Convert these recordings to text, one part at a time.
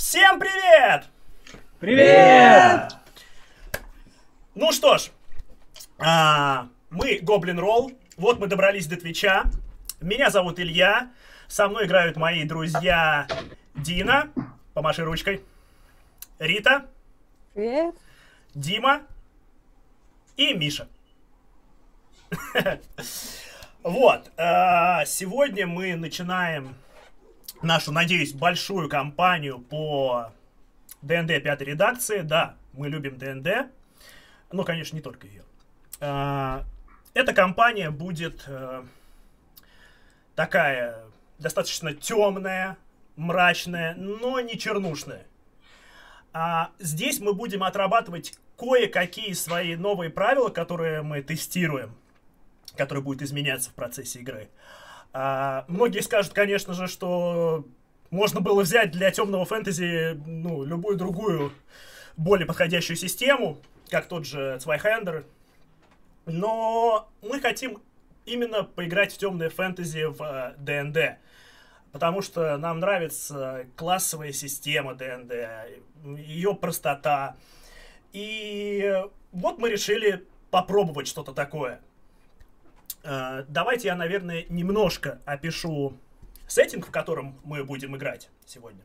Всем привет! Привет! Ну что ж, мы Goblin Roll. Вот мы добрались до Твича. Меня зовут Илья. Со мной играют мои друзья Дина. Помаши ручкой. Рита. Привет. Дима. И Миша. Вот. Сегодня мы начинаем нашу, надеюсь, большую кампанию по ДНД 5-й редакции. Да, мы любим ДНД. Ну, конечно, не только ее. Эта кампания будет такая достаточно темная, мрачная, но не чернушная. Здесь мы будем отрабатывать кое-какие свои новые правила, которые мы тестируем, которые будут изменяться в процессе игры. Многие скажут, конечно же, что можно было взять для темного фэнтези любую другую, более подходящую систему, как тот же Zweihander. Но мы хотим именно поиграть в темное фэнтези в ДНД. Потому что нам нравится классовая система ДНД, ее простота. И вот мы решили попробовать что-то такое. Давайте я, наверное, немножко опишу сеттинг, в котором мы будем играть сегодня.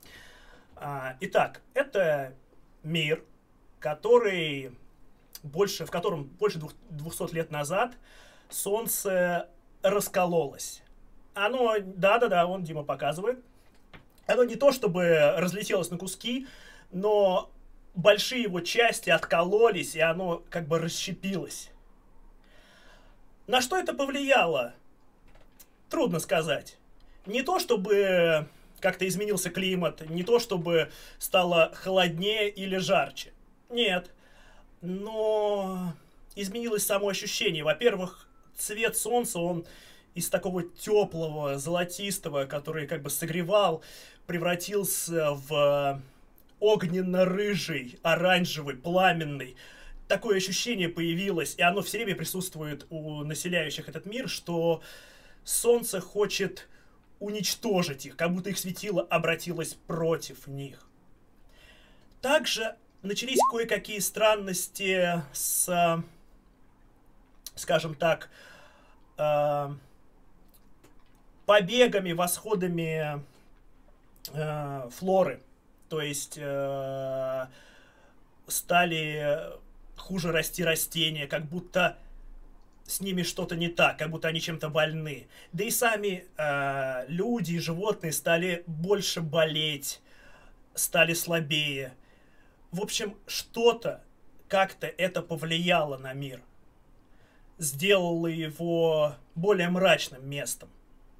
Итак, это мир, в котором больше 200 лет назад солнце раскололось. Оно, да, вон Дима показывает. Оно не то чтобы разлетелось на куски, но большие его части откололись, и оно как бы расщепилось. На что это повлияло? Трудно сказать. Не то чтобы как-то изменился климат, не то чтобы стало холоднее или жарче. Нет. Но изменилось само ощущение. Во-первых, цвет солнца, он из такого теплого, золотистого, который как бы согревал, превратился в огненно-рыжий, оранжевый, пламенный. Такое ощущение появилось, и оно все время присутствует у населяющих этот мир, что солнце хочет уничтожить их, как будто их светило обратилось против них. Также начались кое-какие странности с, скажем так, побегами, восходами флоры. То есть стали хуже расти растения, как будто с ними что-то не так, как будто они чем-то больны. Да и сами люди и животные стали больше болеть, стали слабее. В общем, что-то как-то это повлияло на мир. Сделало его более мрачным местом.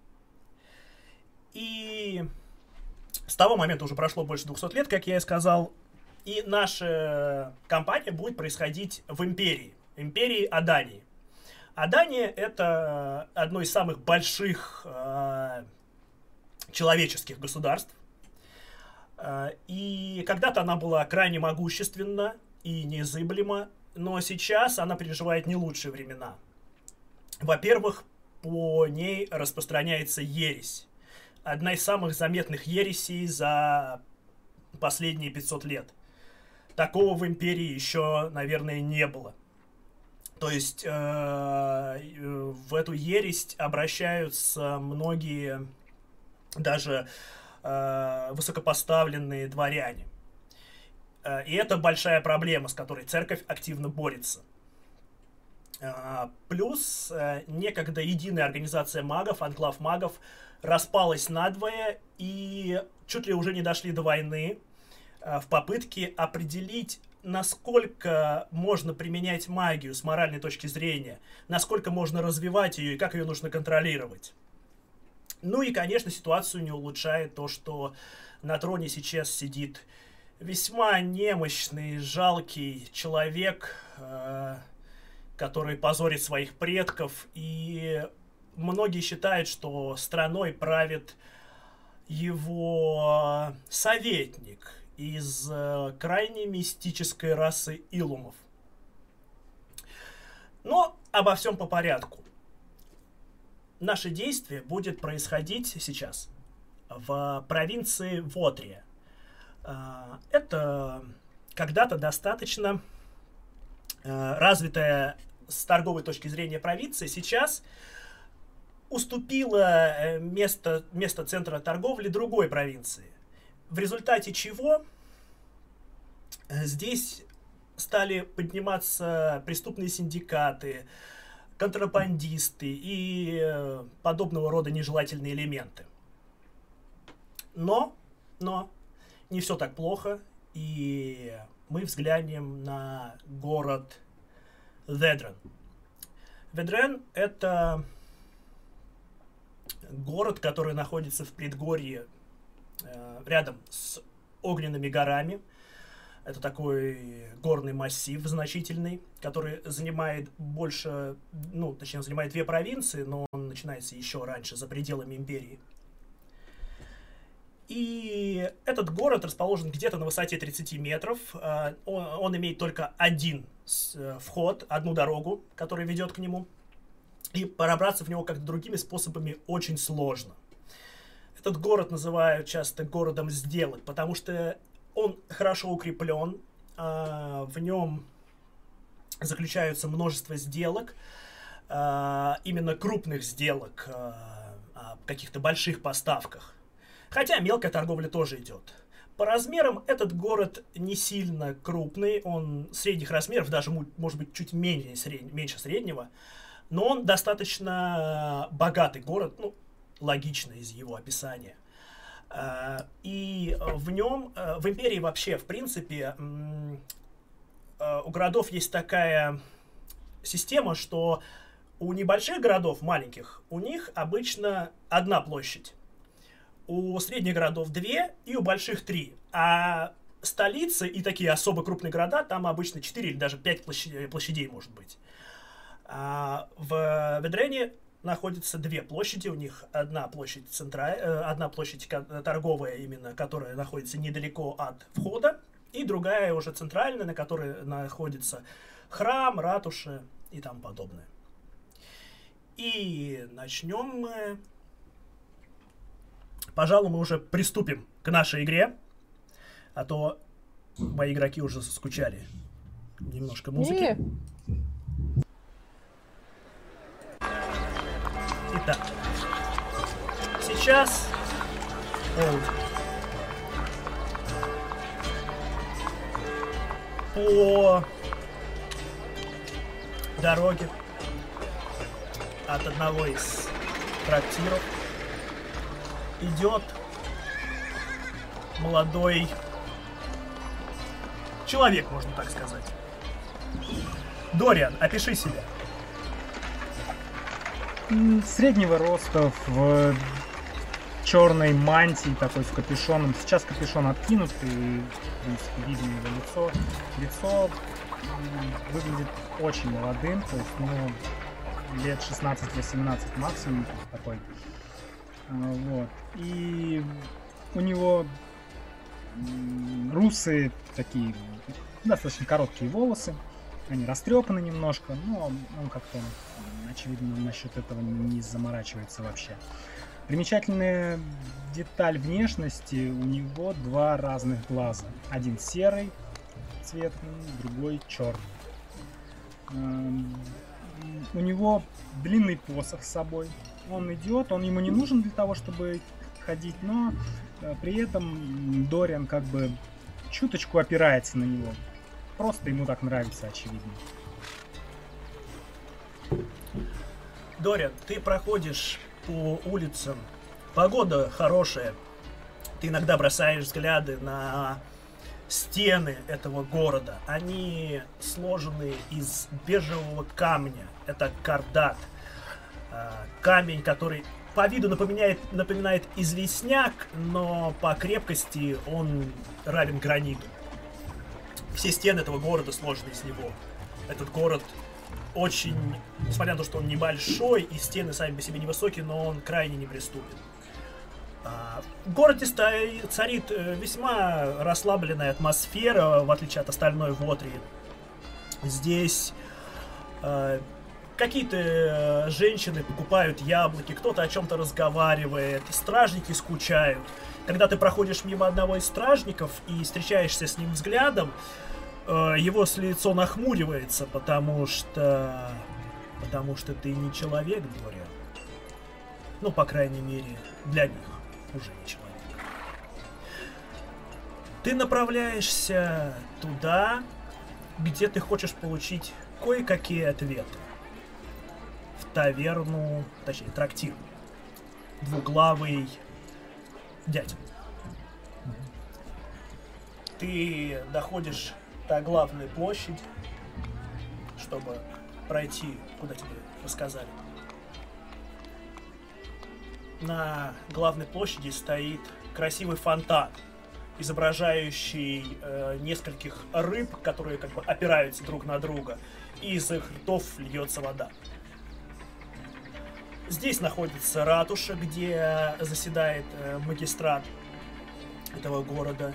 И с того момента уже прошло больше 200 лет, как я и сказал. И наша кампания будет происходить в империи Адании. Адания — это одно из самых больших человеческих государств. И когда-то она была крайне могущественна и незыблема, но сейчас она переживает не лучшие времена. Во-первых, по ней распространяется ересь. Одна из самых заметных ересей за последние 500 лет. Такого в империи еще, наверное, не было. То есть в эту ересь обращаются многие, даже высокопоставленные дворяне. И это большая проблема, с которой церковь активно борется. Плюс некогда единая организация магов, анклав магов, распалась надвое и чуть ли уже не дошли до войны в попытке определить, насколько можно применять магию с моральной точки зрения, насколько можно развивать ее и как ее нужно контролировать. Ну и, конечно, ситуацию не улучшает то, что на троне сейчас сидит весьма немощный, жалкий человек, который позорит своих предков, и многие считают, что страной правит его советник из крайне мистической расы Илумов. Но обо всем по порядку. Наше действие будет происходить сейчас в провинции Вотрия. Это когда-то достаточно развитая с торговой точки зрения провинция сейчас уступила место центра торговли другой провинции. В результате чего здесь стали подниматься преступные синдикаты, контрабандисты и подобного рода нежелательные элементы. Но не все так плохо, и мы взглянем на город Ведрен. Ведрен — это город, который находится в предгорье рядом с огненными горами. Это такой горный массив значительный, который занимает занимает две провинции, но он начинается еще раньше, за пределами империи. И этот город расположен где-то на высоте 30 метров. Он имеет только один вход, одну дорогу, которая ведет к нему. И пробраться в него как-то другими способами очень сложно. Этот город называют часто городом сделок, потому что он хорошо укреплен, в нем заключаются множество сделок, именно крупных сделок, о каких-то больших поставках. Хотя мелкая торговля тоже идет. По размерам этот город не сильно крупный, он средних размеров, даже может быть чуть меньше среднего, но он достаточно богатый город, логично из его описания. И в нем, в империи вообще, в принципе, у городов есть такая система, что у небольших городов, маленьких, у них обычно одна площадь. У средних городов 2 и у больших 3. А столицы и такие особо крупные города, там обычно 4 или даже 5 площадей может быть. А в Ведрене находятся две площади. У них одна площадь торговая именно, которая находится недалеко от входа, и другая уже центральная, на которой находится храм, ратуша и тому подобное. И начнем мы... Пожалуй, мы уже приступим к нашей игре, а то мои игроки уже скучали. Немножко музыки. Итак, сейчас по дороге от одного из трактиров идет молодой человек, можно так сказать. Дориан, опиши себя. Среднего роста, в черной мантии, такой с капюшоном. Сейчас капюшон откинут, и, в принципе, видно его лицо. Лицо выглядит очень молодым, то есть, лет 16-18 максимум, такой. Вот. И у него русые такие достаточно короткие волосы. Они растрепаны немножко, но он как-то, очевидно, насчет этого не заморачивается вообще. Примечательная деталь внешности: у него два разных глаза. Один серый цвет, другой черный. У него длинный посох с собой. Он идет, он ему не нужен для того, чтобы ходить, но при этом Дориан как бы чуточку опирается на него. Просто ему так нравится, очевидно. Дориан, ты проходишь по улицам, погода хорошая, ты иногда бросаешь взгляды на стены этого города. Они сложены из бежевого камня, это кардат. Камень, который по виду напоминает известняк, но по крепкости он равен граниту. Все стены этого города сложены из него. Этот город очень, несмотря на то, что он небольшой, и стены сами по себе невысокие, но он крайне неприступен. В городе царит весьма расслабленная атмосфера, в отличие от остальной Вотрии. Здесь Какие-то женщины покупают яблоки, кто-то о чем-то разговаривает, стражники скучают. Когда ты проходишь мимо одного из стражников и встречаешься с ним взглядом, его лицо нахмуривается, потому что ты не человек, Дориан. Ну, по крайней мере, для них уже не человек. Ты направляешься туда, где ты хочешь получить кое-какие ответы. В таверну, точнее, трактир. Двуглавый дядя. Ты доходишь до главной площади, чтобы пройти, куда тебе рассказали. На главной площади стоит красивый фонтан, изображающий нескольких рыб, которые как бы опираются друг на друга, и из их ртов льется вода. Здесь находится ратуша, где заседает магистрат этого города.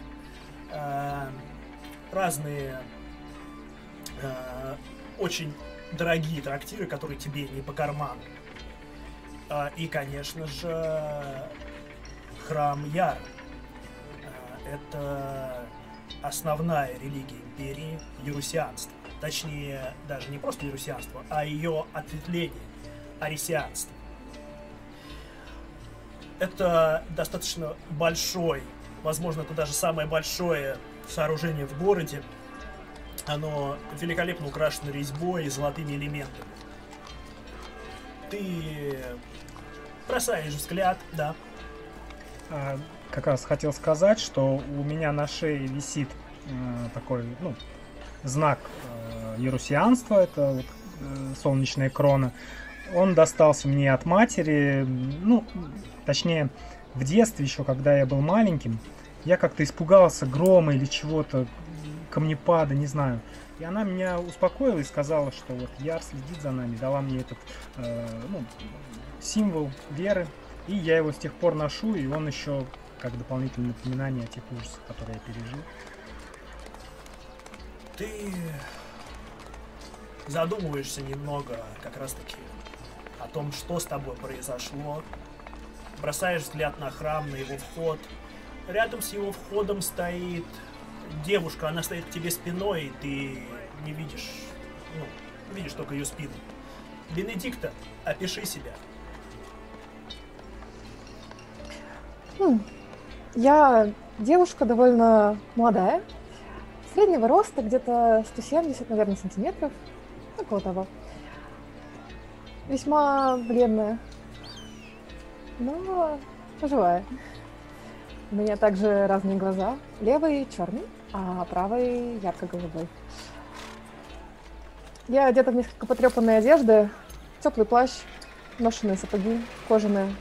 Разные очень дорогие трактиры, которые тебе не по карману. И, конечно же, храм Яра. Это основная религия империи, ерусианство. Точнее, даже не просто ерусианство, а ее ответвление, арисианство. Это достаточно большой, возможно, это даже самое большое сооружение в городе. Оно великолепно украшено резьбой и золотыми элементами. Ты бросаешь взгляд, да. Как раз хотел сказать, что у меня на шее висит такой, знак ерусианства, это вот солнечная крона. Он достался мне от матери, точнее, в детстве еще, когда я был маленьким, я как-то испугался грома или чего-то, камнепада, не знаю. И она меня успокоила и сказала, что вот Яр следит за нами, дала мне этот символ веры, и я его с тех пор ношу, и он еще как дополнительное напоминание о тех ужасах, которые я пережил. Ты задумываешься немного как раз-таки о том, что с тобой произошло. Бросаешь взгляд на храм, на его вход. Рядом с его входом стоит девушка, она стоит к тебе спиной, и ты не видишь, видишь только ее спину. Бенедикта, опиши себя. Я девушка довольно молодая, среднего роста, где-то 170, наверное, сантиметров, около того. Весьма бледная, но живая. У меня также разные глаза. Левый черный, а правый ярко-голубой. Я одета в несколько потрепанной одежды, теплый плащ, ношеные сапоги, кожаные.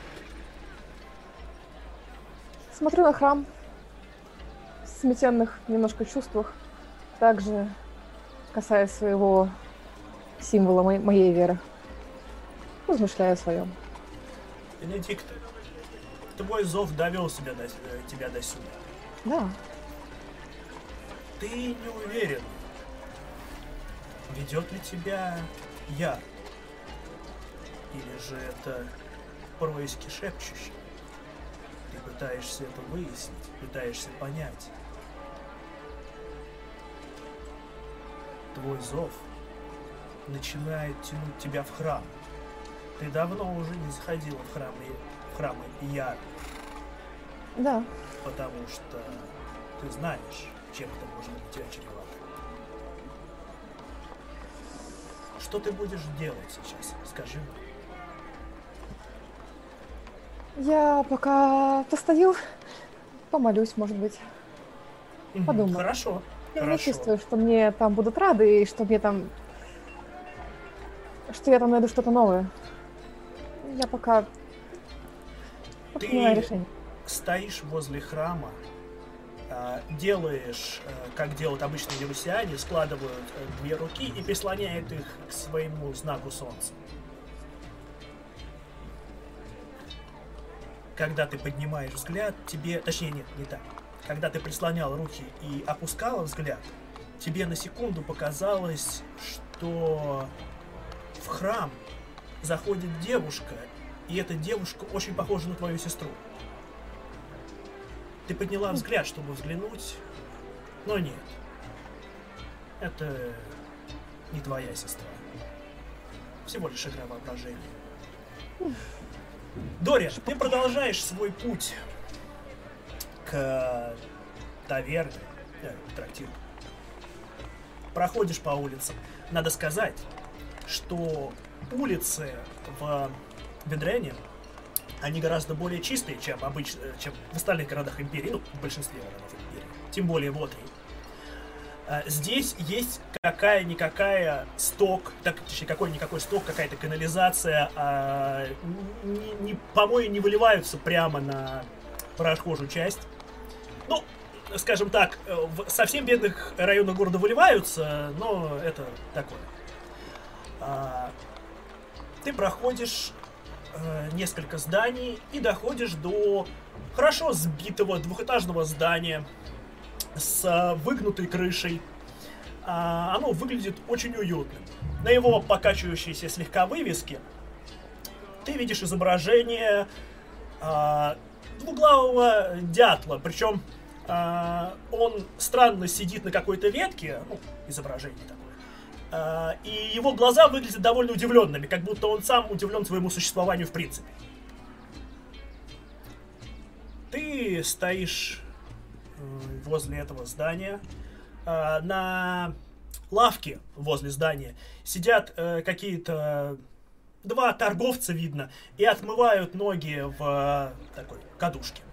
Смотрю на храм в смятенных немножко чувствах, также касаясь своего символа моей веры. Размышляю о своем. Бенедикта, твой зов довел тебя до сюда. Да. Ты не уверен, ведет ли тебя Яр, или же это происки шепчущие. Ты пытаешься это выяснить, пытаешься понять. Твой зов начинает тянуть тебя в храм. Ты давно уже не заходила в храмы Яра. Да. Потому что ты знаешь, чем это может быть тебя чревато. Что ты будешь делать сейчас? Скажи мне. Я пока постою, помолюсь, может быть. Подумаю. Хорошо. Я не чувствую, что мне там будут рады, и что я там найду что-то новое. Я пока принимаю решение. Стоишь возле храма, делаешь, как делают обычные ерусиане, складывают две руки и прислоняют их к своему знаку солнца. Когда ты поднимаешь взгляд, точнее, не так. Когда ты прислонял руки и опускала взгляд, тебе на секунду показалось, что в храм заходит девушка, и эта девушка очень похожа на твою сестру. Ты подняла взгляд, чтобы взглянуть, но нет. Это не твоя сестра. Всего лишь игра воображения. Дори, ты продолжаешь свой путь к таверне, к трактиру. Проходишь по улицам. Надо сказать, что улицы в Ведрене, они гораздо более чистые, чем чем в остальных городах Империи, ну, в большинстве городов Империи, тем более в Отрии. Здесь есть какая-никакая сток, точнее, какой-никакой сток, какая-то канализация, помои не выливаются прямо на прохожую часть. Ну, скажем так, в совсем бедных районах города выливаются, но это такое. Ты проходишь несколько зданий и доходишь до хорошо сбитого двухэтажного здания с выгнутой крышей. Оно выглядит очень уютным. На его покачивающейся слегка вывеске ты видишь изображение двуглавого дятла. Причем он странно сидит на какой-то ветке, ну, изображение такое. И его глаза выглядят довольно удивленными, как будто он сам удивлен своему существованию в принципе. Ты стоишь возле этого здания. На лавке возле здания сидят какие-то два торговца, видно, и отмывают ноги в такой кадушке.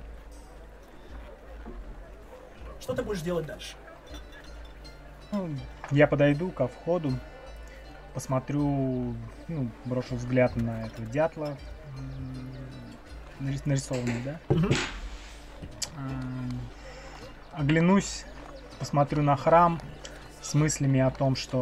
Что ты будешь делать дальше? Я подойду ко входу, посмотрю, ну, брошу взгляд на этого дятла, нарисованный, да? Оглянусь, посмотрю на храм с мыслями о том, что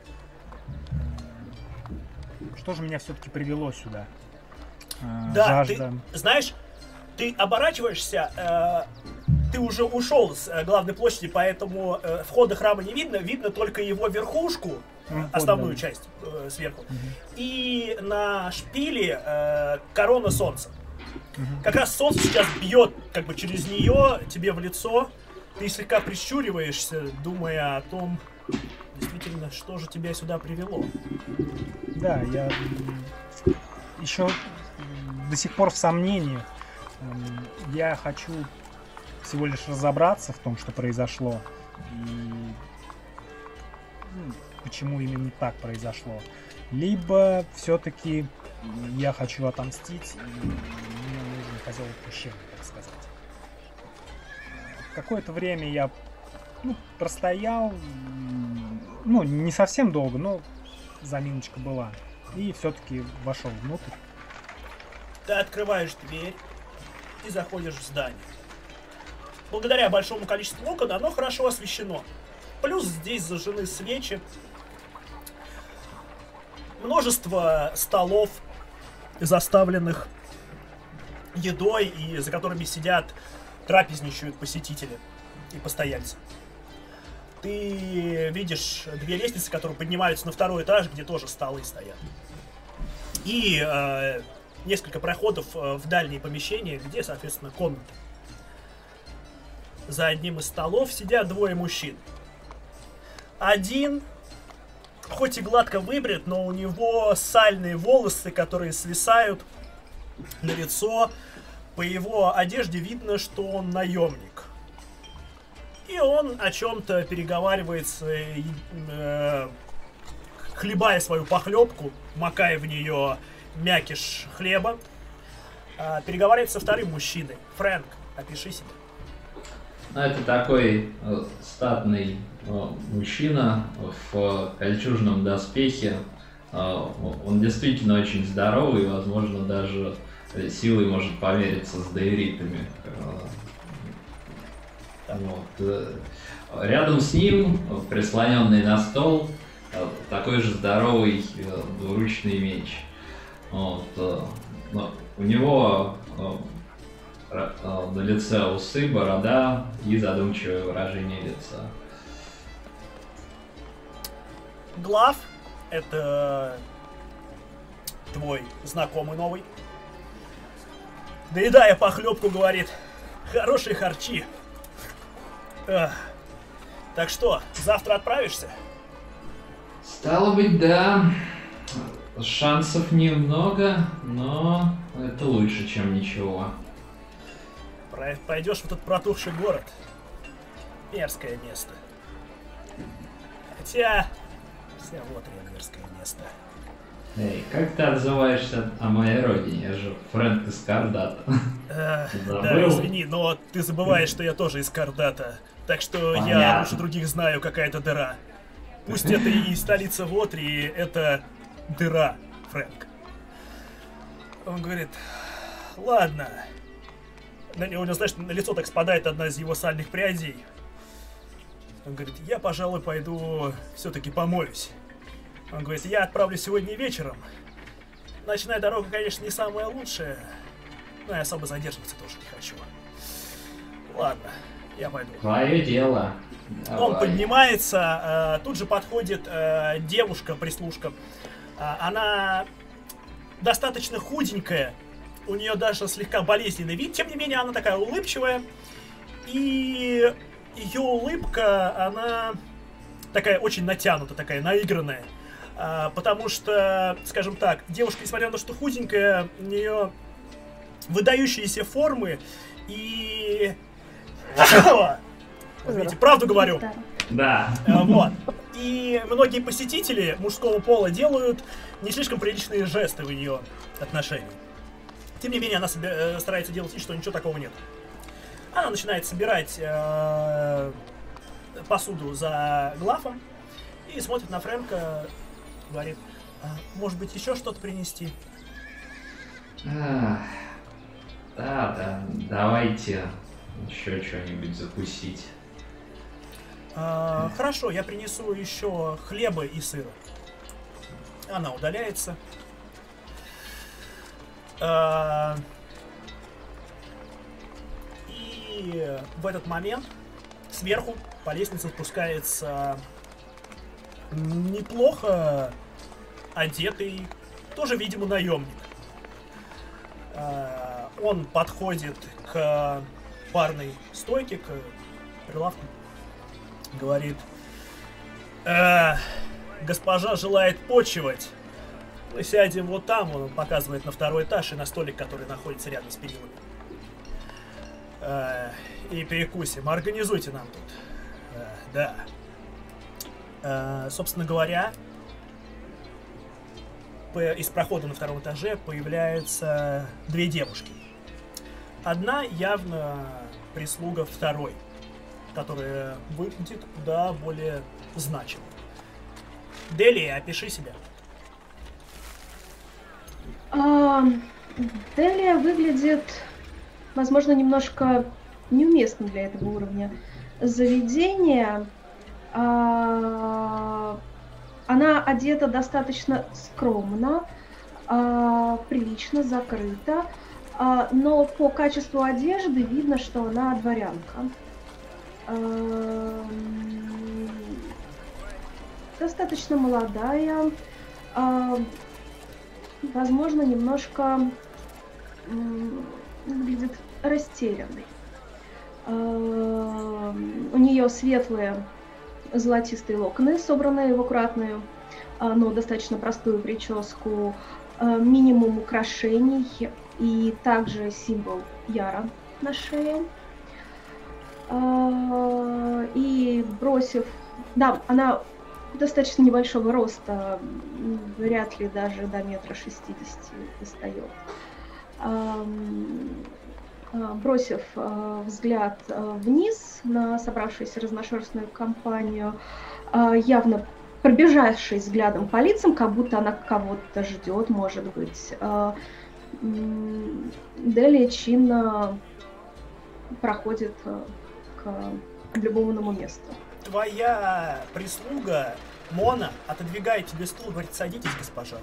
же меня все-таки привело сюда. Да, жажда. Ты знаешь, ты оборачиваешься, ты уже ушел с главной площади, поэтому входа храма не видно, видно только его верхушку, основную часть сверху, и на шпиле корона солнца. Как раз солнце сейчас бьет как бы через нее тебе в лицо. Ты слегка прищуриваешься, думая о том, действительно, что же тебя сюда привело. Да, я еще до сих пор в сомнении. Я хочу всего лишь разобраться в том, что произошло, и почему именно так произошло. Либо все-таки я хочу отомстить, и мне нужен козел отпущения, так сказать. Какое-то время я простоял, не совсем долго, но заминочка была. И все-таки вошел внутрь. Ты открываешь дверь и заходишь в здание. Благодаря большому количеству окон оно хорошо освещено. Плюс здесь зажжены свечи. Множество столов, заставленных едой, и за которыми сидят, трапезничают посетители и постояльцы. Ты видишь две лестницы, которые поднимаются на второй этаж, где тоже столы стоят. И несколько проходов в дальние помещения, где, соответственно, комнаты. За одним из столов сидят двое мужчин. Один, хоть и гладко выбрит, но у него сальные волосы, которые свисают на лицо. По его одежде видно, что он наемник. И он о чем-то переговаривается, хлебая свою похлебку, макая в нее мякиш хлеба. Переговаривается со вторым мужчиной. Фрэнк, опиши себя. Это такой статный мужчина в кольчужном доспехе. Он действительно очень здоровый, возможно, даже силой может помериться с дейритами. Вот. Рядом с ним, прислоненный на стол, такой же здоровый двуручный меч. Вот. У него на лице усы, борода и задумчивое выражение лица. Глав — это твой знакомый новый. Доедая похлебку, говорит: хорошие харчи. Так что, завтра отправишься? Стало быть, да. Шансов немного, но это лучше, чем ничего. Пойдешь в этот протухший город. Мерзкое место. Хотя... Вся вот мерзкое место. Эй, как ты отзываешься о моей родине? Я же Фрэнк из Кардата. Да, извини, но ты забываешь, что я тоже из Кардата. Так что я лучше других знаю, какая это дыра. Пусть это и столица Вотрии, это дыра, Фрэнк. Он говорит: ладно. У него, знаешь, на лицо так спадает одна из его сальных прядей. Он говорит: я, пожалуй, пойду все-таки помоюсь. Он говорит: я отправлюсь сегодня вечером. Ночная дорога, конечно, не самая лучшая, но я особо задерживаться тоже не хочу. Ладно, я пойду. Твое дело. Давай. Он поднимается, тут же подходит девушка-прислужка. Она достаточно худенькая, у нее даже слегка болезненный вид, тем не менее она такая улыбчивая. И ее улыбка, она такая очень натянута, такая наигранная. Потому что, скажем так, девушка, несмотря на то, что худенькая, у нее выдающиеся формы и... Видите, правду говорю. Да. Вот. И многие посетители мужского пола делают не слишком приличные жесты в ее отношении. Тем не менее, она старается делать вид, что ничего такого нет. Она начинает собирать посуду за глафом и смотрит на Фрэнка, говорит: может быть, еще что-то принести? Да, давайте еще что-нибудь закусить. Хорошо, я принесу еще хлеба и сыра. Она удаляется. И в этот момент сверху по лестнице спускается неплохо одетый, тоже, видимо, наемник. Он подходит к барной стойке, к прилавку, говорит: госпожа желает почивать. Мы сядем вот там, он показывает на второй этаж и на столик, который находится рядом с перилами. И перекусим. Организуйте нам тут. Да. Собственно говоря, из прохода на втором этаже появляются две девушки. Одна явно прислуга второй, которая выглядит куда более значимо. Делия, опиши себя. Делия выглядит, возможно, немножко неуместно для этого уровня заведения. Она одета достаточно скромно, прилично, закрыто, но по качеству одежды видно, что она дворянка. Достаточно молодая, возможно, немножко выглядит растерянной. У нее светлые золотистые локоны, собранные в аккуратную, но достаточно простую прическу, минимум украшений и также символ Яра на шее. И бросив... Да, она достаточно небольшого роста, вряд ли даже до 1,60 м достает. Бросив взгляд вниз на собравшуюся разношерстную компанию, явно пробежавшись взглядом по лицам, как будто она кого-то ждет, может быть, Делия чинно проходит к облюбованному месту. Твоя прислуга, Мона, отодвигает тебе стул, говорит: садитесь, госпожа.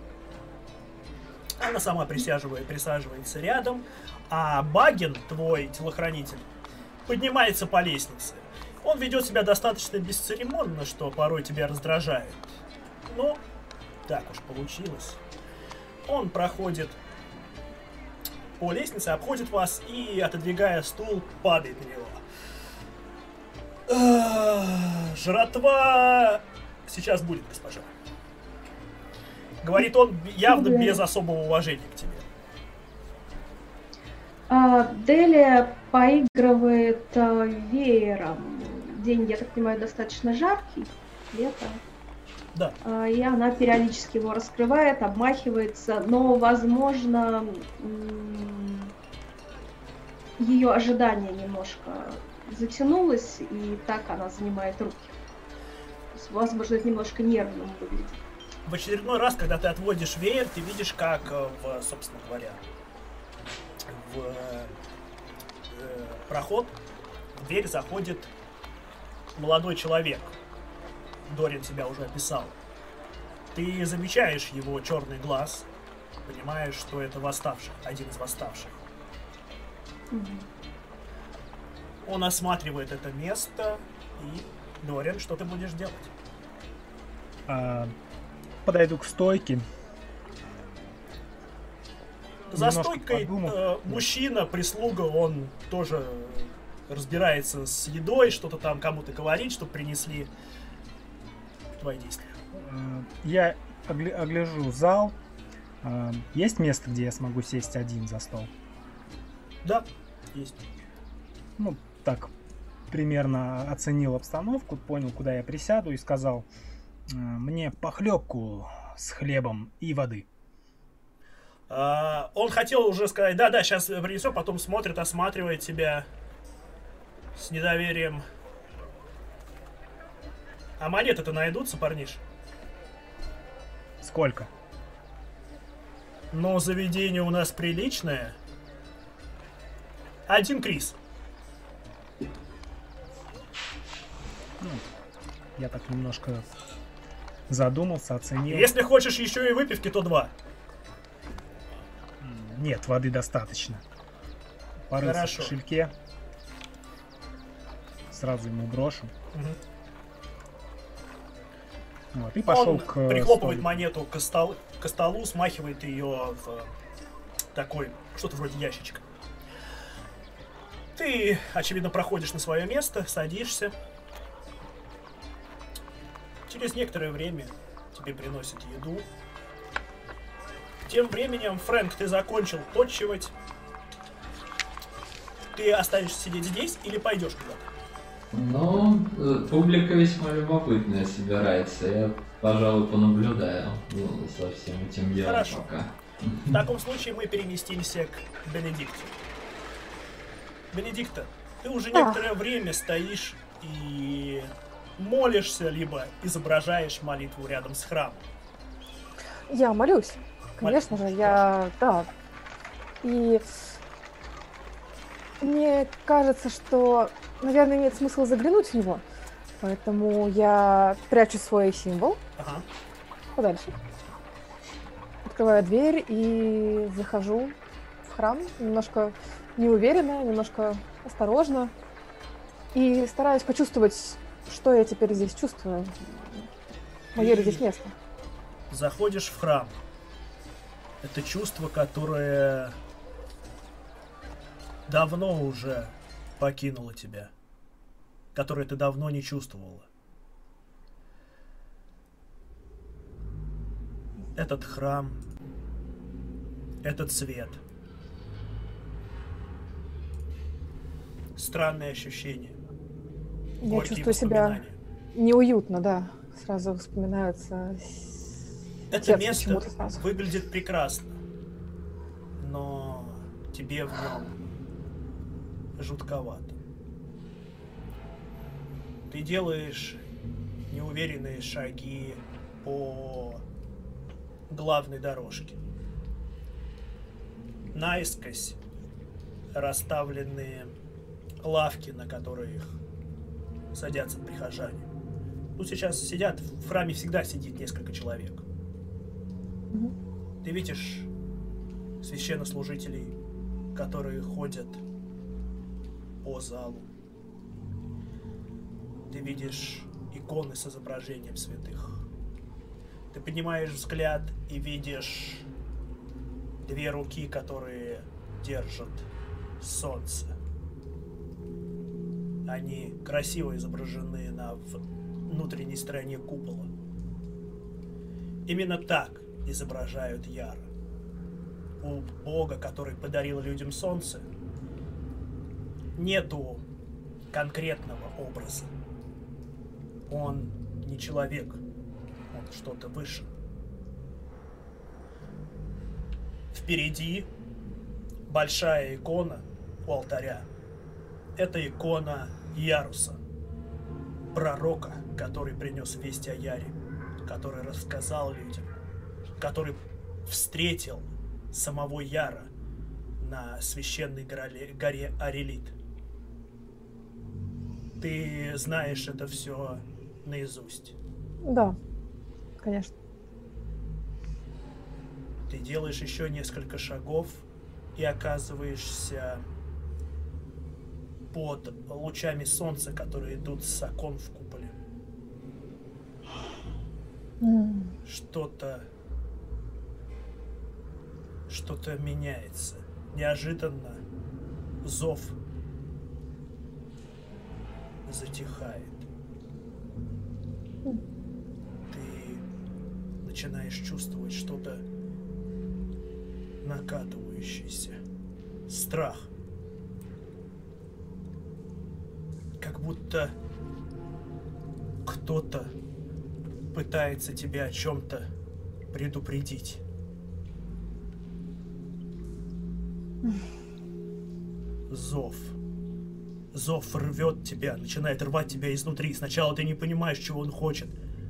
Она сама присаживается рядом, а Багин, твой телохранитель, поднимается по лестнице. Он ведет себя достаточно бесцеремонно, что порой тебя раздражает. Но так уж получилось. Он проходит по лестнице, обходит вас и, отодвигая стул, падает на него. Жратва сейчас будет, госпожа. Говорит он явно без особого уважения к тебе. Делия поигрывает веером. День, я так понимаю, достаточно жаркий. Лето. Да. И она периодически его раскрывает, обмахивается, но, возможно, ее ожидание немножко затянулось, и так она занимает руки. То есть, возможно, это немножко нервным выглядит. В очередной раз, когда ты отводишь веер, ты видишь, как, собственно говоря, в проход, в дверь заходит молодой человек. Дорин тебя уже описал. Ты замечаешь его черный глаз, понимаешь, что это восставший, один из восставших. Он осматривает это место, и, Дорин, что ты будешь делать? Подойду к стойке. За стойкой мужчина, прислуга, он тоже разбирается с едой, что-то там кому-то говорит, чтобы принесли. Твои действия. Я огляжу зал. Есть место, где я смогу сесть один за стол? Да, есть. Ну, так, примерно оценил обстановку, понял, куда я присяду, и сказал: мне похлебку с хлебом и воды. Он хотел уже сказать: да, сейчас принесу, потом смотрит, осматривает тебя с недоверием. А монеты-то найдутся, парниш? Сколько? Но заведение у нас приличное. 1 крис. Ну, я так немножко задумался, оценил. Если хочешь еще и выпивки, то 2. Нет, воды достаточно. Порылся в кошельке. Сразу ему брошу. Угу. Вот, и пошел он к прихлопывает столику. монету к столу, смахивает ее в такой, что-то вроде ящичка. Ты, очевидно, проходишь на свое место, садишься. Через некоторое время тебе приносят еду. Тем временем, Фрэнк, ты закончил подчивать. Ты останешься сидеть здесь или пойдешь куда-то? Ну, публика весьма любопытная собирается. Я, пожалуй, понаблюдаю за всем этим делом. Хорошо. Пока. В таком случае мы переместимся к Бенедикте. Бенедикта, ты уже некоторое время стоишь и молишься, либо изображаешь молитву рядом с храмом. Я молюсь. Конечно же, да. И мне кажется, что, наверное, имеет смысл заглянуть в него. Поэтому я прячу свой символ подальше. Открываю дверь и захожу в храм. Немножко неуверенно, немножко осторожно. И стараюсь почувствовать, что я теперь здесь чувствую. Мое ли здесь место. Заходишь в храм. Это чувство, которое давно уже покинуло тебя. Которое ты давно не чувствовала. Этот храм, этот свет. Странные ощущения. Я чувствую себя неуютно, да. Сразу вспоминаются. Это место выглядит прекрасно, но тебе в нем жутковато. Ты делаешь неуверенные шаги по главной дорожке. Наискось расставленные лавки, на которые садятся прихожане. Тут сейчас сидят, в храме всегда сидит несколько человек. Ты видишь священнослужителей, которые ходят по залу. Ты видишь иконы с изображением святых. Ты поднимаешь взгляд и видишь 2 руки, которые держат солнце. Они красиво изображены на внутренней стороне купола. Именно так изображают Яра. У Бога, который подарил людям солнце, нету конкретного образа. Он не человек, он что-то выше. Впереди большая икона у алтаря. Это икона Яруса, пророка, который принес весть о Яре, который рассказал людям, который встретил самого Яра на священной горе Арелит. Ты знаешь это все наизусть? Да, конечно. Ты делаешь еще несколько шагов и оказываешься под лучами солнца, которые идут с окон в куполе. Что-то меняется. Неожиданно зов затихает. Ты начинаешь чувствовать что-то накатывающееся. Страх. Как будто кто-то пытается тебя о чем-то предупредить. Зов. Зов рвет тебя, начинает рвать тебя изнутри. Сначала ты не понимаешь, чего он хочет.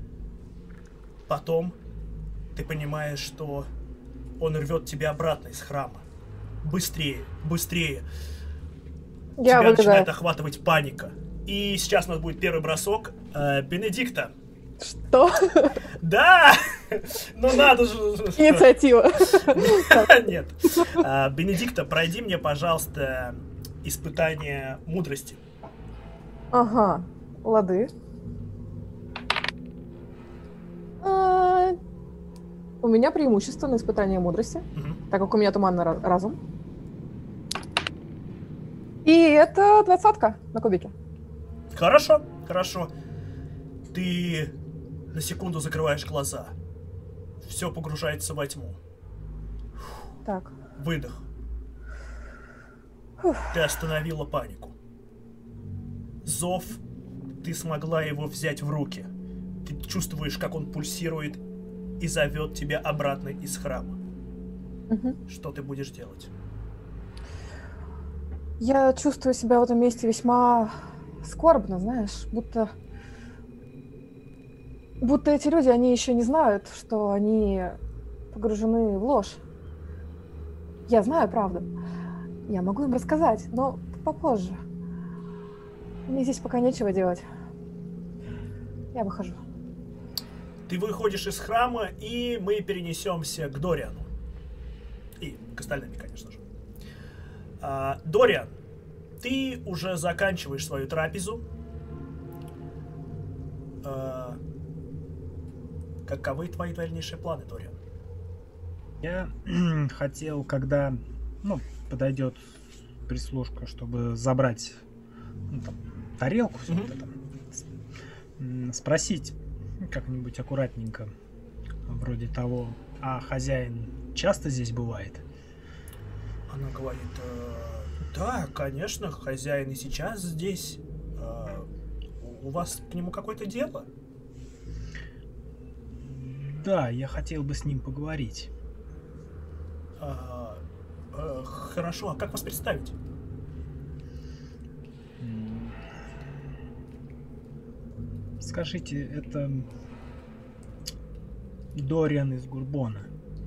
Потом ты понимаешь, что он рвет тебя обратно из храма. Быстрее, быстрее. Тебя начинает охватывать паника. И сейчас у нас будет первый бросок. Бенедикта. Что? Да! Ну надо же... Инициатива. Нет. Бенедикта, пройди мне, пожалуйста, испытание мудрости. Ага, лады. У меня преимущество на испытание мудрости, так как у меня туманный разум. И это 20-ка на кубике. Хорошо, хорошо. Ты на секунду закрываешь глаза. Все погружается во тьму. Так. Выдох. Ты остановила панику. Зов, ты смогла его взять в руки. Ты чувствуешь, как он пульсирует и зовет тебя обратно из храма. Что ты будешь делать? Я чувствую себя в этом месте весьма скорбно, знаешь, будто эти люди, они еще не знают, что они погружены в ложь. Я знаю правду. Я могу им рассказать, но попозже. Мне здесь пока нечего делать. Я выхожу. Ты выходишь из храма, и мы перенесемся к Дориану. И к остальным, конечно же. Дориан, ты уже заканчиваешь свою трапезу. Каковы твои дальнейшие планы, Дориан? Я хотел, когда подойдет прислужка, чтобы забрать тарелку, все это там, спросить как-нибудь аккуратненько, вроде того, а хозяин часто здесь бывает? Она говорит, да, конечно, хозяин и сейчас здесь. У вас к нему какое-то дело? Да, я хотел бы с ним поговорить. Хорошо, а как вас представить? Скажите, это Дориан из Гурбона.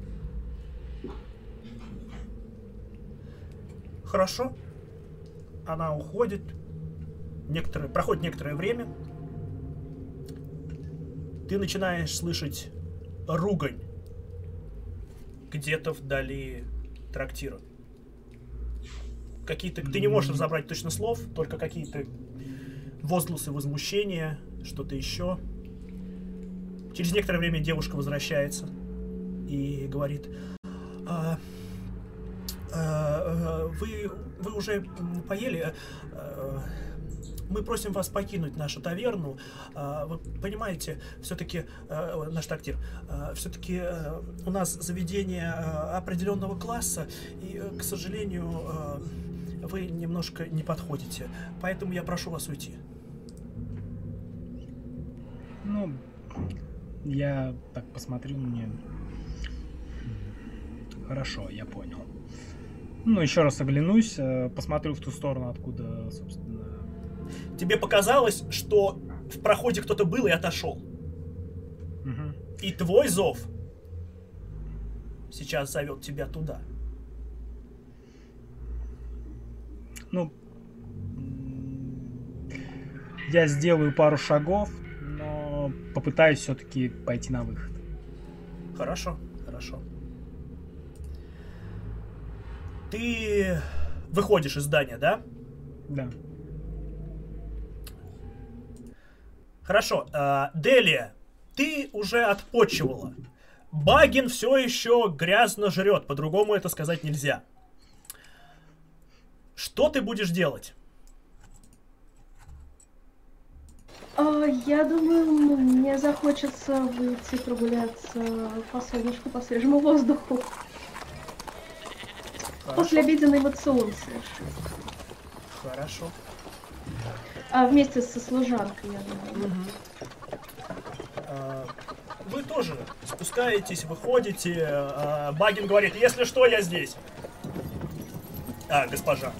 Хорошо. Она уходит. Проходит некоторое время. Ты начинаешь слышать ругань где-то вдали трактира. Ты не можешь разобрать точно слов, только какие-то возгласы возмущения, что-то еще. Через некоторое время девушка возвращается и говорит: Вы уже поели? Мы просим вас покинуть нашу таверну. Вы понимаете, все-таки наш трактир, все-таки у нас заведение определенного класса, и, к сожалению, вы немножко не подходите. Поэтому я прошу вас уйти. Ну, я так посмотрю, мне... Хорошо, я понял. Ну, еще раз оглянусь, посмотрю в ту сторону, откуда, собственно... Тебе показалось, что в проходе кто-то был и отошел. Угу. И твой зов сейчас зовет тебя туда. Ну, я сделаю пару шагов, но попытаюсь все-таки пойти на выход. Хорошо, хорошо. Ты выходишь из здания, да? Да. Хорошо. Делия, ты уже отпочивала. Багин все еще грязно жрет, по-другому это сказать нельзя. Что ты будешь делать? Я думаю, мне захочется выйти прогуляться по солнышку, по свежему воздуху. Хорошо. После обеденной эмоцион совершить. Хорошо. Вместе со служанкой, я думаю. Вы тоже спускаетесь, выходите. Багин говорит, если что, я здесь. Госпожа.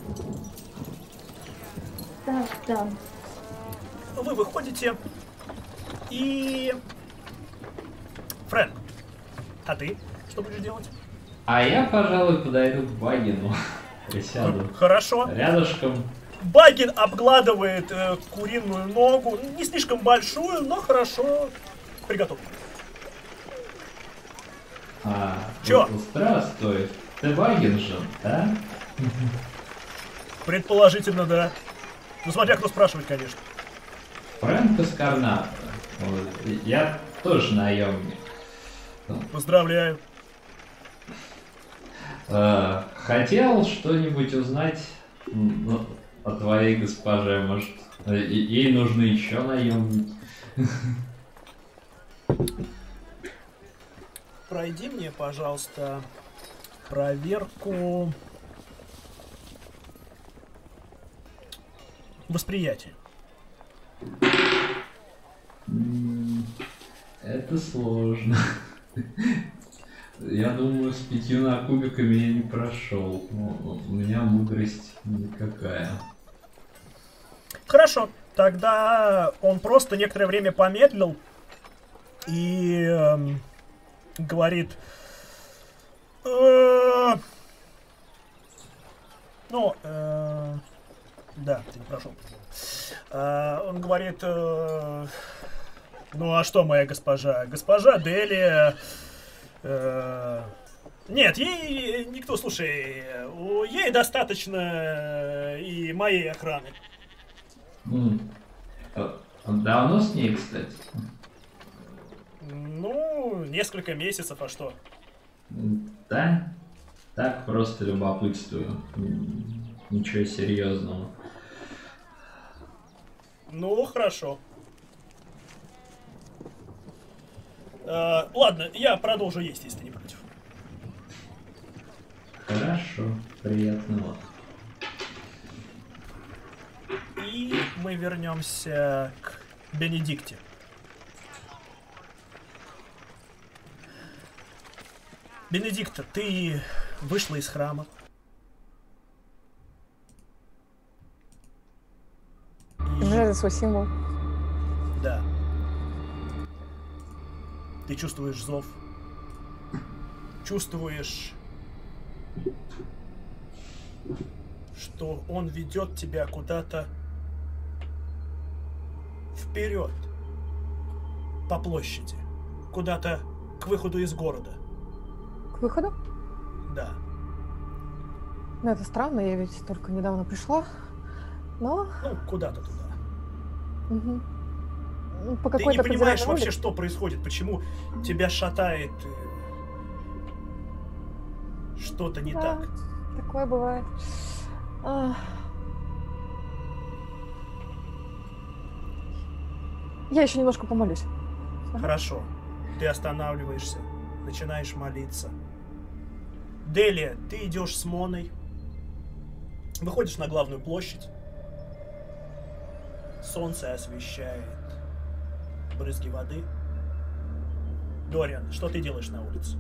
Так, да. Вы выходите и... Фрэнк, а ты что будешь делать? А я, пожалуй, подойду к Багину. Присяду. Хорошо. Рядышком. Багин обгладывает куриную ногу, не слишком большую, но хорошо приготовленную. Чё? Здравствуй. Ты Багин же, да? Предположительно, да. Ну, смотря кто спрашивает, конечно. Фрэнк из Карната. Я тоже наемник. Поздравляю. Хотел что-нибудь узнать о твоей госпоже, может, ей нужны еще наемники. Пройди мне, пожалуйста, проверку восприятия. Это сложно. Я думаю, с 5 кубиками я не прошел. У меня мудрость никакая. Хорошо, тогда он просто некоторое время помедлил и говорит... Да, ты не прошел. Он говорит... Ну а что, моя госпожа? Госпожа Делия... Нет, ей никто, слушай, ей достаточно и моей охраны. Он давно с ней, кстати? Ну, несколько месяцев, а что? Да, так просто любопытствую. Ничего серьезного. Ну, хорошо. Ладно, я продолжу есть, если ты не против. Хорошо, приятного. И мы вернемся к Бенедикте. Бенедикта, ты вышла из храма. Мне нравится свой символ. Да. Ты чувствуешь зов. Чувствуешь, что он ведет тебя куда-то вперед по площади, куда-то к выходу из города. К выходу? Да. Ну, это странно, я ведь только недавно пришла. Но... Ну, куда-то туда. Угу. Ну, по ты не какой-то понимаешь вообще, что происходит, почему тебя шатает. Что-то не так. Такое бывает. Я еще немножко помолюсь. Хорошо. Ты останавливаешься, начинаешь молиться. Делия, ты идешь с Моной, выходишь на главную площадь. Солнце освещает брызги воды. Дориан, что ты делаешь на улице?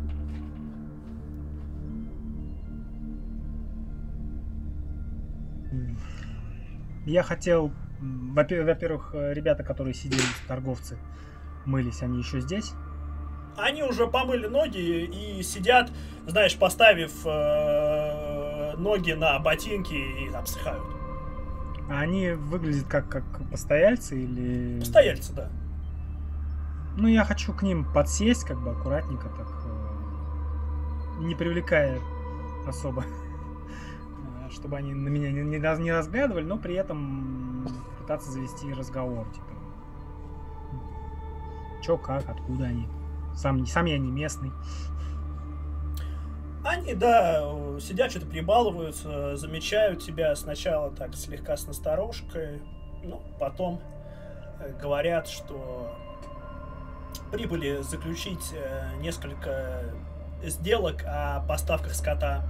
Я хотел... Во-первых, ребята, которые сидели, торговцы, мылись, они еще здесь? Они уже помыли ноги и сидят, знаешь, поставив ноги на ботинки и обсыхают. А они выглядят как постояльцы или... Постояльцы, да. Ну, я хочу к ним подсесть, как бы аккуратненько, так, не привлекая особо, чтобы они на меня не разглядывали, но при этом пытаться завести разговор, типа, чё, как, откуда они. Сам я не местный. Они, да, сидят, что-то прибалываются, замечают тебя сначала так слегка с насторожкой, но потом говорят, что прибыли заключить несколько сделок о поставках скота.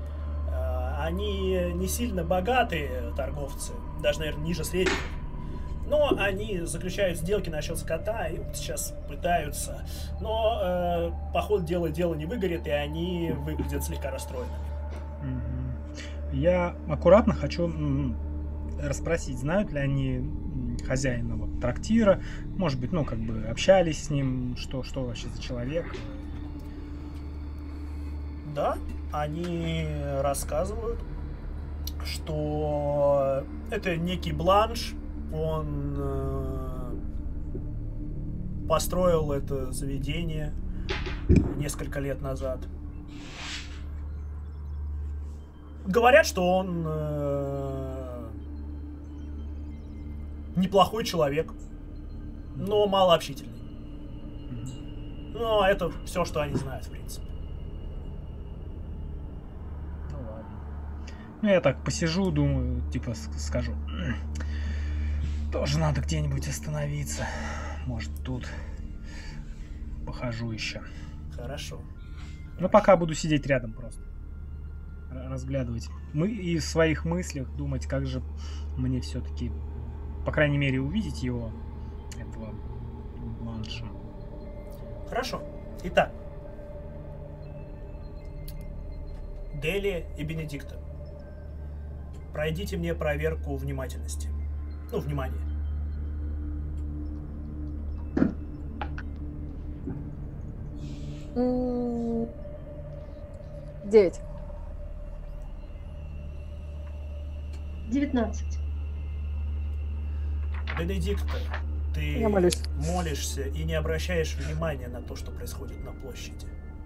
Они не сильно богатые торговцы, даже, наверное, ниже среднего. Но они заключают сделки насчет скота и вот сейчас пытаются. Но по ходу дела дело не выгорит, и они выглядят слегка расстроенными. Я аккуратно хочу расспросить, знают ли они хозяина вот трактира, может быть, ну, как бы общались с ним, что вообще за человек. Да, они рассказывают, что это некий Бланш. Он построил это заведение несколько лет назад. Говорят, что он неплохой человек, но малообщительный. Но это все, что они знают, в принципе. Ну ладно. Ну я так посижу, думаю, типа скажу. Тоже надо где-нибудь остановиться. Может, тут похожу еще. Хорошо. Ну, пока буду сидеть рядом просто. Разглядывать. И в своих мыслях думать, как же мне все-таки, по крайней мере, увидеть его, этого Бланша. Хорошо. Итак. Делия и Бенедикта. Пройдите мне проверку внимательности. Ну, внимание. Девять. 19. Бенедикта, ты Я молюсь. молишься и не обращаешь внимания на то, что происходит на площади.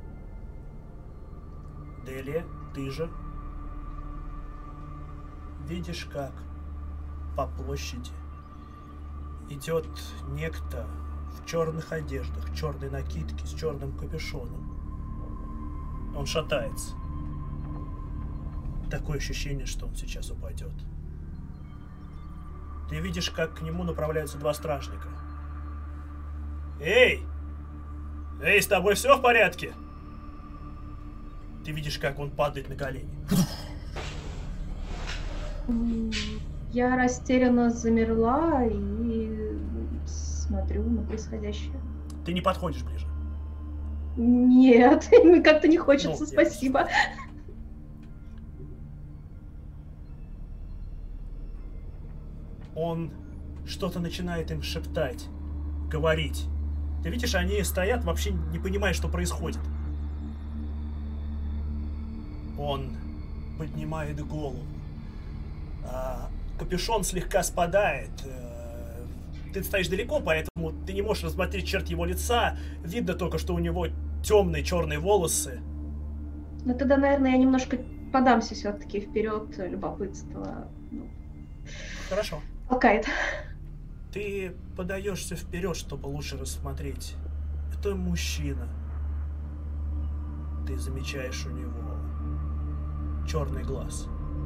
Делия, ты же видишь, как по площади идет некто в черных одеждах, черной накидке, с черным капюшоном. Он шатается. Такое ощущение, что он сейчас упадет. Ты видишь, как к нему направляются два стражника. Эй! Эй, с тобой все в порядке? Ты видишь, как он падает на колени. Я растерянно замерла и смотрю на происходящее. Ты не подходишь ближе. Нет, как-то не хочется, спасибо. Он что-то начинает им шептать, говорить. Ты видишь, они стоят, вообще не понимая, что происходит. Он поднимает голову. Капюшон слегка спадает. Ты стоишь далеко, поэтому ты не можешь рассмотреть черт его лица. Видно только, что у него темные черные волосы. Ну тогда, наверное, я немножко подамся все-таки вперед, любопытство. Хорошо. Толкает. Ты подаешься вперед, чтобы лучше рассмотреть. Это мужчина. Ты замечаешь у него черный глаз,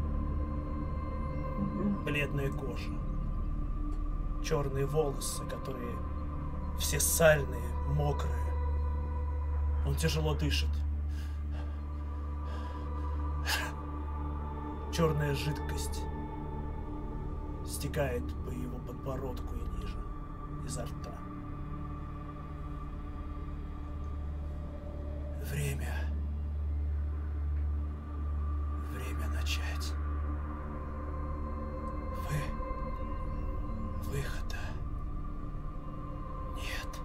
бледная кожа, черные волосы, которые все сальные, мокрые. Он тяжело дышит. Черная жидкость стекает по его подбородку и ниже, изо рта. Время начать. Выхода нет.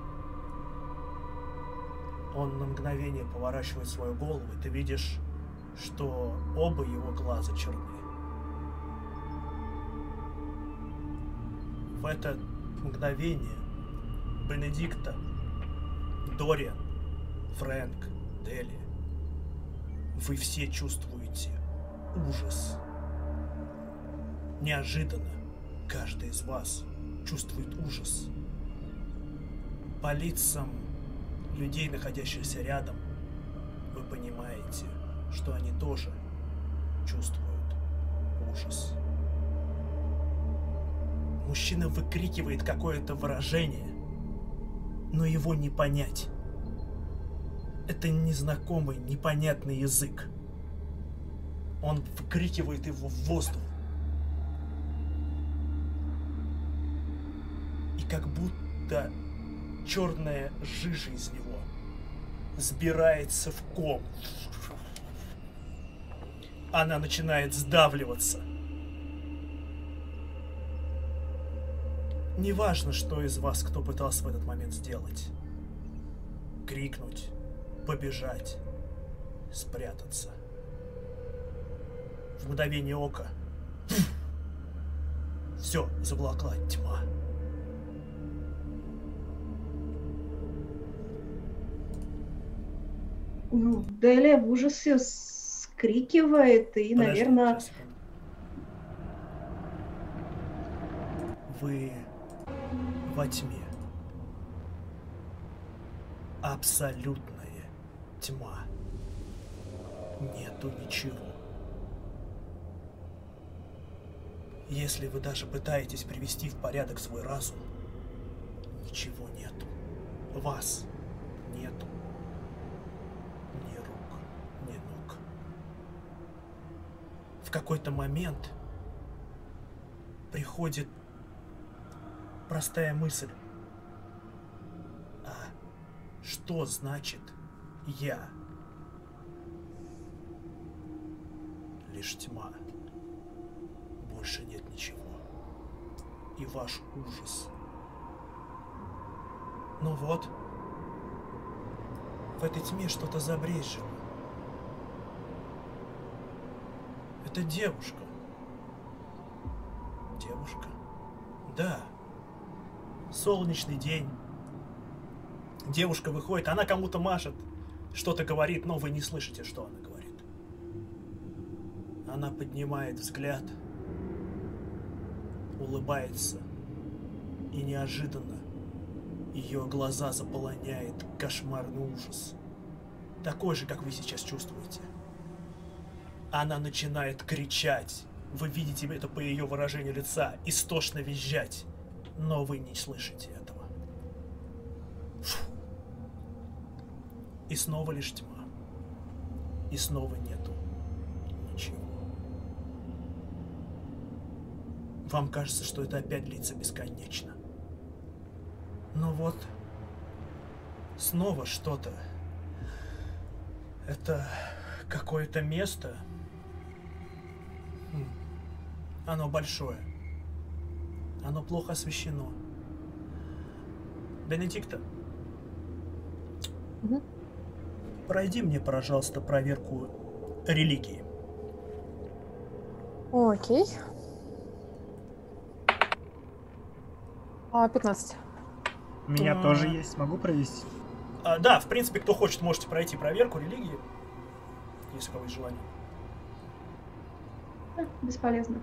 Он на мгновение поворачивает свою голову, и ты видишь, что оба его глаза черны. В это мгновение Бенедикта, Дориан, Фрэнк, Дели, вы все чувствуете ужас. Неожиданно каждый из вас чувствует ужас. По лицам людей, находящихся рядом, вы понимаете, что они тоже чувствуют ужас. Мужчина выкрикивает какое-то выражение, но его не понять. Это незнакомый, непонятный язык. Он выкрикивает его в воздух. И как будто черная жижа из него сбирается в ком. Она начинает сдавливаться. Неважно, что из вас кто пытался в этот момент сделать. Крикнуть, побежать, спрятаться. В мгновение ока все заволокла тьма. Ну, Делия в ужасе скрикивает и, наверное... Вы во тьме. Абсолютная тьма. Нету ничего. Если вы даже пытаетесь привести в порядок свой разум, ничего нету. Вас нету. Ни рук, ни ног. В какой-то момент приходит простая мысль. А что значит я? Лишь тьма. Больше нет ничего. И ваш ужас. Ну вот. В этой тьме что-то забрежило. Это девушка. Девушка? Да. Солнечный день. Девушка выходит, она кому-то машет, что-то говорит, но вы не слышите, что она говорит. Она поднимает взгляд, улыбается, и неожиданно ее глаза заполоняет кошмарный ужас. Такой же, как вы сейчас чувствуете. Она начинает кричать. Вы видите это по ее выражению лица. Истошно визжать. Но вы не слышите этого. Фу. И снова лишь тьма. И снова нету ничего. Вам кажется, что это опять длится бесконечно. Но вот снова что-то. Это какое-то место. Оно большое. Оно плохо освещено. Бенедикта, пройди мне, пожалуйста, проверку религии. Окей. 15. У меня тоже есть. Могу провести? Да, в принципе, кто хочет, можете пройти проверку религии, если у кого есть желание. Бесполезно.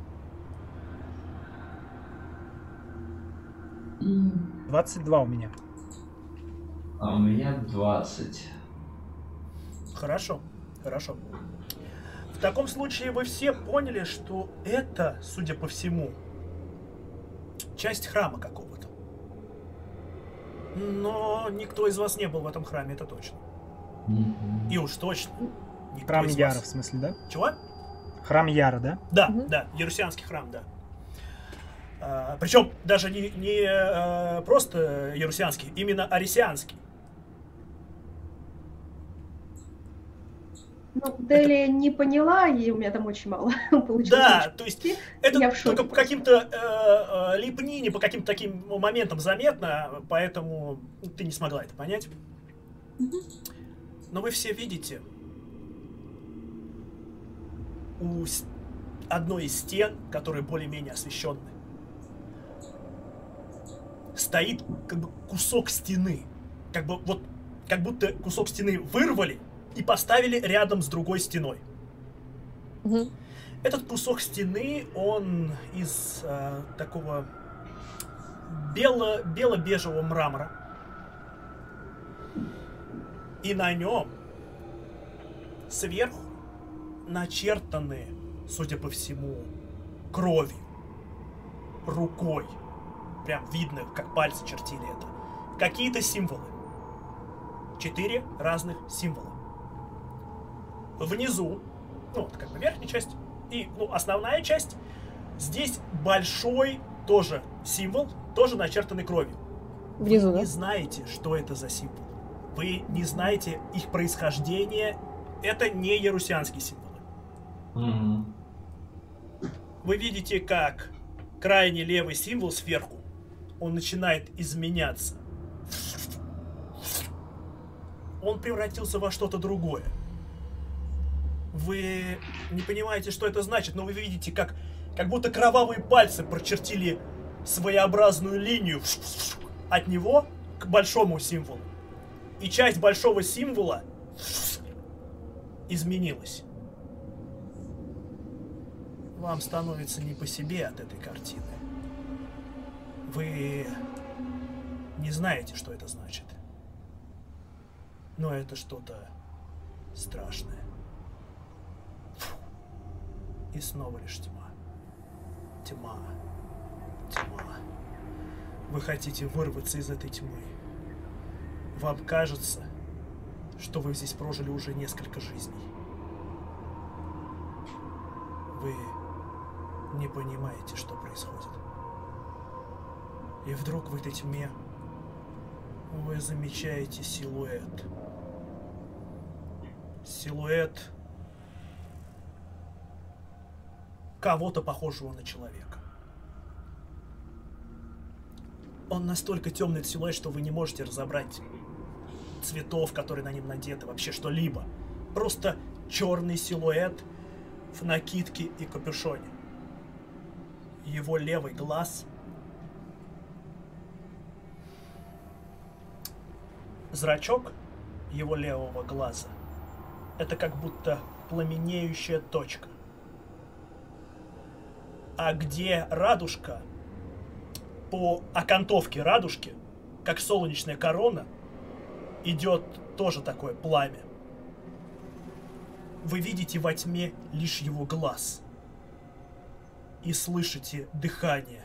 22 у меня. А у меня 20. Хорошо, хорошо. В В таком случае вы все поняли, что это, судя по всему, часть храма какого-то. Но никто из вас не был в этом храме, это точно. И уж точно никто Храм из Яра, вас... в смысле, да? Чего? Храм Яра, да? Да, да, Ярусианский храм, да. Причем даже не просто Ярусианский, именно Арисианский. Ну, Дели не поняла, и у меня там очень мало получилось. Да, то есть это Я в шоке только по каким-то лепнине, по каким-то таким моментам заметно, поэтому ты не смогла это понять. Но вы все видите, у одной из стен, которые более-менее освещенны, стоит как бы кусок стены. Как будто кусок стены вырвали и поставили рядом с другой стеной. Этот кусок стены, он из такого бело-бежевого мрамора. И на нем сверху начертаны, судя по всему, кровью, рукой. Прям видно, как пальцы чертили это. Какие-то символы. 4 разных символа. Внизу, ну, вот как бы верхняя часть и основная часть. Здесь большой тоже символ, тоже начертанный кровью. Внизу, Вы не да? знаете, что это за символ. Вы не знаете их происхождение. Это не ярусианские символы. Вы видите, как крайне левый символ сверху, он начинает изменяться. Он превратился во что-то другое. Вы не понимаете, что это значит, но вы видите, как будто кровавые пальцы прочертили своеобразную линию от него к большому символу. И часть большого символа изменилась. Вам становится не по себе от этой картины. Вы не знаете, что это значит. Но это что-то страшное. И снова лишь тьма. Тьма. Тьма. Вы хотите вырваться из этой тьмы. Вам кажется, что вы здесь прожили уже несколько жизней. Вы не понимаете, что происходит. И вдруг в этой тьме вы замечаете силуэт. Силуэт кого-то похожего на человека. Он настолько темный силуэт, что вы не можете разобрать цветов, которые на нем надеты, вообще что-либо. Просто черный силуэт в накидке и капюшоне. Его левый глаз, зрачок его левого глаза, это как будто пламенеющая точка. А где радужка, по окантовке радужки, как солнечная корона, идет тоже такое пламя. Вы видите во тьме лишь его глаз и слышите дыхание.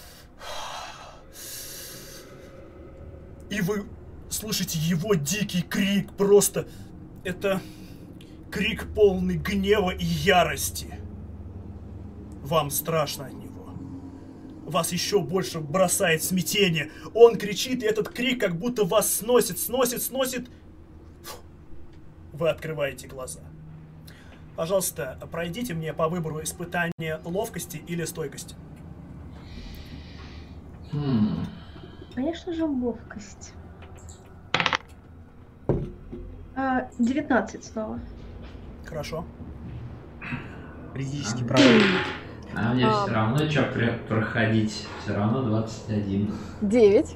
И вы слышите его дикий крик, просто это крик полный гнева и ярости. Вам страшно от него. Вас еще больше бросает в смятение. Он кричит, и этот крик как будто вас сносит. Вы открываете глаза. Пожалуйста, пройдите мне по выбору испытания ловкости или стойкости. Конечно же, ловкость. 19 снова. Хорошо. Критический провал. А мне все равно что проходить? Все равно 21. 9.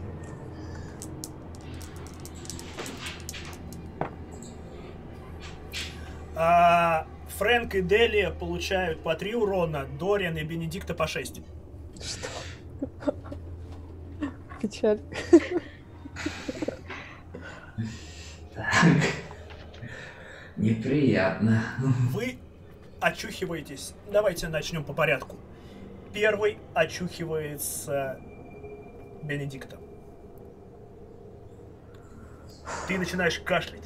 Фрэнк и Дели получают по 3 урона, Дориан и Бенедикта по 6. Что? Печаль. Так. Неприятно. Вы очухиваетесь. Давайте начнем по порядку. Первый очухивается Бенедикта. Ты начинаешь кашлять.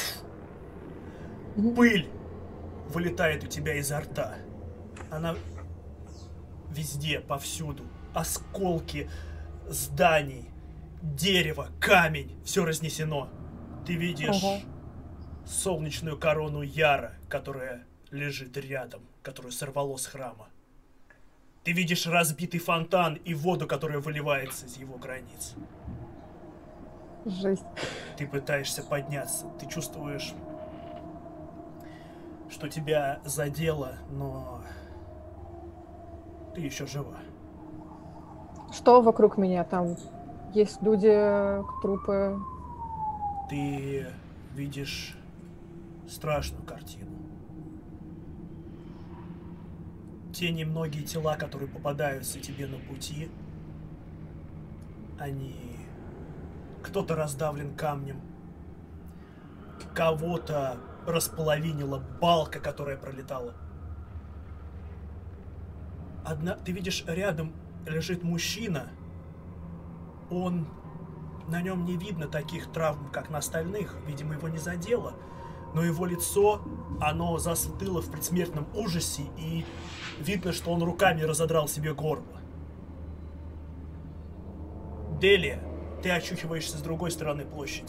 Пыль вылетает у тебя изо рта. Она везде, повсюду. Осколки зданий, дерево, камень. Все разнесено. Ты видишь солнечную корону Яра, которая лежит рядом, которую сорвало с храма. Ты видишь разбитый фонтан и воду, которая выливается из его границ. Жесть. Ты пытаешься подняться. Ты чувствуешь, что тебя задело, но ты еще жива. Что вокруг меня там? Есть люди, трупы. Ты видишь страшную картину. Те немногие тела, которые попадаются тебе на пути, они... Кто-то раздавлен камнем, кого-то располовинила балка, которая пролетала. Ты видишь, рядом лежит мужчина. На нем не видно таких травм, как на остальных. Видимо, его не задело. Но его лицо, оно застыло в предсмертном ужасе, и видно, что он руками разодрал себе горло. Делия, ты очухиваешься с другой стороны площади.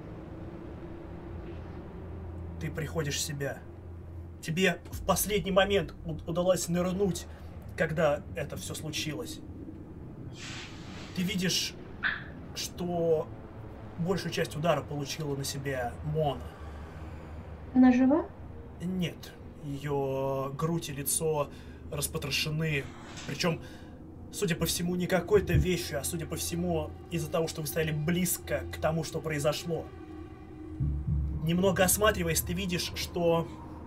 Ты приходишь в себя. Тебе в последний момент удалось нырнуть, когда это все случилось. Ты видишь, что большую часть удара получила на себя Мона. Она жива? Нет. Ее грудь и лицо распотрошены. Причем, судя по всему, не какой-то вещью, а судя по всему, из-за того, что вы стояли близко к тому, что произошло. Немного осматриваясь, ты видишь, что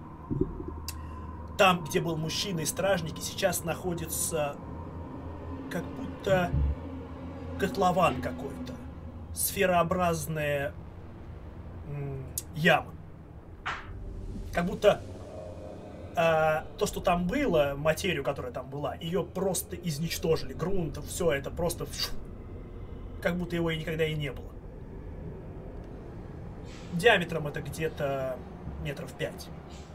там, где был мужчина и стражники, сейчас находится как будто котлован какой-то. Сферообразная яма. Как будто то, что там было, материю, которая там была, ее просто изничтожили. Грунт, все это просто... Как будто его и никогда и не было. Диаметром это где-то метров 5.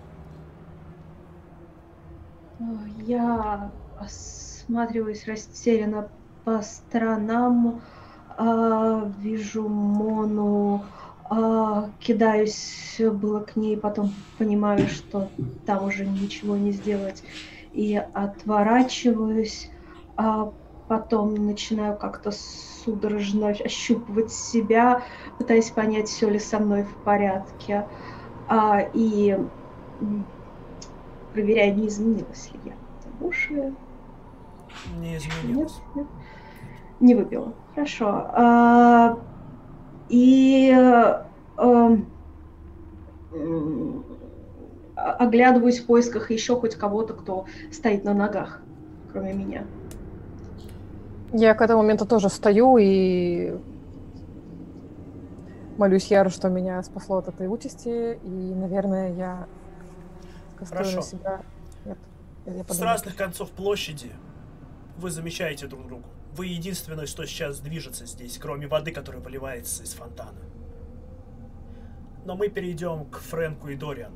Я осматриваюсь растерянно по сторонам, вижу Мону, кидаюсь было к ней, потом понимаю, что там уже ничего не сделать, и отворачиваюсь, потом начинаю как-то судорожно ощупывать себя, пытаясь понять, все ли со мной в порядке, и проверяю, не изменилась ли я. Уши. Не изменилась. Нет. Не выпила. Хорошо. И оглядываюсь в поисках еще хоть кого-то, кто стоит на ногах, кроме меня. Я к этому моменту тоже встаю и молюсь Яру, что меня спасло от этой участи, и, наверное, я каструю на себя. Нет, с разных концов площади вы замечаете друг друга. Вы единственное, что сейчас движется здесь, кроме воды, которая выливается из фонтана. Но мы перейдем к Фрэнку и Дориану.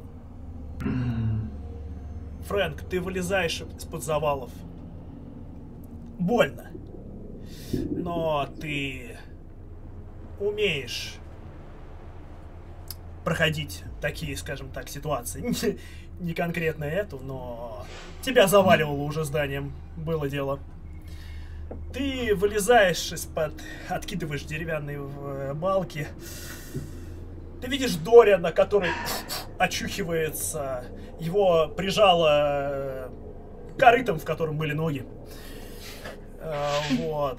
Фрэнк, ты вылезаешь из-под завалов. Больно. Но ты умеешь проходить такие, скажем так, ситуации. Не конкретно эту, но тебя заваливало уже зданием. Было дело. Ты вылезаешь из-под... Откидываешь деревянные балки. Ты видишь Дориана, который очухивается. Его прижало корытом, в котором были ноги. Вот.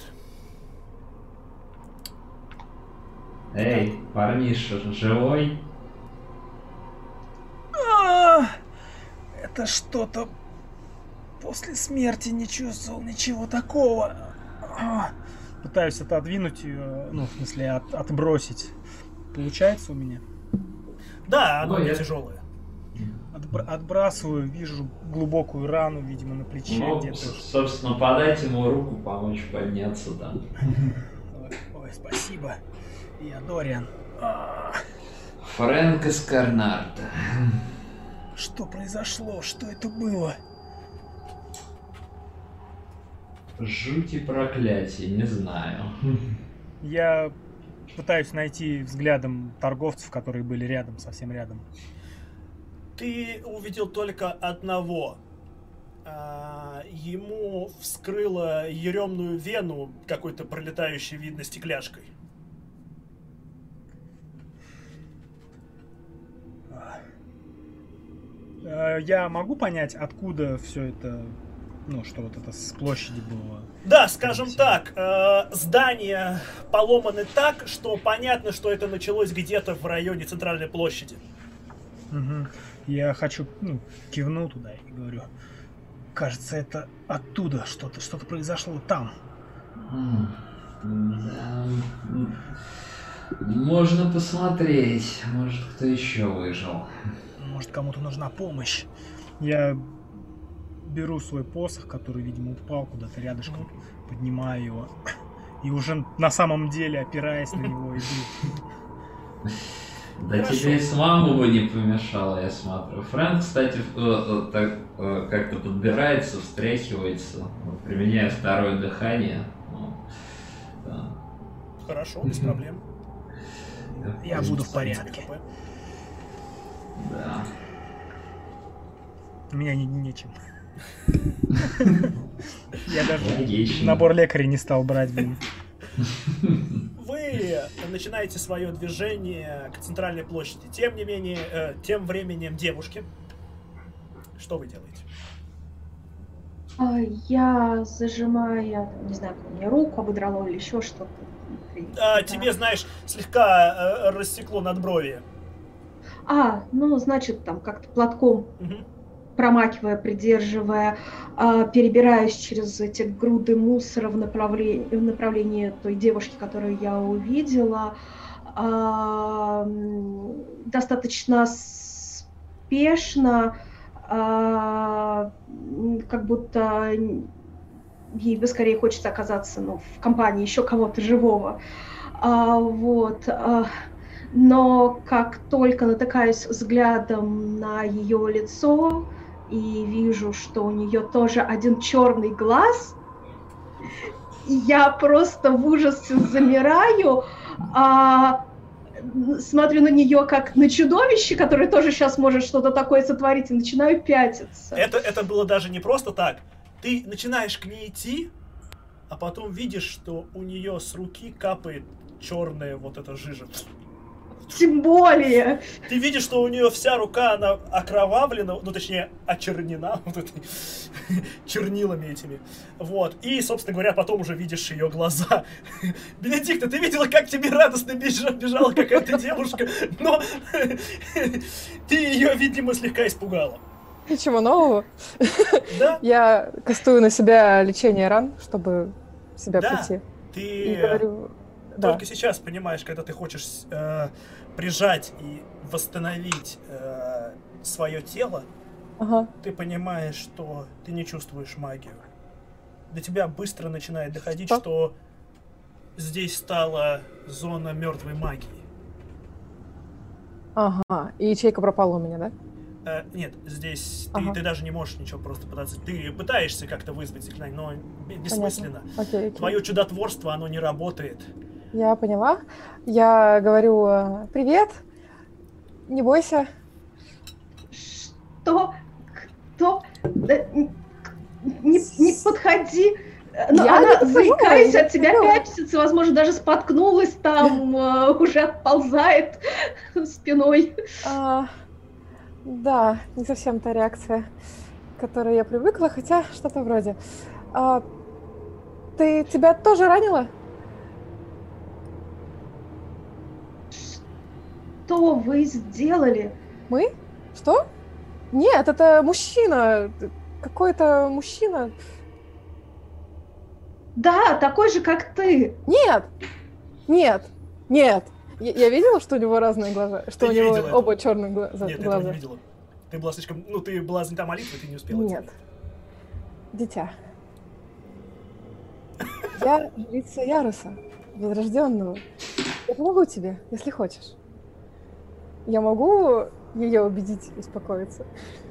Эй, парниша, живой? Это что-то после смерти не чувствовал ничего такого. Пытаюсь отодвинуть ее, ну, в смысле, отбросить. Получается у меня? Да, оно не тяжелое. Отбрасываю, вижу глубокую рану, видимо, на плече Ну, где-то. собственно, подать ему руку, помочь подняться, да. Ой, спасибо. Я Дориан. Фрэнк из Карнарта. Что произошло? Что это было? Жуть и проклятие, не знаю. Я пытаюсь найти взглядом торговцев, которые были рядом, совсем рядом. Ты увидел только одного. Ему вскрыло еремную вену какой-то пролетающей, видно, стекляшкой. Я могу понять, откуда все это, ну, что вот это с площади было? Да, скажем так, здания поломаны так, что понятно, что это началось где-то в районе центральной площади. Угу. Я хочу, кивну туда и говорю, кажется, это оттуда что-то произошло там. Можно посмотреть, может, кто еще выжил. Может, кому-то нужна помощь. Я беру свой посох, который, видимо, упал куда-то рядышком, поднимаю его и уже на самом деле, опираясь на него, иду. Да тебе и самому бы не помешало, я смотрю. Фрэнк, кстати, как-то подбирается, встряхивается, применяя второе дыхание. Да. Хорошо, без проблем. Я буду в порядке. Да. У меня нечем. Я даже набор лекарей не стал брать, блин. Вы начинаете свое движение к центральной площади. Тем не менее, тем временем девушки. Что вы делаете? Я зажимаю, не знаю, мне руку ободрало или еще что-то. Тебе, знаешь, слегка рассекло надбровье. Ну, значит, там как-то платком промакивая, придерживая, перебираюсь через эти груды мусора в направлении той девушки, которую я увидела. Достаточно спешно, как будто ей бы скорее хочется оказаться в компании еще кого-то живого. Но как только натыкаюсь взглядом на ее лицо и вижу, что у нее тоже один черный глаз, я просто в ужасе замираю, смотрю на нее как на чудовище, которое тоже сейчас может что-то такое сотворить, и начинаю пятиться. Это было даже не просто так. Ты начинаешь к ней идти, а потом видишь, что у нее с руки капает черная вот эта жижа. Тем более. Ты видишь, что у нее вся рука, она окровавлена, точнее, очернена вот этой чернилами этими. Вот. И, собственно говоря, потом уже видишь ее глаза. Бенедикта, ты видела, как тебе радостно бежала какая-то девушка, но ты ее, видимо, слегка испугала. Ничего нового. Да? Я кастую на себя лечение ран, чтобы себя прийти. Ты и говорю, только сейчас понимаешь, когда ты хочешь прижать и восстановить свое тело, ты понимаешь, что ты не чувствуешь магию. До тебя быстро начинает доходить, что здесь стала зона мертвой магии. Ага, и ячейка пропала у меня, да? Нет, здесь ты даже не можешь ничего просто пытаться. Ты пытаешься как-то вызвать заклинание, но бессмысленно. Окей. Твое чудотворство, оно не работает. Я поняла. Я говорю, привет, не бойся. Что? Кто? Не подходи. Но она, заикаясь от тебя, пятится, возможно, даже споткнулась там, уже отползает спиной. Да, не совсем та реакция, к которой я привыкла, хотя что-то вроде. Тебя тоже ранило? Что вы сделали? Мы? Что? Нет, это мужчина. Какой-то мужчина. Да, такой же, как ты. Нет. Я видела, что у него разные глаза, что у него оба черные глаза. Нет, этого не видела. Ты была слишком... Ну, ты была занята молитвой, ты не успела. Нет. Дитя. Я жрица Яруса, возрожденного. Я помогу тебе, если хочешь. Я могу ее убедить и успокоиться.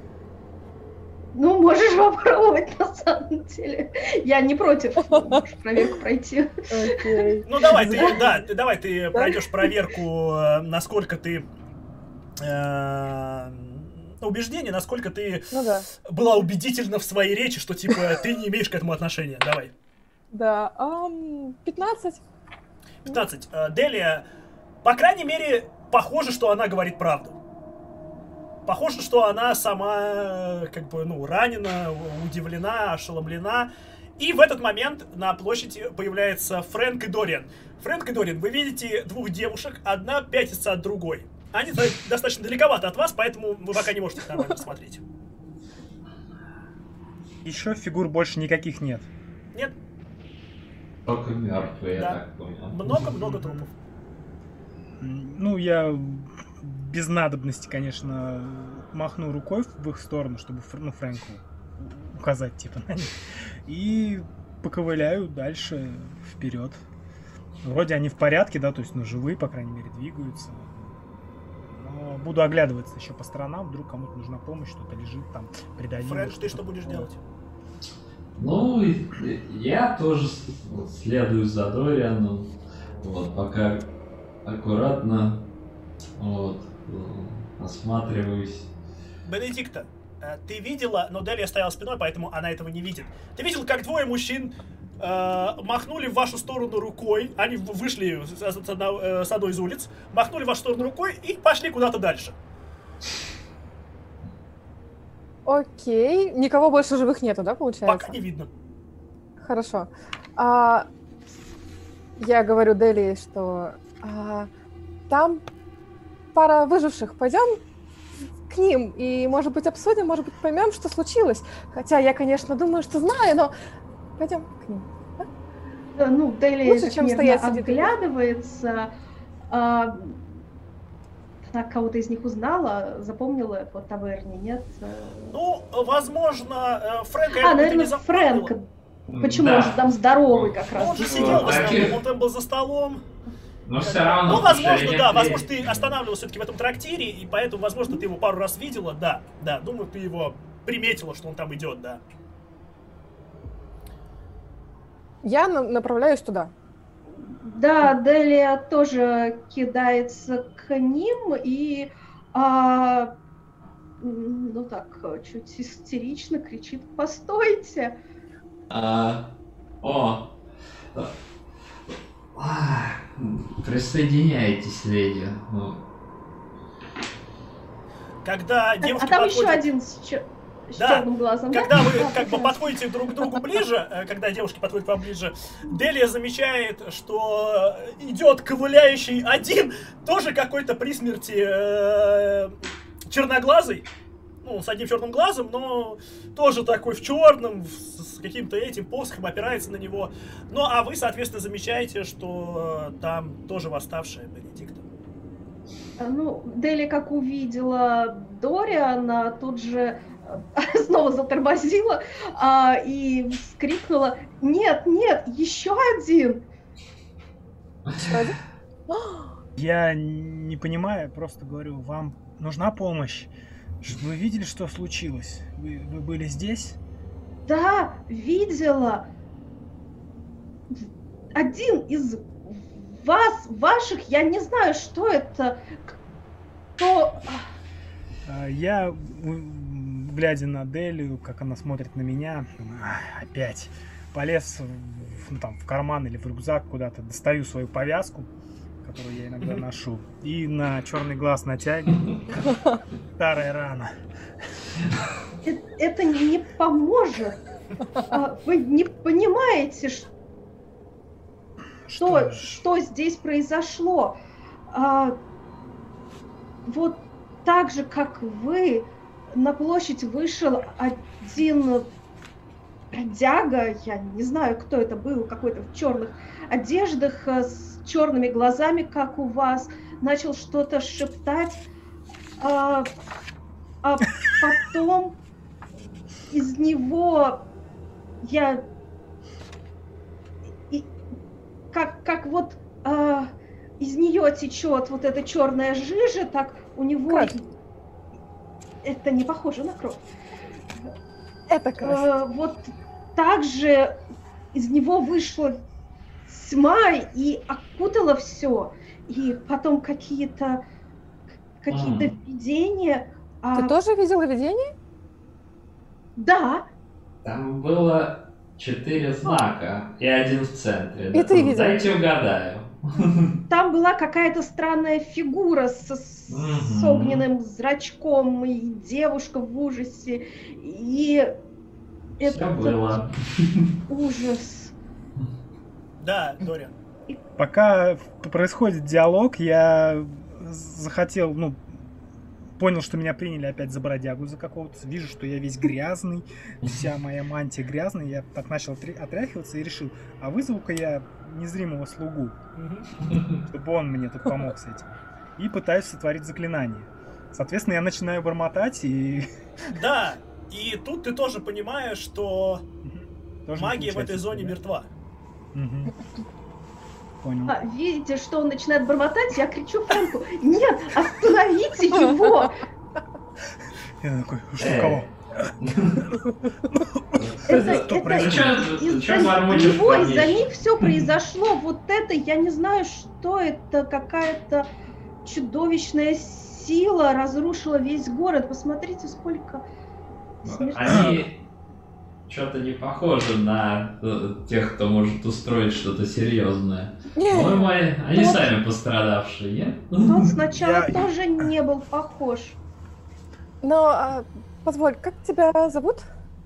Ну, можешь попробовать, на самом деле. Я не против. Можешь проверку пройти. Окей. Ну, давай, ты пройдешь проверку, насколько ты... убеждение, насколько ты была убедительна в своей речи, что, типа, ты не имеешь к этому отношения. Давай. Да, 15. 15. Делия, по крайней мере, похоже, что она говорит правду. Похоже, что она сама, как бы, ну, ранена, удивлена, ошеломлена. И в этот момент на площади появляются Фрэнк и Дориан. Фрэнк и Дориан, вы видите двух девушек, одна пятится от другой. Они достаточно далековато от вас, поэтому вы пока не можете их нормально смотреть. Еще фигур больше никаких нет. Нет? Только мертвые, Да. я так понял. Много-много трупов. Ну, я без надобности, конечно, махну рукой в их сторону, чтобы Фрэнку указать, типа, на них. И поковыляю дальше, вперед. Вроде они в порядке, да, то есть, ну, живые, по крайней мере, двигаются. Но буду оглядываться еще по сторонам, вдруг кому-то нужна помощь, что-то лежит там, придавило. Фрэнк, ты что будешь делать? Ну, я тоже следую за Дорианом. Вот, пока аккуратно вот, осматриваюсь. Бенедикта, ты видела, но Делия стояла спиной, поэтому она этого не видит. Ты видел, как двое мужчин махнули в вашу сторону рукой, они вышли с одной из улиц, махнули в вашу сторону рукой и пошли куда-то дальше. Окей. Никого больше живых нету, да, получается? Пока не видно. Хорошо. Я говорю Делии, что там пара выживших. Пойдем к ним и, может быть, обсудим, может быть, поймем, что случилось. Хотя я, конечно, думаю, что знаю, но пойдем к ним. Да? Ну, Делия Лучше, чем стоять сидеть. оглядывается. Она кого-то из них узнала, запомнила по таверне, нет? Ну, возможно, Фрэнка ты наверное, не запомнила. Фрэнк. Почему? Да. Он же там здоровый как раз. Он же сидел в основном, он там был за столом. Но все равно. Ну, возможно, слушай, да, я- возможно, ты останавливался все-таки в этом трактире, и поэтому, возможно, ты его пару раз видела, да, думаю, ты его приметила, что он там идет, да. Я направляюсь туда. Да, Делия тоже кидается к ним и, ну так, чуть истерично кричит: «Постойте!» Присоединяйтесь, леди. Ну, Когда А девушки там подходят... еще один с Да, черным глазом. Когда да? вы Да, как бы прекрасно. подходите друг к другу ближе, когда девушки подходят к вам ближе, Делия замечает, что идет ковыляющий один, тоже какой-то при смерти черноглазый, ну, с одним черным глазом, но тоже такой в черном, с каким-то этим посохом, опирается на него. Ну, а вы, соответственно, замечаете, что там тоже восставшая Бенедикта. Ну, Дели, как увидела Дориана, тут же снова затормозила и вскрикнула: «Нет, нет, еще один!» Я не понимаю, просто говорю, вам нужна помощь? Вы видели, что случилось? Вы были здесь? Да, видела. Один из ваших, я не знаю, что это, кто... Я, глядя на Делию, как она смотрит на меня, опять полез в карман или в рюкзак куда-то, достаю свою повязку, которую я иногда ношу, и на черный глаз натягиваю. Старая рана. Это не поможет. Вы не понимаете, что здесь произошло. Вот так же, как вы, на площадь вышел один бродяга, я не знаю, кто это был, какой-то в черных одеждах, с черными глазами, как у вас, начал что-то шептать. А потом из него я... Как вот из нее течет вот эта черная жижа, так у него... Кровь. Это не похоже на кровь. Это кровь. Вот так же из него вышла тьма и окутала все. И потом какие-то видения. Ты тоже видела видение? Да. Там было 4 знака и 1 в центре. И ты видела? Дайте угадаю. Там была какая-то странная фигура с огненным зрачком и девушка в ужасе. И Все было. Ужас. Да, Дориан. Пока происходит диалог, я захотел, понял, что меня приняли опять за бродягу за какого-то. Вижу, что я весь грязный, вся моя мантия грязная. Я так начал отряхиваться и решил, а вызову-ка я незримого слугу, чтобы он мне тут помог с этим. И пытаюсь сотворить заклинание. Соответственно, я начинаю бормотать и... Да, и тут ты тоже понимаешь, что Тоже магия в этой зоне мертва. Понял. Видите, что он начинает бормотать, я кричу Фрэнку: нет, остановите его! Я такой, что кого? Из-за них все произошло. Вот это, я не знаю, что это, какая-то чудовищная сила разрушила весь город. Посмотрите, сколько смертей. Они что-то не похожи на тех, кто может устроить что-то серьезное. По-моему, они сами пострадавшие, нет? Он сначала тоже не был похож. Но, позволь, как тебя зовут?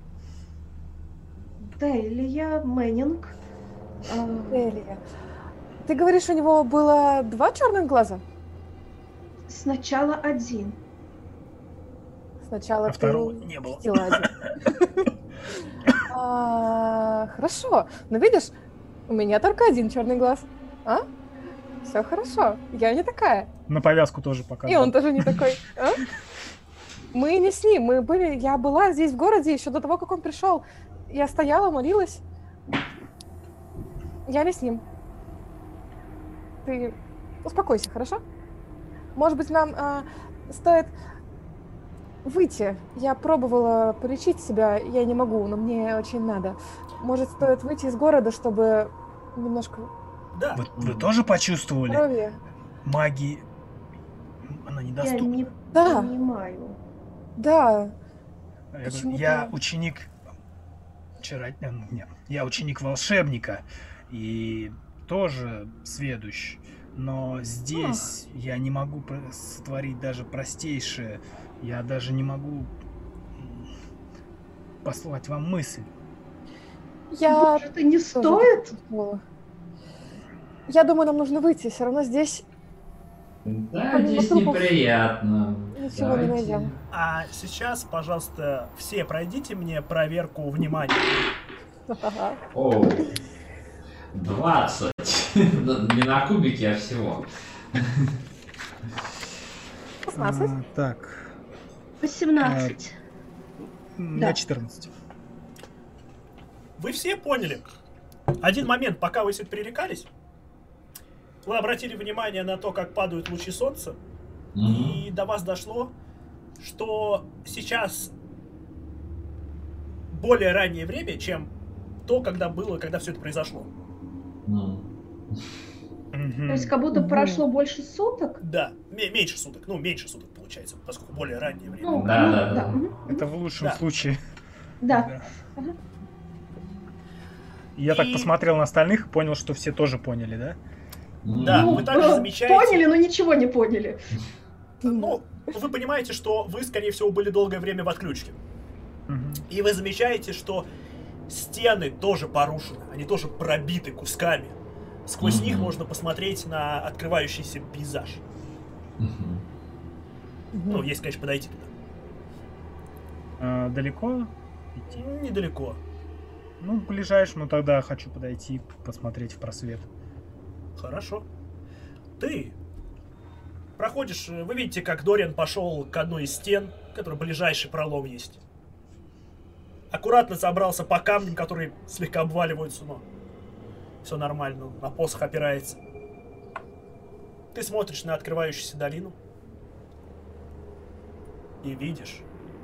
Делия Мэннинг. Делия. Ты говоришь, у него было 2 черных глаза? Сначала 1. Сначала второго не было. Один. Хорошо. Но видишь, у меня только 1 черный глаз. Все хорошо. Я не такая. На повязку тоже показывал. И он тоже не такой. Мы не с ним. Я была здесь в городе еще до того, как он пришел. Я стояла, молилась. Я не с ним. Ты успокойся, хорошо? Может быть, нам стоит выйти. Я пробовала полечить себя, я не могу, но мне очень надо. Может, стоит выйти из города, чтобы немножко... Да. Вы тоже почувствовали? Крови. Магии... Она недоступна. Я не Да. понимаю. Да. Я ученик... Нет. Я ученик волшебника. И тоже сведущ. Но здесь я не могу сотворить даже простейшее. Я даже не могу послать вам мысль. Может, и не стоит? Я думаю, нам нужно выйти. Все равно здесь... Да, здесь неприятно. Ничего не найдем. А сейчас, пожалуйста, все пройдите мне проверку внимания. О, 20. Не на кубике, а всего. 16. Так. 18. Я 14. Вы все поняли? Один момент, пока вы все пререкались, вы обратили внимание на то, как падают лучи солнца, и до вас дошло, что сейчас более раннее время, чем то, когда все это произошло. То есть как будто прошло больше суток? Да, меньше суток. Меньше суток получается, поскольку более раннее время. Да. Это в лучшем случае. Да. Я так посмотрел на остальных и понял, что все тоже поняли, да? Да, вы также замечаете... Поняли, но ничего не поняли. Вы понимаете, что вы, скорее всего, были долгое время в отключке. И вы замечаете, что стены тоже порушены, они тоже пробиты кусками. Сквозь них можно посмотреть на открывающийся пейзаж. Если, конечно, подойти туда. Далеко идти? Недалеко. Ближайшему тогда хочу подойти, посмотреть в просвет. Хорошо. Ты проходишь, вы видите, как Дориан пошел к одной из стен, который ближайший пролом есть. Аккуратно забрался по камням, которые слегка обваливаются, но все нормально, на посох опирается. Ты смотришь на открывающуюся долину и видишь,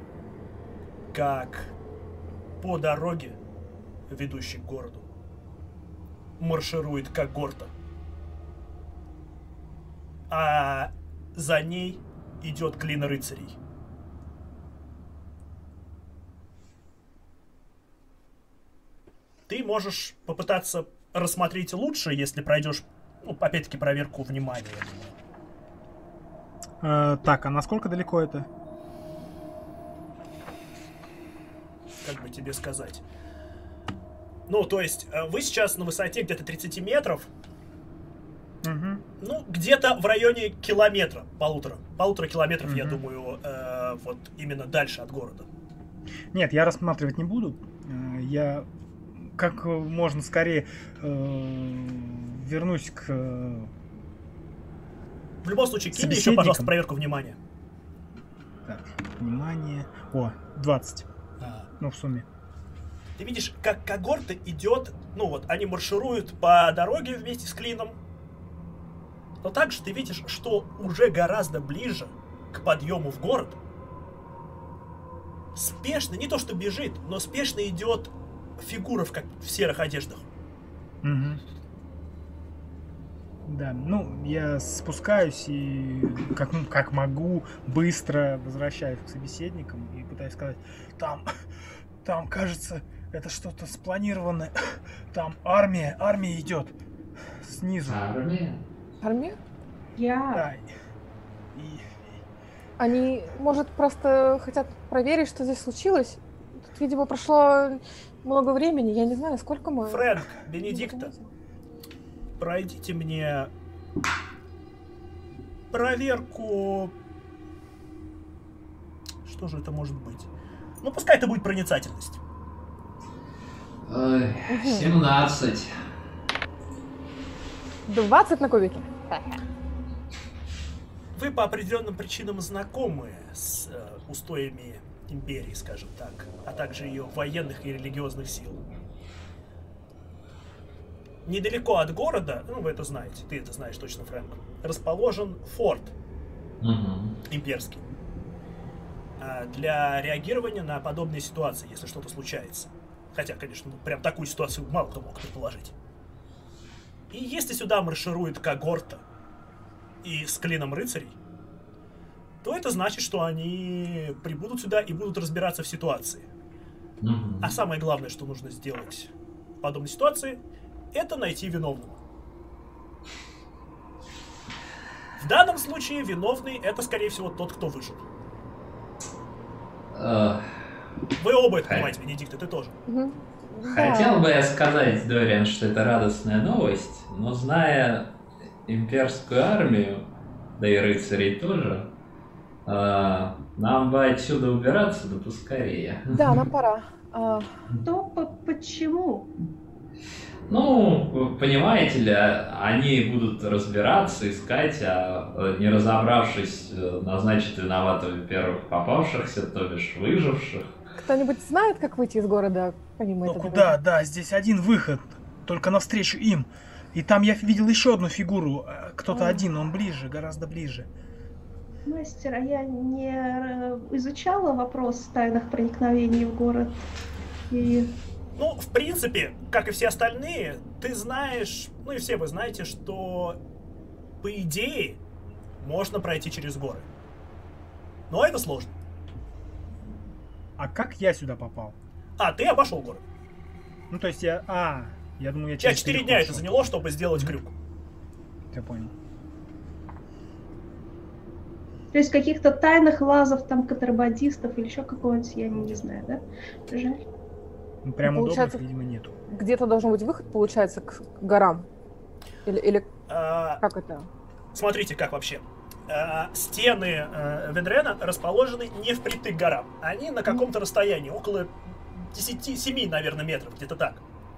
как по дороге, ведущей к городу, марширует когорта. А за ней идет клин рыцарей. Ты можешь попытаться рассмотреть лучше, если пройдешь, ну, опять-таки, проверку внимания. Так, а насколько далеко это? Как бы тебе сказать? Ну, то есть, вы сейчас на высоте где-то 30 метров. Угу. Ну, где-то в районе километра, полутора километров, я думаю, вот именно дальше от города. Нет, я рассматривать не буду. Я как можно скорее вернусь к... В любом случае, кинь еще, пожалуйста, проверку внимания. Так, внимание. О, 20. Ну, в сумме. Ты видишь, как когорта идет, ну вот, они маршируют по дороге вместе с клином. Но также ты видишь, что уже гораздо ближе к подъему в город спешно, не то что бежит, но спешно идет фигура в серых одеждах. Угу. Да, ну, я спускаюсь и как могу быстро возвращаюсь к собеседникам и пытаюсь сказать, там, кажется, это что-то спланированное. Там армия идет снизу. Армия? Да. Они, может, просто хотят проверить, что здесь случилось? Тут, видимо, прошло много времени, я не знаю, сколько мы... Фрэнк, Бенедикта, пройдите мне проверку... Что же это может быть? Ну, пускай это будет проницательность. 17. 20 на кубике. Вы по определенным причинам знакомы с устоями империи, скажем так, а также ее военных и религиозных сил. Недалеко от города, ну вы это знаете, ты это знаешь точно, Фрэнк, расположен форт имперский для реагирования на подобные ситуации, если что-то случается. Хотя, конечно, прям такую ситуацию мало кто мог предположить. И если сюда марширует когорта и с клином рыцарей, то это значит, что они прибудут сюда и будут разбираться в ситуации. А самое главное, что нужно сделать в подобной ситуации, это найти виновного. В данном случае виновный — это, скорее всего, тот, кто выжил. Вы оба это понимаете, Бенедикт, и ты тоже. Хотел бы я сказать, Дориан, что это радостная новость, но зная имперскую армию, да и рыцарей тоже, нам бы отсюда убираться, да поскорее. Да, нам пора. Почему? Ну, понимаете ли, они будут разбираться, искать, а не разобравшись, назначат виноватыми первых попавшихся, то бишь выживших. Кто-нибудь знает, как выйти из города? Ну куда? Да, здесь один выход, только навстречу им. И там я видел еще одну фигуру. Кто-то один, он ближе, гораздо ближе. Мастер, а я не изучала вопрос тайных проникновений в город. И... Ну, в принципе, как и все остальные, ты знаешь, ну и все вы знаете, что по идее можно пройти через горы. Но это сложно. А как я сюда попал? Ты обошел горы. Ну, то есть я думаю, я через 4 дня это заняло, чтобы сделать крюк. Я понял. То есть каких-то тайных лазов, там, контрабандистов или еще какого-нибудь, я не знаю, да? Жаль. Ну, прям удобных, видимо, нету. Где-то должен быть выход, получается, к горам? Или как это? Смотрите, как вообще. Стены Ведрена расположены не впритык к горам. Они на каком-то расстоянии, около 7, наверное, метров, где-то так.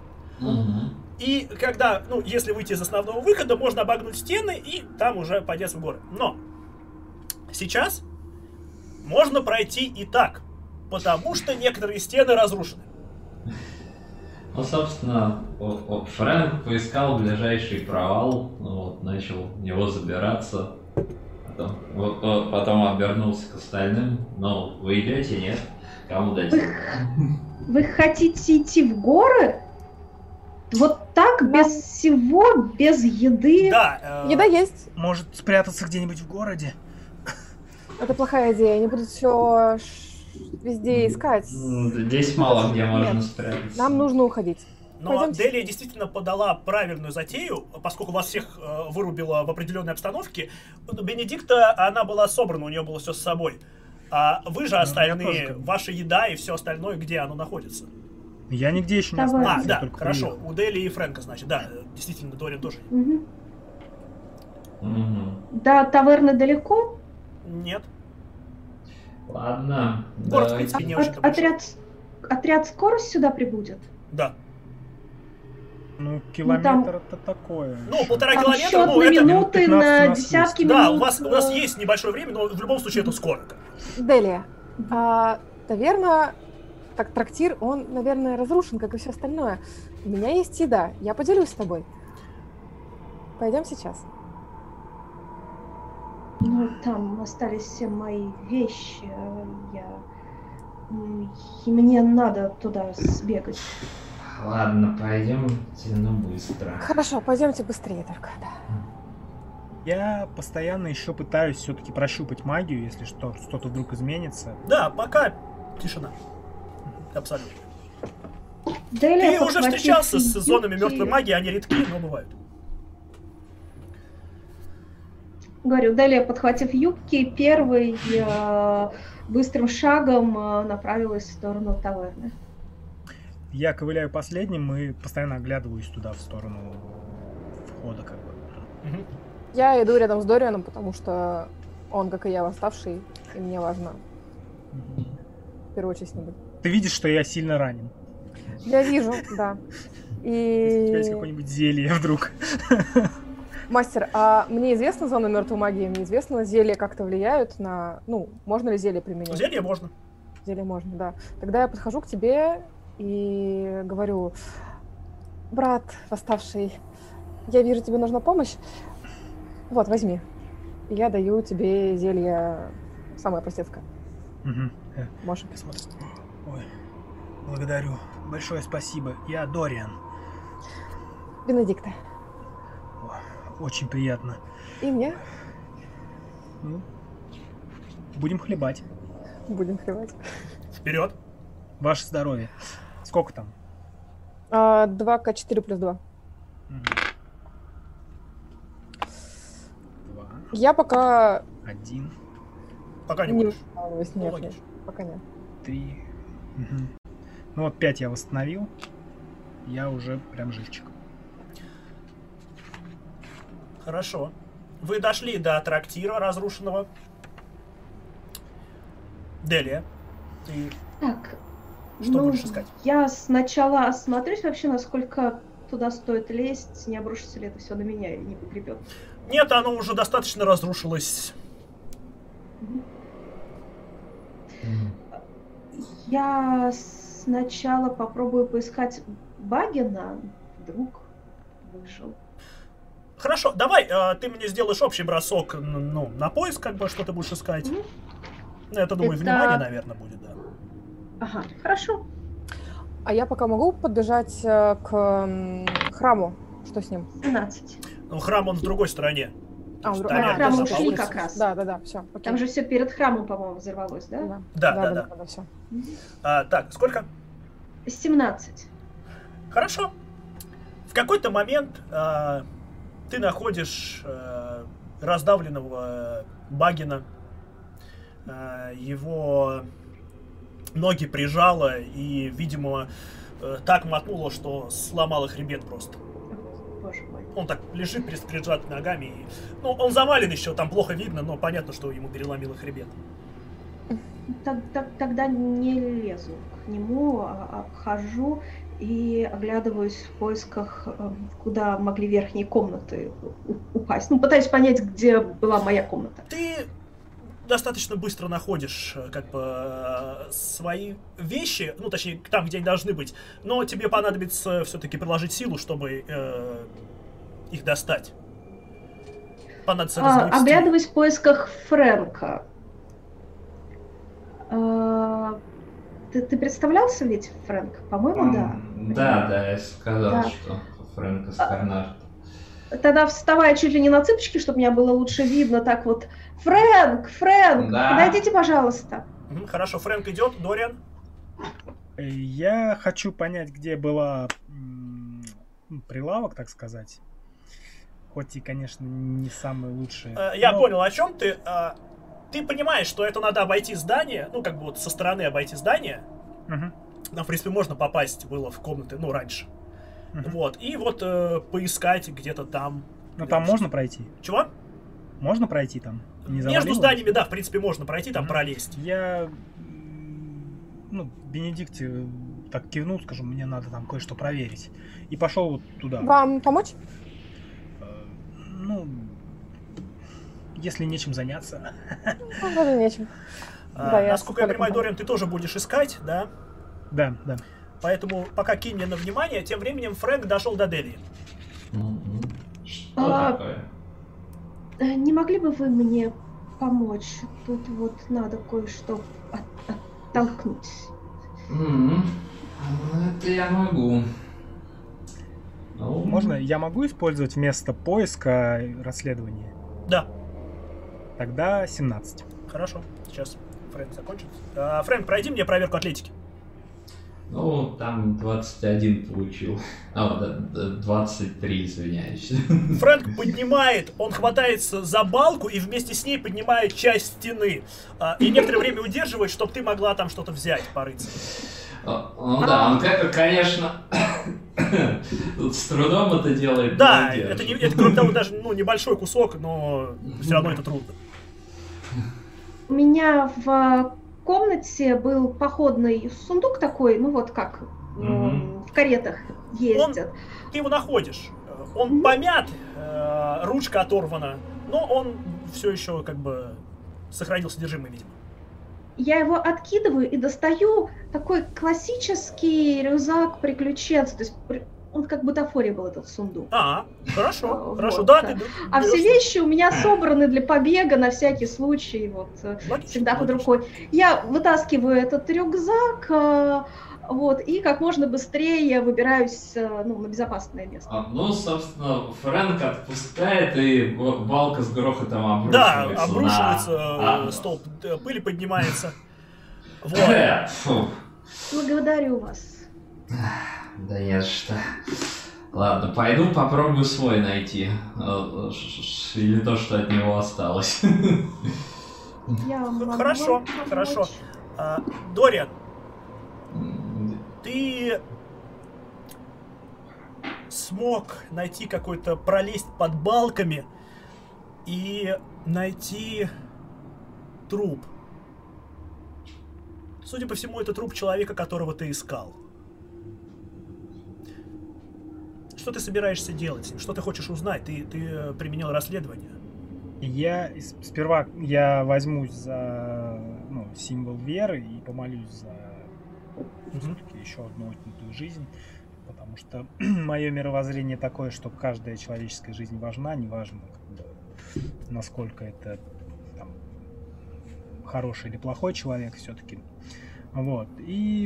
И когда, ну, если выйти из основного выхода, можно обогнуть стены и там уже подняться в горы. Но сейчас можно пройти и так, потому что некоторые стены разрушены. Ну, собственно, Фрэнк поискал ближайший провал, вот, начал в него забираться, потом обернулся к остальным. Ну, вы идете, нет? Кому дать? Вы хотите идти в горы? Вот так, без всего, без еды? Да. Еда есть. Может спрятаться где-нибудь в городе? Это плохая идея. Они будут все везде искать. Здесь мало где можно спрятаться. Нам нужно уходить. Но Пойдемте. Делия действительно подала правильную затею, поскольку вас всех вырубила в определенной обстановке. Бенедикта, она была собрана, у нее было все с собой. А вы же остальные, ваша еда и все остальное, где оно находится? Я нигде еще не Давай. остановился. Да, только хорошо. приехал. У Дели и Фрэнка, значит, да, действительно, Дориан тоже. До таверны далеко? Нет. Ладно. Город, в принципе, не очень Отряд скоро сюда прибудет? Да. Ну, километр это такое. Ну, еще. 1,5 Там километра, счет ну, на это... минуты, 15 у на нас десятки есть. Да, минут. у вас есть небольшое время, но в любом случае это скоро. Делия, таверна, так трактир, он, наверное, разрушен, как и все остальное. У меня есть еда, я поделюсь с тобой. Пойдем сейчас. Ну, там остались все мои вещи. И мне надо туда сбегать. Ладно, пойдемте, но быстро. Хорошо, пойдемте быстрее только, да. Я постоянно еще пытаюсь все-таки прощупать магию, если что-то вдруг изменится. Да, пока тишина. Абсолютно. Делия, Ты уже подхватив встречался с юбки- зонами мертвой магии, они редки, но бывают. Говорю, Делия, подхватив юбки, первый быстрым шагом направилась в сторону таверны. Я ковыляю последним и постоянно оглядываюсь туда, в сторону входа, как бы. Я иду рядом с Дорианом, потому что он, как и я, восставший, и мне важно в первую очередь с ним быть. Ты видишь, что я сильно ранен. Я вижу, да. Если у тебя есть И... какое-нибудь зелье вдруг. Мастер, а мне известна зона мертвой магии? Мне известно, зелья как-то влияют на... Ну, можно ли зелье применять? Зелье можно. Зелье можно, да. Тогда я подхожу к тебе и говорю: брат восставший, я вижу, тебе нужна помощь. Вот, возьми. И я даю тебе зелье самое простецкое. Можешь посмотреть. Ой, благодарю. Большое спасибо. Я Дориан. Бенедикта. Очень приятно. И мне. Ну, будем хлебать. Будем хлебать. Вперед. Ваше здоровье. Сколько там? 2К4 плюс 2. 2. Я пока 1. Пока не не будешь. восстанавливаюсь. Ну, Нет, логично. пока нет. 3. Ну вот 5 я восстановил. Я уже прям живчик. Хорошо. Вы дошли до трактира разрушенного. Делия, ты Так, что будешь искать? Я сначала осмотрюсь вообще, насколько туда стоит лезть, не обрушится ли это все на меня и не погребет. Нет, оно уже достаточно разрушилось. Я сначала попробую поискать Багина, вдруг вышел. Хорошо, давай, ты мне сделаешь общий бросок, ну, на поиск, как бы, что ты будешь искать. Ну, это, думаю, Это- внимание, наверное, будет, да. Ага, хорошо. А я пока могу подбежать к храму. Что с ним? 17. Ну, храм, он в другой стороне. А, Таверна храм за ушли улицей. как раз. Да, все. Там же все перед храмом, по-моему, взорвалось, да? Да. все. Так, сколько? 17. Хорошо. В какой-то момент ты находишь раздавленного Багина. Его ноги прижало и, видимо, так мотнуло, что сломало хребет просто. Боже мой. Он так лежит с прижатыми ногами. И... Ну, он завален еще, там плохо видно, но понятно, что ему переломило хребет. Тогда не лезу к нему, а обхожу и оглядываюсь в поисках, куда могли верхние комнаты упасть. Ну, пытаюсь понять, где была моя комната. Ты достаточно быстро находишь как бы свои вещи, ну точнее там, где они должны быть, но тебе понадобится все-таки приложить силу, чтобы их достать. Понадобится разгребсти. Оглядываясь в поисках Фрэнка. Ты представлялся ведь, Фрэнк? По-моему, да. Да, я сказал, Да. что Фрэнк Эскарнард. Тогда вставая чуть ли не на цыпочки, чтобы меня было лучше видно, так вот: Фрэнк, Да. подойдите, пожалуйста. Хорошо, Фрэнк идет, Дориан. Я хочу понять, где была прилавок, так сказать. Хоть и, конечно, не самый лучший. Я понял, о чем ты. Ты понимаешь, что это надо обойти здание, ну, как бы вот со стороны обойти здание. Угу. Нам, в принципе, можно попасть было в комнаты, ну, раньше. Угу. Вот, и вот поискать где-то там. Ну, там можно пройти? Чего? Можно пройти там? Не Между завалило? зданиями, да, в принципе, можно пройти, там пролезть. Я, Бенедикте так кивнул, скажу, мне надо там кое-что проверить. И пошел вот туда. Вам помочь? Если нечем заняться. Ну, даже нечем. Да, Насколько я понимаю, помогу. Дориан, ты тоже будешь искать, да? Да. Поэтому пока кинь мне на внимание, тем временем Фрэнк дошел до Дели. Что такое? Не могли бы вы мне помочь? Тут вот надо кое-что оттолкнуть. Это я могу. Можно? Я могу использовать вместо поиска расследования? Да. Тогда 17. Хорошо, сейчас Фрэнк закончит. Фрэнк, пройди мне проверку атлетики. Ну, там 21 получил. 23, извиняюсь. Фрэнк поднимает, он хватается за балку и вместе с ней поднимает часть стены. И некоторое время удерживает, чтобы ты могла там что-то взять, порыться. Ну да, он, конечно, тут с трудом это делает. Да, это кроме того, даже небольшой кусок, но все равно это трудно. У меня в комнате был походный сундук такой, ну вот как в каретах ездят. Ты его находишь. Он помят, ручка оторвана, но он все еще как бы сохранил содержимое, видимо. Я его откидываю и достаю такой классический рюкзак приключенца. То есть он как бутафория был, этот сундук. Хорошо, Вот, да. А все вещи у меня собраны для побега на всякий случай, вот всегда под рукой. Я вытаскиваю этот рюкзак, вот, и как можно быстрее выбираюсь на безопасное место. Собственно, Фрэнк отпускает, и балка с грохотом обрушивается. Да, обрушивается, столб пыли поднимается. Вот. Благодарю вас. Да не за что. Ладно, пойду попробую свой найти. Или то, что от него осталось. Хорошо. Дориан, ты смог найти какой-то, пролезть под балками и найти труп. Судя по всему, это труп человека, которого ты искал. Что ты собираешься делать с ним? Что ты хочешь узнать? Ты применил расследование. Сперва я возьмусь за символ веры и помолюсь за еще одну отнятую жизнь, потому что мое мировоззрение такое, что каждая человеческая жизнь важна, неважно, насколько это хороший или плохой человек все-таки. Вот. И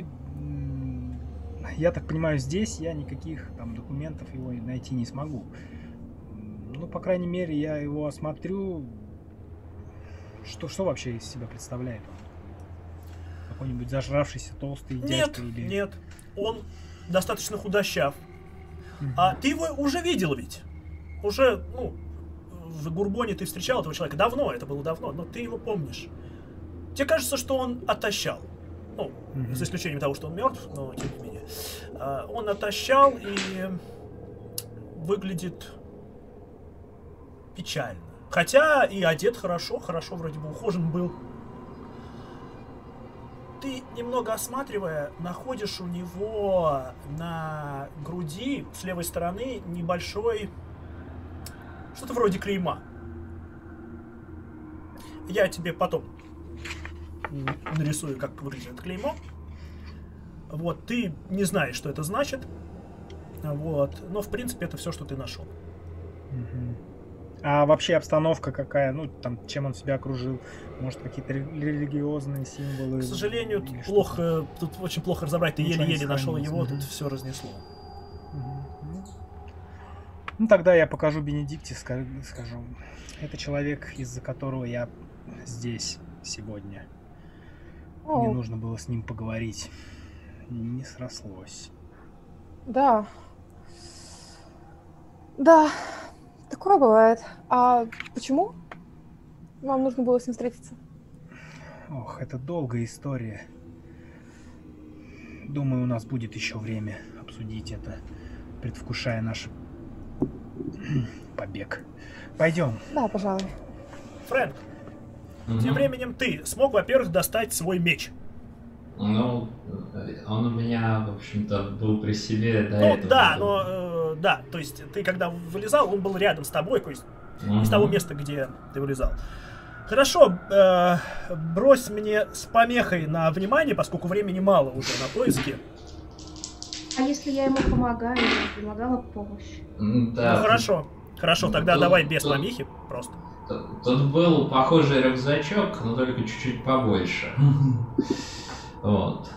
я так понимаю, здесь я никаких документов его найти не смогу. По крайней мере, я его осмотрю. Что вообще из себя представляет он? Какой-нибудь зажравшийся толстый дядька? Нет. Он достаточно худощав. Ты его уже видел ведь? Уже, в Гурбоне ты встречал этого человека. Давно, это было давно, но ты его помнишь. Тебе кажется, что он отощал. За исключением того, что он мертв, но тем не менее. Он отощал и выглядит печально. Хотя и одет хорошо вроде бы ухожен был. Ты, немного осматривая, находишь у него на груди с левой стороны небольшой, что-то вроде клейма. Я тебе потом нарисую, как выглядит это клеймо. Вот, ты не знаешь, что это значит. Вот, но в принципе это все, что ты нашел. А вообще обстановка какая? Ну, там, чем он себя окружил? Может, какие-то религиозные символы? К сожалению, тут очень плохо разобрать. Ты еле-еле нашел его, тут все разнесло. Ну, тогда я покажу Бенедикте, скажу. Это человек, из-за которого я здесь сегодня. Мне нужно было с ним поговорить. Не срослось. Да. Да. Такое бывает. А почему вам нужно было с ним встретиться? Ох, это долгая история. Думаю, у нас будет еще время обсудить это, предвкушая наш побег. Пойдем. Да, пожалуй. Фрэнк, тем временем ты смог, во-первых, достать свой меч. Ну, он у меня, в общем-то, был при себе до Ну, этого. да, да, то есть ты когда вылезал, он был рядом с тобой, то есть из того места, где ты вылезал. Хорошо, брось мне с помехой на внимание, поскольку времени мало уже на поиски. А если я ему помогаю, я предлагала помощь? Да. Ну, хорошо, тогда давай без помехи просто. Тут был похожий рюкзачок, но только чуть-чуть побольше. Вот.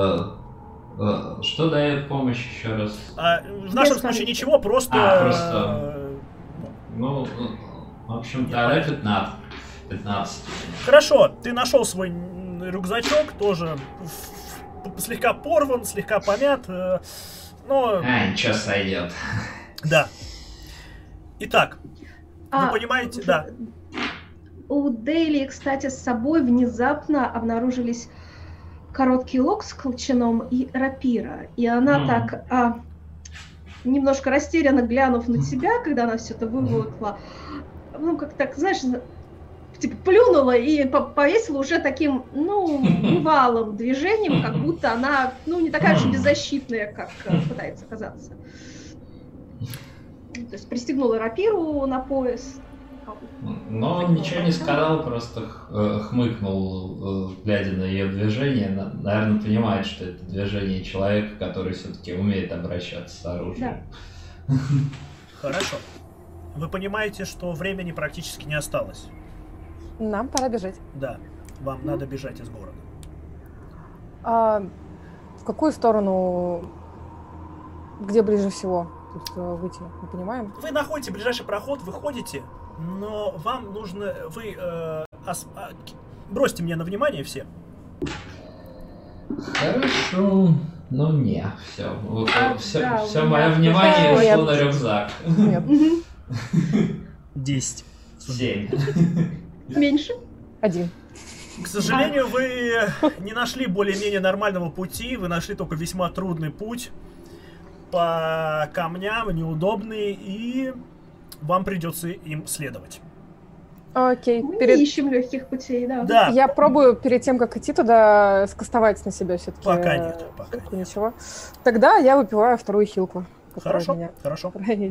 Что дает помощь еще раз? В нашем случае ничего, просто... Ну, в общем, тогда 15. Хорошо, ты нашел свой рюкзачок, тоже слегка порван, слегка помят, но... Ничего сойдет. Да. Итак, вы понимаете, да. У Дейли, кстати, с собой внезапно обнаружились короткий лук с колчаном и рапира. И она так, немножко растерянно глянув на тебя, когда она все это выволокла, ну, как так, знаешь, типа плюнула и повесила уже таким, ну, бывалым движением, как будто она, ну, не такая же беззащитная, как пытается казаться. То есть пристегнула рапиру на пояс. Но он ничего не сказал, просто хмыкнул, глядя на ее движение. Наверное, понимает, что это движение человека, который все-таки умеет обращаться с оружием. Да. Хорошо. Вы понимаете, что времени практически не осталось. Нам пора бежать. Да, вам надо бежать из города. В какую сторону, где ближе всего выйти, мы понимаем? Вы находите ближайший проход, выходите, но вам нужно... бросьте мне на внимание все. Хорошо. Ну не, все да, мое внимание ушло на рюкзак. Нет. 10. 7. Меньше? 1. К сожалению, вы не нашли более-менее нормального пути, вы нашли только весьма трудный путь по камням, неудобный, и вам придется им следовать. Окей. Мы не ищем легких путей, да. Да. Я пробую перед тем, как идти туда, скастовать на себя все-таки. Пока нет, пока нет. Ничего. Тогда я выпиваю вторую хилку. Хорошо, меня хорошо.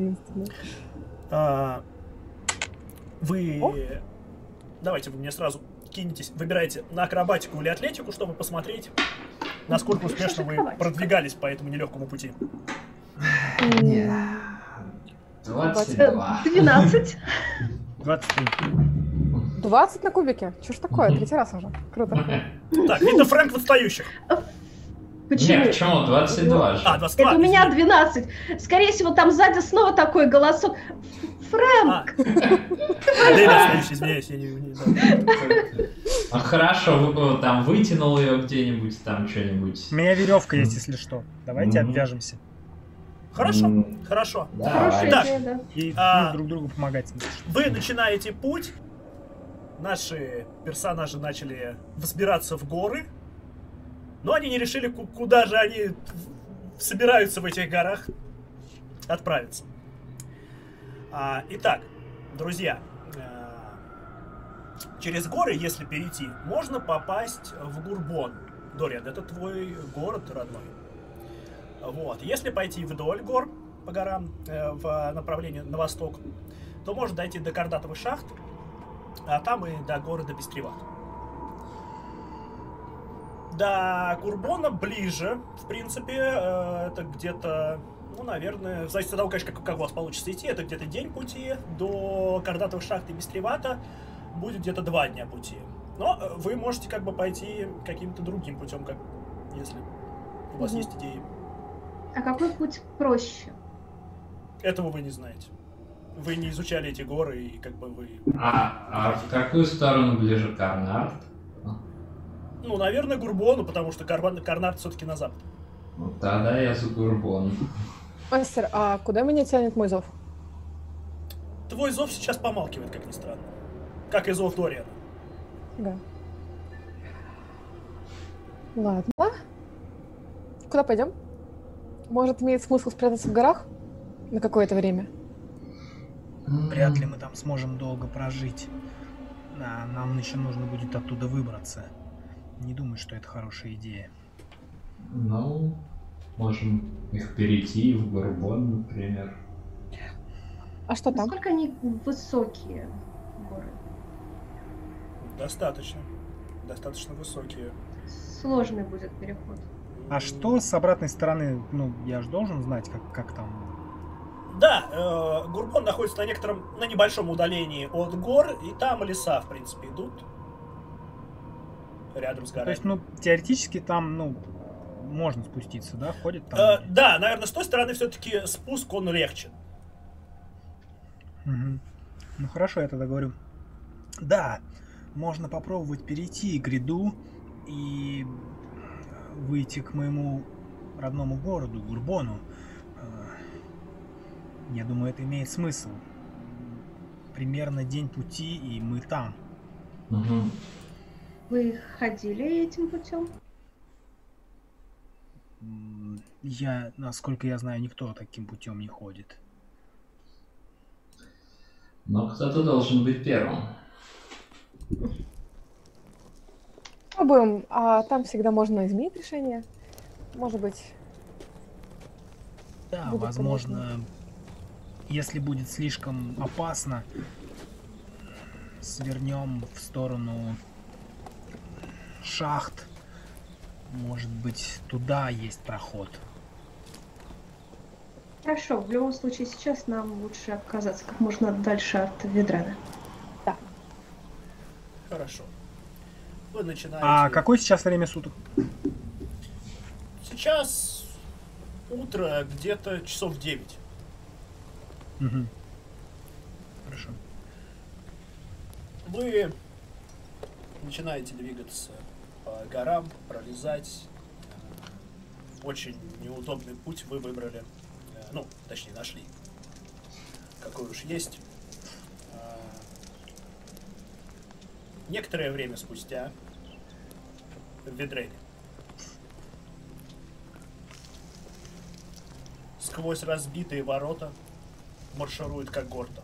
Вы... Давайте вы мне сразу кинетесь, выбираете на акробатику или атлетику, чтобы посмотреть, насколько успешно вы продвигались по этому нелегкому пути. 22. 12. 23. 20 на кубике? Что ж такое? Третий раз уже. Круто. Так, видно Фрэнк в отстающих. Почему? Нет, почему? 22 же. 22. Это у меня 12. Скорее всего, там сзади снова такой голосок. Фрэнк! Дейли отстающий, извиняюсь, я не... Хорошо, вы там вытянул ее где-нибудь, там что-нибудь. У меня веревка есть, если что. Давайте обвяжемся. Хорошо, хорошо. Хорошая Так, идея, да. И друг другу помогать. вы начинаете путь. Наши персонажи начали взбираться в горы. Но они не решили, куда же они собираются в этих горах отправиться. Итак, друзья, через горы, если перейти, можно попасть в Гурбон. Дориан, это твой город родной. Вот. Если пойти вдоль гор по горам в направлении на восток, то можно дойти до Кардатовых шахт, а там и до города Бестреват. До Гурбона ближе, в принципе, это где-то, ну, наверное, в зависимости от того, конечно, как у вас получится идти, это где-то день пути, до Коордатовых шахт и Мистревата будет где-то 2 дня пути. Но вы можете как бы пойти каким-то другим путем, как если у вас есть идеи. А какой путь проще? Этого вы не знаете. Вы не изучали эти горы, и как бы вы... А в какую сторону ближе Карнард? Ну, наверное, Гурбону, потому что Карнард все-таки на запад. Ну, тогда я за Гурбон. Мастер, а куда меня тянет мой зов? Твой зов сейчас помалкивает, как ни странно. Как и зов Дориана. Да. Ладно. Куда пойдем? Может, имеет смысл спрятаться в горах на какое-то время? Вряд ли мы там сможем долго прожить. Да, нам еще нужно будет оттуда выбраться. Не думаю, что это хорошая идея. Ну, можем их перейти в Гурбон, например. А что там? Насколько они высокие горы? Достаточно. Достаточно высокие. Сложный будет переход. А что с обратной стороны? Ну, я же должен знать, как там... Да, Гурбон находится на небольшом удалении от гор, и там леса, в принципе, идут рядом с горами. То есть, ну, теоретически там, ну, можно спуститься, да? Ходит там? Да, наверное, с той стороны все-таки спуск, он легче. Угу. Ну, хорошо, я тогда говорю. Да, можно попробовать перейти гряду и выйти к моему родному городу, Гурбону. Я думаю, это имеет смысл. Примерно день пути, и мы там. Угу. Вы ходили этим путем? Насколько я знаю, никто таким путем не ходит. Но кто-то должен быть первым. Пробуем, а там всегда можно изменить решение. Может быть... Да, возможно, если будет слишком опасно, свернем в сторону шахт. Может быть, туда есть проход. Хорошо, в любом случае сейчас нам лучше оказаться как можно дальше от Ведрена. Да. Хорошо. Вы начинаете... А какое сейчас время суток? Сейчас утро, где-то часов 9. Угу. Хорошо. Вы начинаете двигаться по горам, пролезать. Очень неудобный путь вы выбрали. Ну, точнее, нашли. Какой уж есть. Некоторое время спустя в Ведрене сквозь разбитые ворота марширует когорта.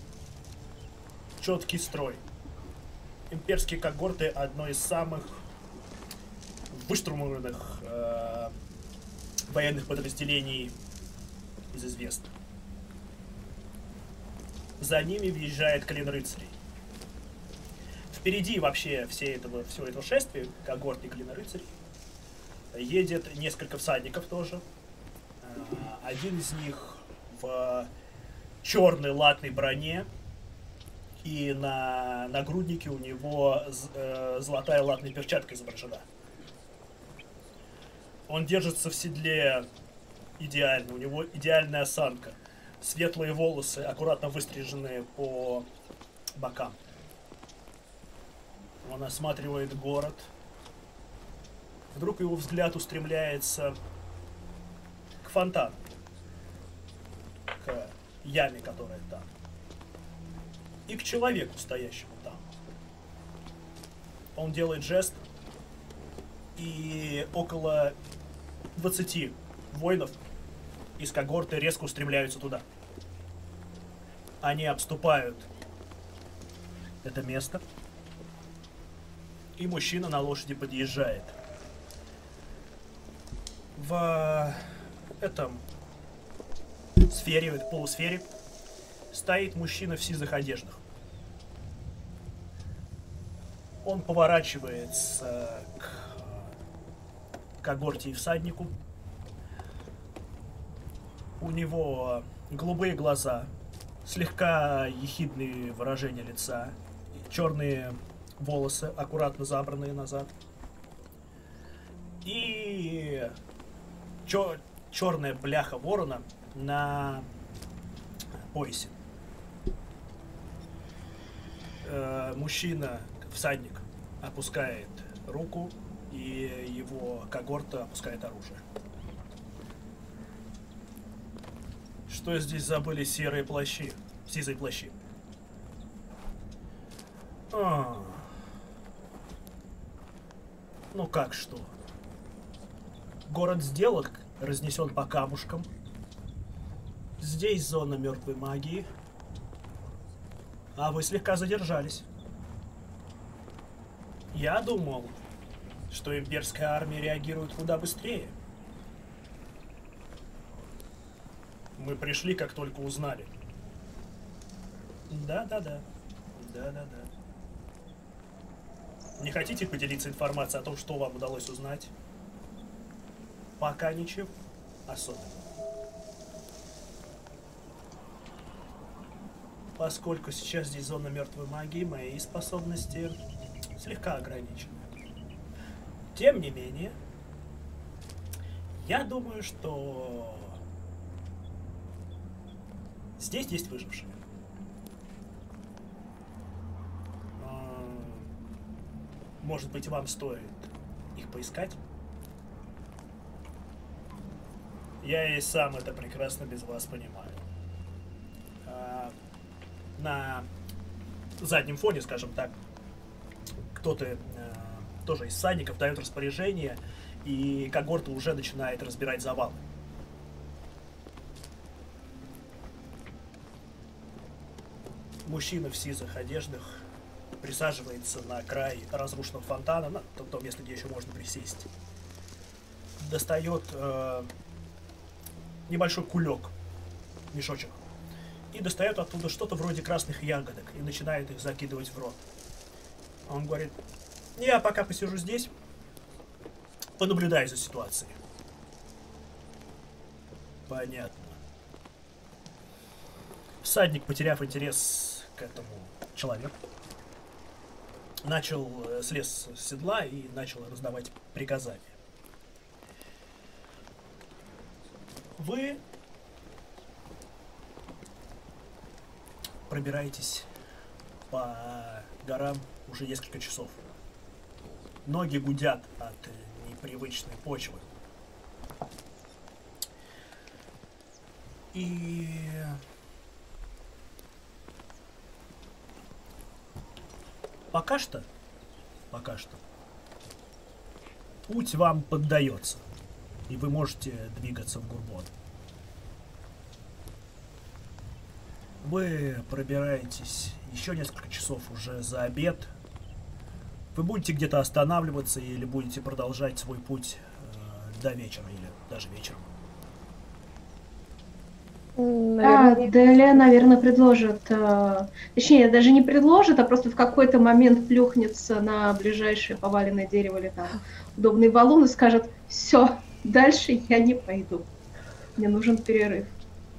Четкий строй. Имперские когорты — одно из самых выштурмованных военных подразделений из известных. За ними въезжает клин рыцарей. Впереди вообще всего этого шествия, когорты клина рыцарей, едет несколько всадников тоже. Один из них в черной латной броне, и на нагруднике у него золотая латная перчатка изображена. Он держится в седле идеально, у него идеальная осанка, светлые волосы, аккуратно выстриженные по бокам. Он осматривает город. Вдруг его взгляд устремляется к фонтану, к яме, которая там, и к человеку, стоящему там. Он делает жест, и около 20 воинов из когорты резко устремляются туда. Они обступают это место, и мужчина на лошади подъезжает. В этом сфере, полусфере, стоит мужчина в сизых одеждах. Он поворачивается к когорте и всаднику. У него голубые глаза, слегка ехидные выражения лица, черные волосы, аккуратно забранные назад. И черная бляха ворона на поясе. Мужчина, всадник, опускает руку, и его когорта опускает оружие. Что здесь забыли серые плащи? Сизые плащи. Ну как что? Город сделок разнесен по камушкам. Здесь зона мертвой магии. А вы слегка задержались. Я думал, что имперская армия реагирует куда быстрее. Мы пришли, как только узнали. Да-да-да. Да-да-да. Не хотите поделиться информацией о том, что вам удалось узнать? Пока ничего особенного. Поскольку сейчас здесь зона мертвой магии, мои способности слегка ограничены. Тем не менее, я думаю, что здесь есть выжившие. Может быть, вам стоит их поискать? Я и сам это прекрасно без вас понимаю. На заднем фоне, скажем так, кто-то тоже из всадников дает распоряжение, и когорта уже начинает разбирать завалы. Мужчина в сизых одеждах присаживается на край разрушенного фонтана, на том месте, где еще можно присесть. Достает небольшой кулек, мешочек, и достает оттуда что-то вроде красных ягодок и начинает их закидывать в рот. Он говорит: я пока посижу здесь, понаблюдаю за ситуацией. Понятно. Всадник, потеряв интерес к этому человеку, слез с седла и начал раздавать приказания. Вы пробираетесь по горам уже несколько часов. Ноги гудят от непривычной почвы. И пока что путь вам поддается, и вы можете двигаться в Гурбон. Вы пробираетесь еще несколько часов уже за обед. Вы будете где-то останавливаться или будете продолжать свой путь до вечера или даже вечером? Деля, наверное, предложит, точнее, даже не предложит, а просто в какой-то момент плюхнется на ближайшее поваленное дерево или там удобный валун и скажет: все, дальше я не пойду, мне нужен перерыв.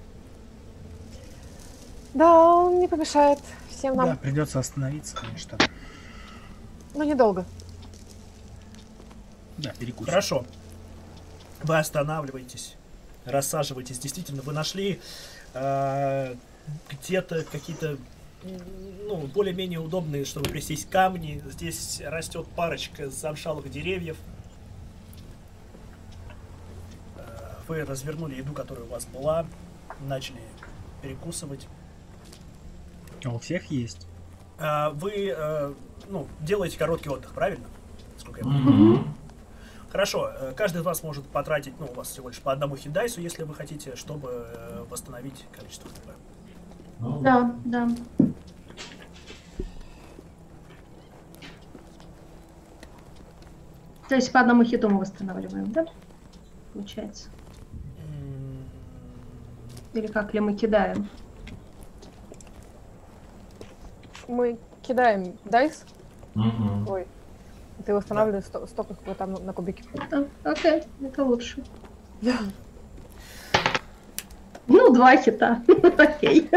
Да, он не помешает всем нам. Да, придется остановиться, конечно. Но недолго. Да, перекусим. Хорошо. Вы останавливаетесь, рассаживаетесь. Действительно, вы нашли где-то какие-то более-менее удобные, чтобы присесть, камни. Здесь растет парочка замшалых деревьев. Вы развернули еду, которая у вас была, начали перекусывать. А у всех есть. Вы делаете короткий отдых, правильно? Сколько я понимаю. Хорошо, каждый из вас может потратить, у вас всего лишь по одному хитдайсу, если вы хотите, чтобы восстановить количество хп. Да, да. То есть по одному хиту мы восстанавливаем, да? Получается. Или как ли мы кидаем? Мы кидаем дайс. Ой. Ты восстанавливаешь столько, сколько там на кубике. Окей, это лучше. Ну, 2 хита. Окей.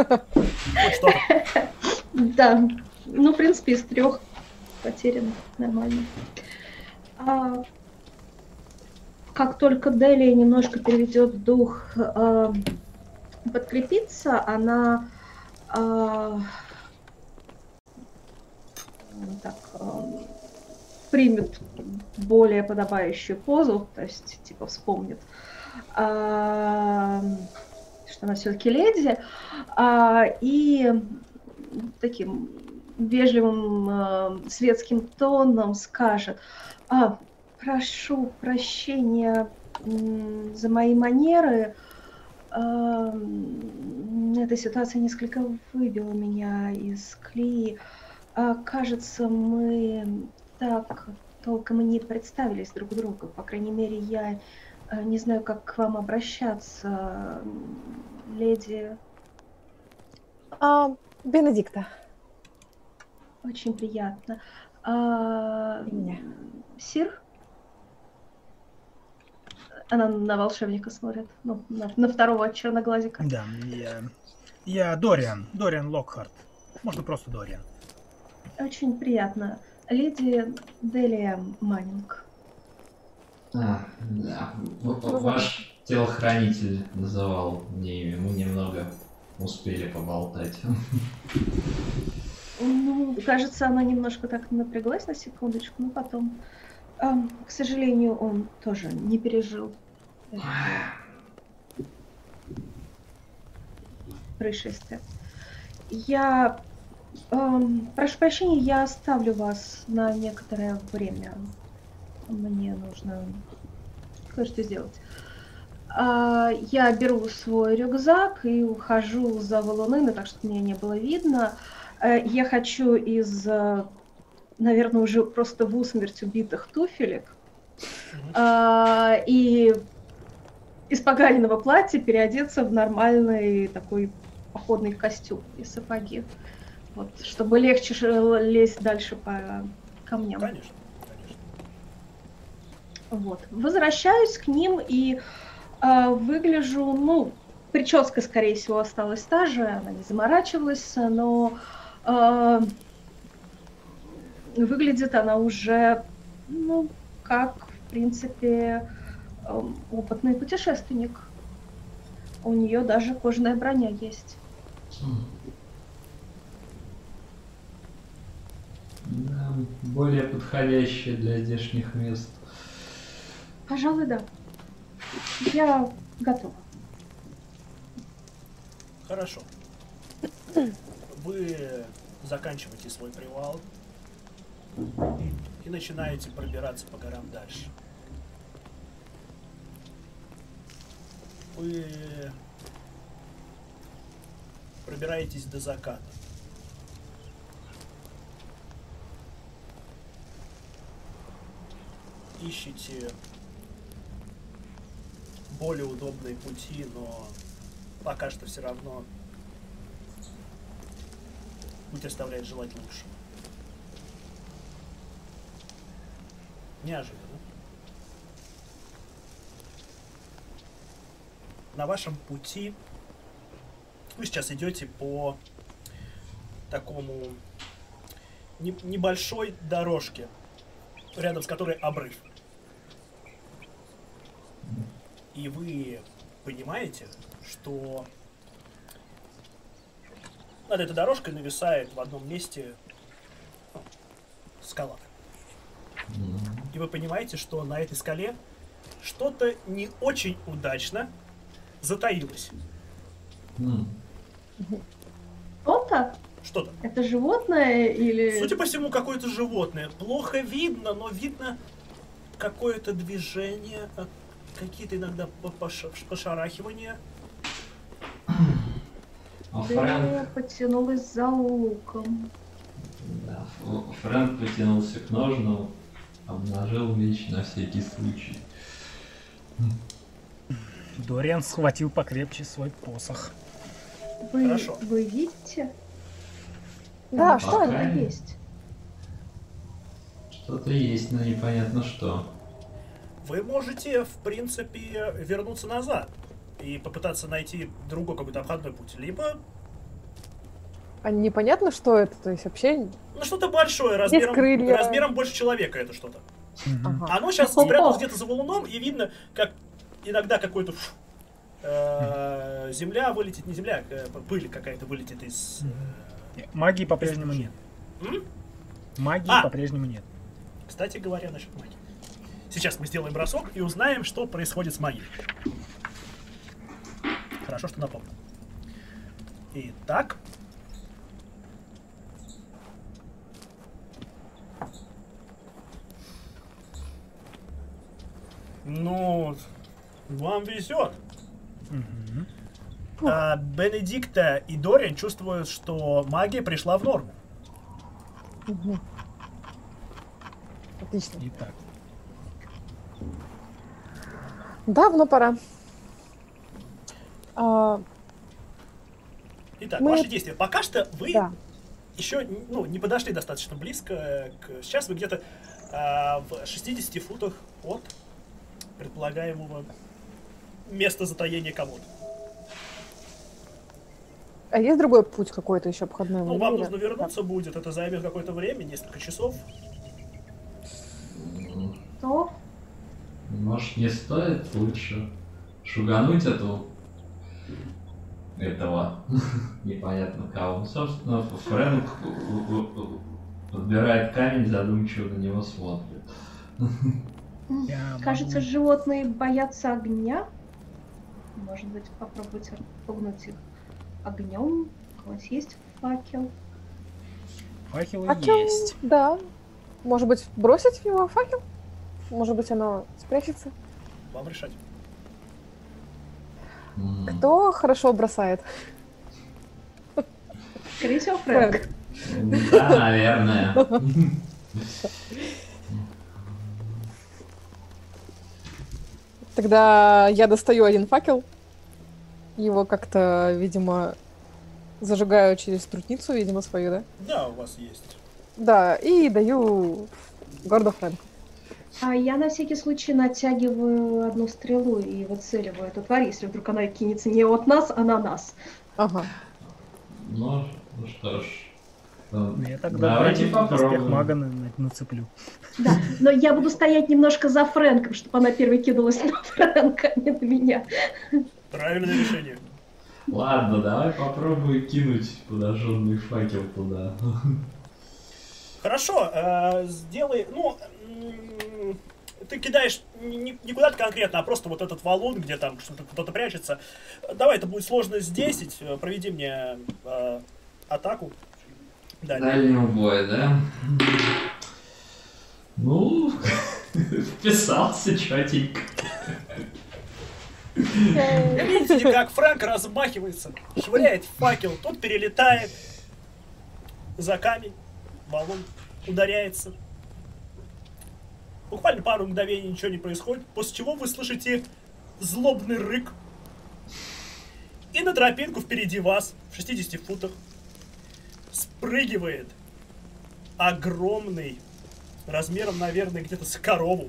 Да. Ну, в принципе, из 3 потеряно. Нормально. Как только Делия немножко переведет дух, подкрепиться, она примет более подобающую позу, то есть, типа, вспомнит, что она все-таки леди, и таким вежливым светским тоном скажет: прошу прощения за мои манеры. Эта ситуация несколько выбила меня из колеи. Кажется, мы так толком и не представились друг другу. По крайней мере, я не знаю, как к вам обращаться, леди. Бенедикта. Очень приятно. Меня. Сир? Она на волшебника смотрит, ну, на второго черноглазика. Да, я Дориан Локхарт. Можно просто Дориан. Очень приятно. Леди Делия Маннинг. Да. Ваш телохранитель называл мне имя. Мы немного успели поболтать. Ну, кажется, она немножко так напряглась на секундочку, но потом... к сожалению, он тоже не пережил происшествие. Я прошу прощения, я оставлю вас на некоторое время. Мне нужно кое-что сделать. Я беру свой рюкзак и ухожу за валуны, так чтобы меня не было видно. Я хочу из, наверное, уже просто в усмерть убитых туфелек и из погаленного платья переодеться в нормальный такой походный костюм и сапоги. Вот, чтобы легче лезть дальше по камням. Конечно. Вот. Возвращаюсь к ним и выгляжу, ну, прическа, скорее всего, осталась та же, она не заморачивалась, но выглядит она уже, ну, как, в принципе, опытный путешественник. У нее даже кожаная броня есть. Да, более подходящее для здешних мест. Пожалуй, да. Я готова. Хорошо. Вы заканчиваете свой привал и начинаете пробираться по горам дальше. Вы пробираетесь до заката. Ищете более удобные пути, но пока что все равно путь оставляет желать лучшего. Неожиданно. На вашем пути вы сейчас идете по такому небольшой дорожке, рядом с которой обрыв. И вы понимаете, что над этой дорожкой нависает в одном месте скала. И вы понимаете, что на этой скале что-то не очень удачно затаилось. Что-то? Что-то. Это животное или... Судя по всему, какое-то животное. Плохо видно, но видно какое-то движение, какие-то иногда пошарахивания. Фрэнк потянулась за луком. Да, Фрэнк потянулся к ножнам, обнажил меч на всякий случай. Дориан схватил покрепче свой посох. Вы видите? Да, что это это? Есть. Что-то есть, но непонятно что. Вы можете, в принципе, вернуться назад и попытаться найти другой какой-то обходной путь. Либо... А непонятно, что это? То есть вообще... Ну, что-то большое, Без крылья. размером больше человека это что-то. Ага. Оно сейчас спряталось где-то за валуном, и видно, как иногда какой-то земля вылетит, не земля, пыль какая-то вылетит из... Магии по-прежнему нет. Магии по-прежнему нет. Кстати говоря, насчет магии. Сейчас мы сделаем бросок и узнаем, что происходит с магией. Хорошо, что напомнил. Итак. Ну, вам везет. Бенедикта и Дориан чувствуют, что магия пришла в норму. Отлично. Итак. Давно пора. Итак, ваши действия. Пока что вы еще не подошли достаточно близко. Сейчас вы где-то в 60 футах от предполагаемого места затаения кого-то. А есть другой путь какой-то еще обходной? Ну, вам нужно вернуться будет. Это займет какое-то время, несколько часов. Что? Может, не стоит лучше шугануть этого непонятно кого. Собственно, Фрэнк подбирает камень, задумчиво на него смотрит. Кажется, животные боятся огня. Может быть, попробовать отпугнуть их огнем. У вас есть факел? Факелы Факел, есть. да. Может быть, бросить в него факел? Может быть, оно спрячется? Вам решать. Кто хорошо бросает? Скорее всего, Фрэнк. Да, наверное. Тогда я достаю один факел. Его как-то, видимо, зажигаю через трутницу, видимо, свою, да? Да, у вас есть. Да, и даю Гордо Фрэнку. А я на всякий случай натягиваю одну стрелу и выцеливаю эту тварь, если вдруг она кинется не от нас, а на нас. Ага. Ну что ж. Я тогда давайте попробуем. Мага нацеплю. Да, но я буду стоять немножко за Фрэнком, чтобы она первой кинулась на Фрэнка, а не на меня. Правильное решение. Ладно, давай попробуй кинуть подожженный факел туда. Хорошо, сделай, ты кидаешь не куда-то конкретно, а просто вот этот валун, где там что-то кто-то прячется. Давай, это будет сложность 10, проведи мне атаку. Дальнего боя, да? Ну, вписался чётенько. Видите, как Фрэнк размахивается, швыряет факел, тот перелетает за камень, валун ударяется. Буквально пару мгновений ничего не происходит, после чего вы слышите злобный рык. И на тропинку впереди вас, в 60 футах, спрыгивает огромный, размером, наверное, где-то с корову.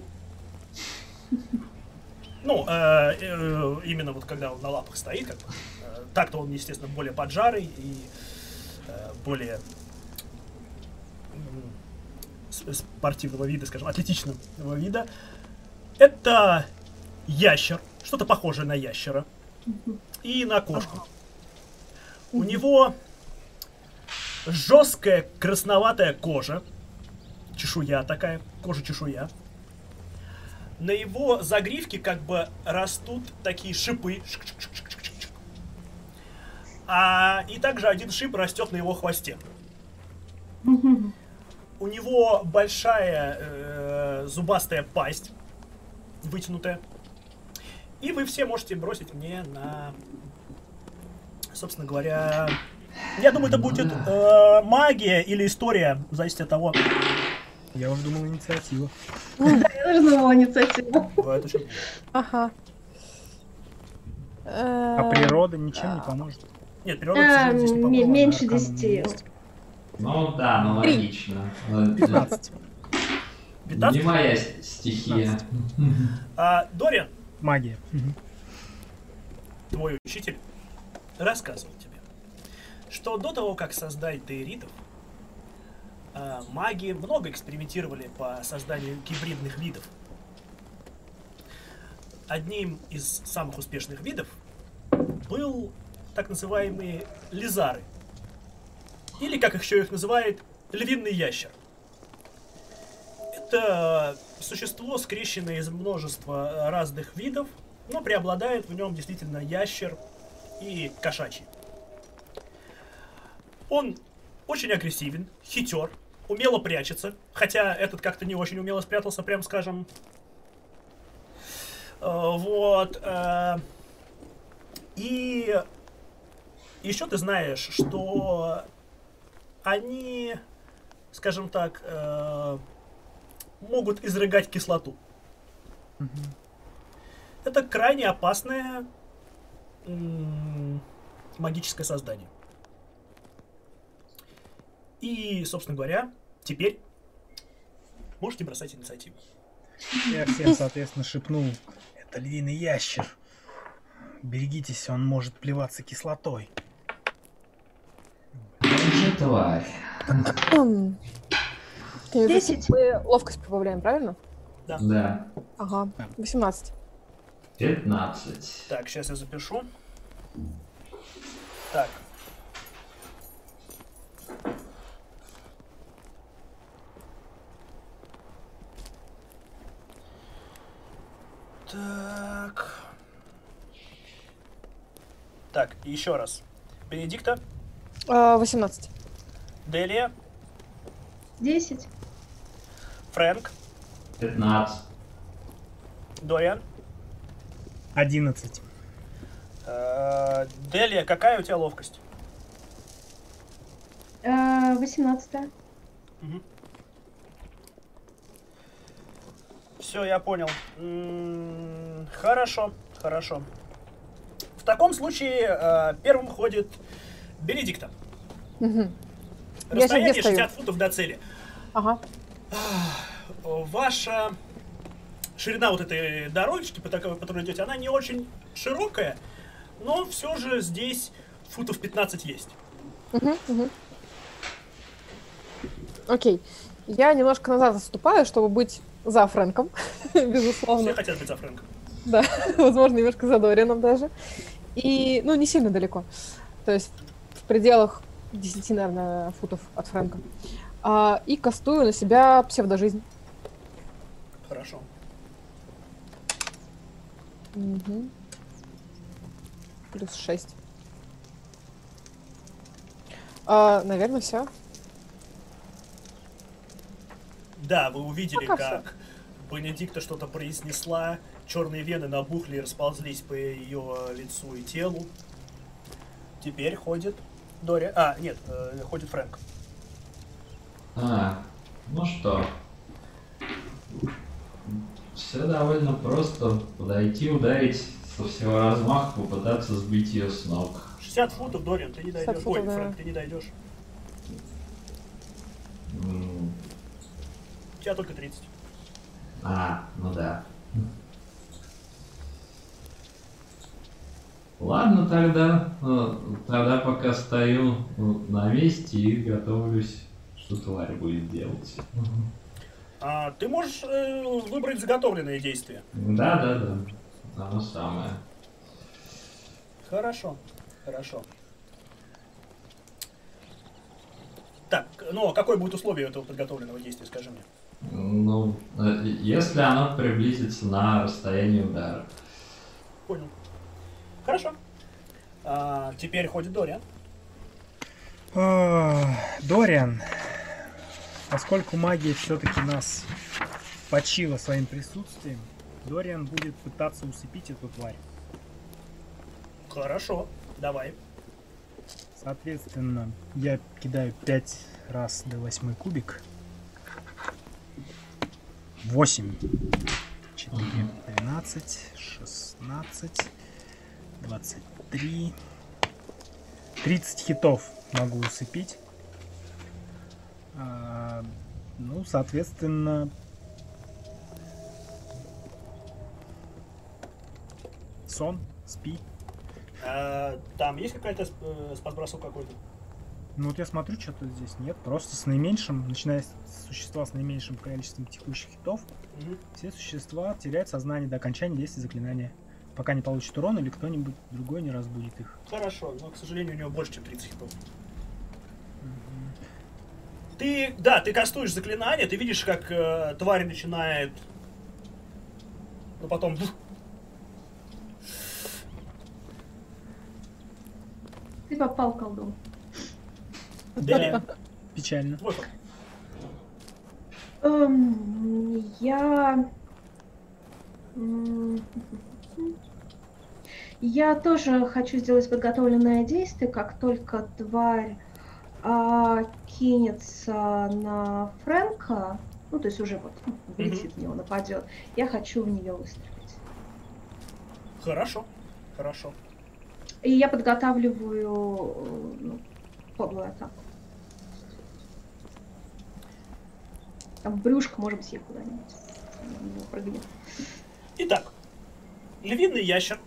Ну, именно вот когда он на лапах стоит, как бы, так-то он, естественно, более поджарый и более спортивного вида, скажем, атлетичного вида. Это ящер, что-то похожее на ящера и на кошку. У него жесткая красноватая кожа, чешуя такая, кожа-чешуя. На его загривке как бы растут такие шипы. И также один шип растет на его хвосте. У него большая зубастая пасть, вытянутая. И вы все можете бросить мне на, собственно говоря, я думаю, это будет магия или история, зависит от того. Я уже думал, инициатива. Да, я тоже думала инициативу. Бывает очень. Ага. А природа ничем не поможет. Нет, природа здесь не поможет. Меньше 10. Ну да, ну логично. 15. Не моя стихия. Дориан. Магия. Твой учитель рассказывал тебе, что до того, как создать дейритов, маги много экспериментировали по созданию гибридных видов. Одним из самых успешных видов был так называемые лизары. Или, как еще их называют, львиный ящер. Это существо, скрещенное из множества разных видов, но преобладает в нем действительно ящер и кошачий. Он очень агрессивен, хитер, умело прячется, хотя этот как-то не очень умело спрятался, прям скажем. Вот. И еще ты знаешь, что они, скажем так, могут изрыгать кислоту. Это крайне опасное магическое создание. И, собственно говоря, теперь можете бросать инициативу. Я всем, соответственно, шепнул: это львиный ящер. Берегитесь, он может плеваться кислотой. Это тварь. 10. Мы ловкость прибавляем, правильно? Да. Ага. 18. 15. Так, сейчас я запишу. Так. Так. Так, еще раз. Бенедикта, 18. Делия, 10. Фрэнк, 15. Дориан. 11. Делия, какая у тебя ловкость? 18. Все, я понял. Хорошо, хорошо. В таком случае первым ходит Бенедикта. Расстояние где стою? 60 футов до цели. Ага. Ваша ширина вот этой дорожки, по которой идете, она не очень широкая, но все же здесь футов 15 есть. Окей. Я немножко назад отступаю, чтобы быть за Фрэнком, безусловно. Все хотят быть за Фрэнком. Да, возможно, немножко за Дорианом даже. И, ну, не сильно далеко. То есть в пределах 10, наверное, футов от Фрэнка. И кастую на себя псевдожизнь. Хорошо. Плюс 6. Наверное, все. Да, вы увидели, Пока как Бенедикта что-то произнесла, черные вены набухли и расползлись по ее лицу и телу. Теперь ходит Дори. Нет, ходит Фрэнк. Ну что, все довольно просто. Подойти, ударить со всего размаха, попытаться сбить ее с ног. 60 футов, Дориан, ты не дойдешь. футов, Ой, да. Фрэнк, ты не дойдешь. У тебя только 30. Ну да. Ладно, тогда пока стою на месте и готовлюсь, что тварь будет делать. Ты можешь выбрать заготовленные действия. Да. Оно самое. Хорошо. Так, ну, какое будет условие этого подготовленного действия, скажи мне? Ну, если оно приблизится на расстояние удара. Понял. Хорошо. Теперь ходит Дориан. Дориан, поскольку магия все-таки нас почила своим присутствием, Дориан будет пытаться усыпить эту тварь. Хорошо, давай. Соответственно, я кидаю 5 раз до 8 кубик. 8, 4, 12, 16, 23, 30 хитов могу усыпить. Ну, соответственно, сон, спи. Там есть какая-то спас-бросок какой-то? Ну вот я смотрю, что-то здесь нет. Просто с наименьшим, начиная с существа с наименьшим количеством текущих хитов, все существа теряют сознание до окончания действия заклинания. Пока не получат урон или кто-нибудь другой не разбудит их. Хорошо, но, к сожалению, у него больше, чем 30 хитов. Ты кастуешь заклинание, ты видишь, как тварь начинает... Ну, потом... Ты попал, колдун. Дели, Печально. твой ход. Я тоже хочу сделать подготовленное действие, как только тварь кинется на Фрэнка, ну то есть уже вот влетит в него, нападет, я хочу в нее выстрелить. Хорошо, хорошо. И я подготавливаю подлую атаку. Там в брюшко, может быть, ей куда-нибудь прыгнет. Итак, львиный ящер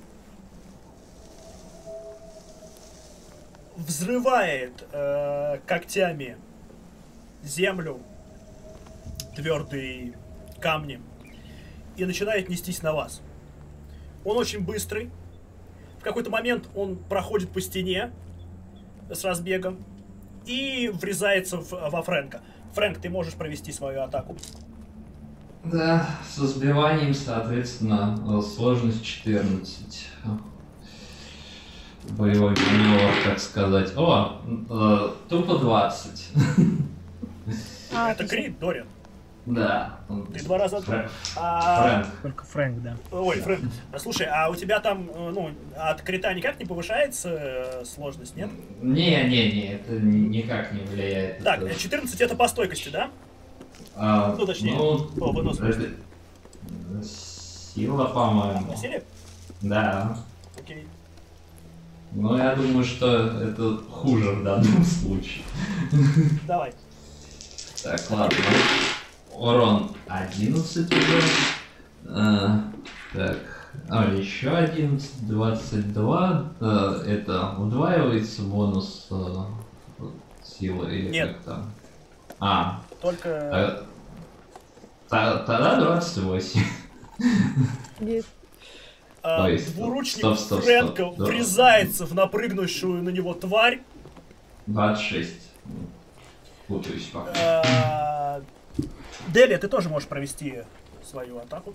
взрывает когтями землю, твердые камни и начинает нестись на вас. Он очень быстрый. В какой-то момент он проходит по стене с разбегом и врезается во Фрэнка. Фрэнк, ты можешь провести свою атаку? Да, со сбиванием, соответственно, сложность 14. Боевой маневр, так сказать. Тупо 20. Это крит, Дориан. Да. Ты 2 раза... Фрэнк. Только Фрэнк, да. Ой, Фрэнк. Слушай, а у тебя там, от крита никак не повышается сложность, нет? Не, это никак не влияет. Так, 14 это по стойкости, да? Точнее, по выносливости. Сила, по-моему. На силе? Да. Окей. Но я думаю, что это хуже в данном случае. Давай. Так, ладно. Урон 11 уже. Так. Еще 11, 22. Это удваивается бонус силы или Нет. как там? Только... Тогда 28. Есть. То есть, Двуручник стоп, Фрэнка да. врезается в напрыгнувшую на него тварь. 26. Путаюсь пока. Делия, ты тоже можешь провести свою атаку.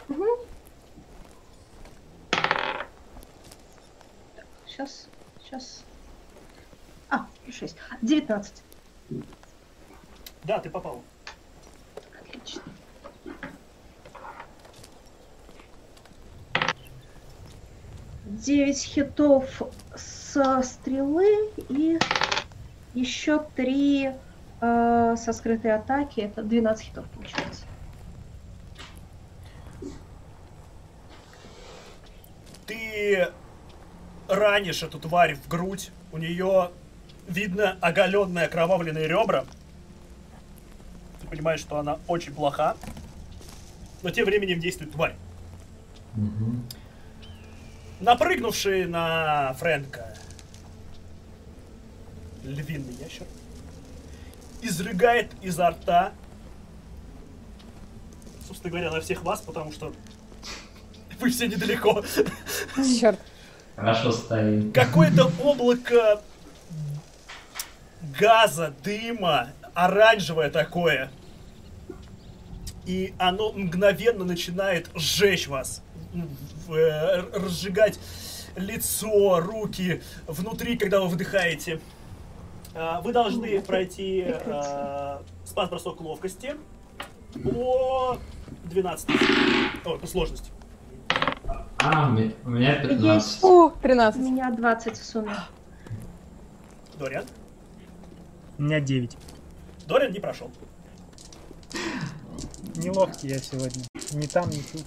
Сейчас. 6. 19. Да, ты попал. Отлично. Девять хитов со стрелы и еще 3 со скрытой атаки. Это 12 хитов получается. Ты ранишь эту тварь в грудь. У нее видно оголенные окровавленные ребра. Ты понимаешь, что она очень плоха. Но тем временем действует тварь. Напрыгнувший на Фрэнка львиный ящер изрыгает изо рта, собственно говоря, на всех вас, потому что вы все недалеко. Черт. Хорошо стоим. Какое-то облако газа, дыма, оранжевое такое. И оно мгновенно начинает сжечь вас. Разжигать лицо, руки внутри, когда вы вдыхаете. Вы должны пройти спас-бросок ловкости по 12. По сложности. У меня 15. Есть. 13. У меня 20 в сумме. Дориан? У меня 9. Дориан не прошел. Неловкий я сегодня. Ни там, ни тут.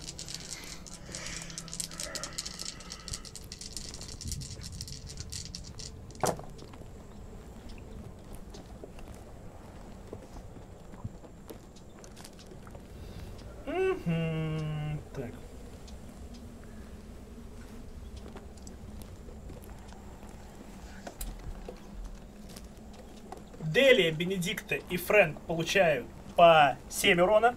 Так. Делия, Бенедикта и Фрэнк получают по 7 урона.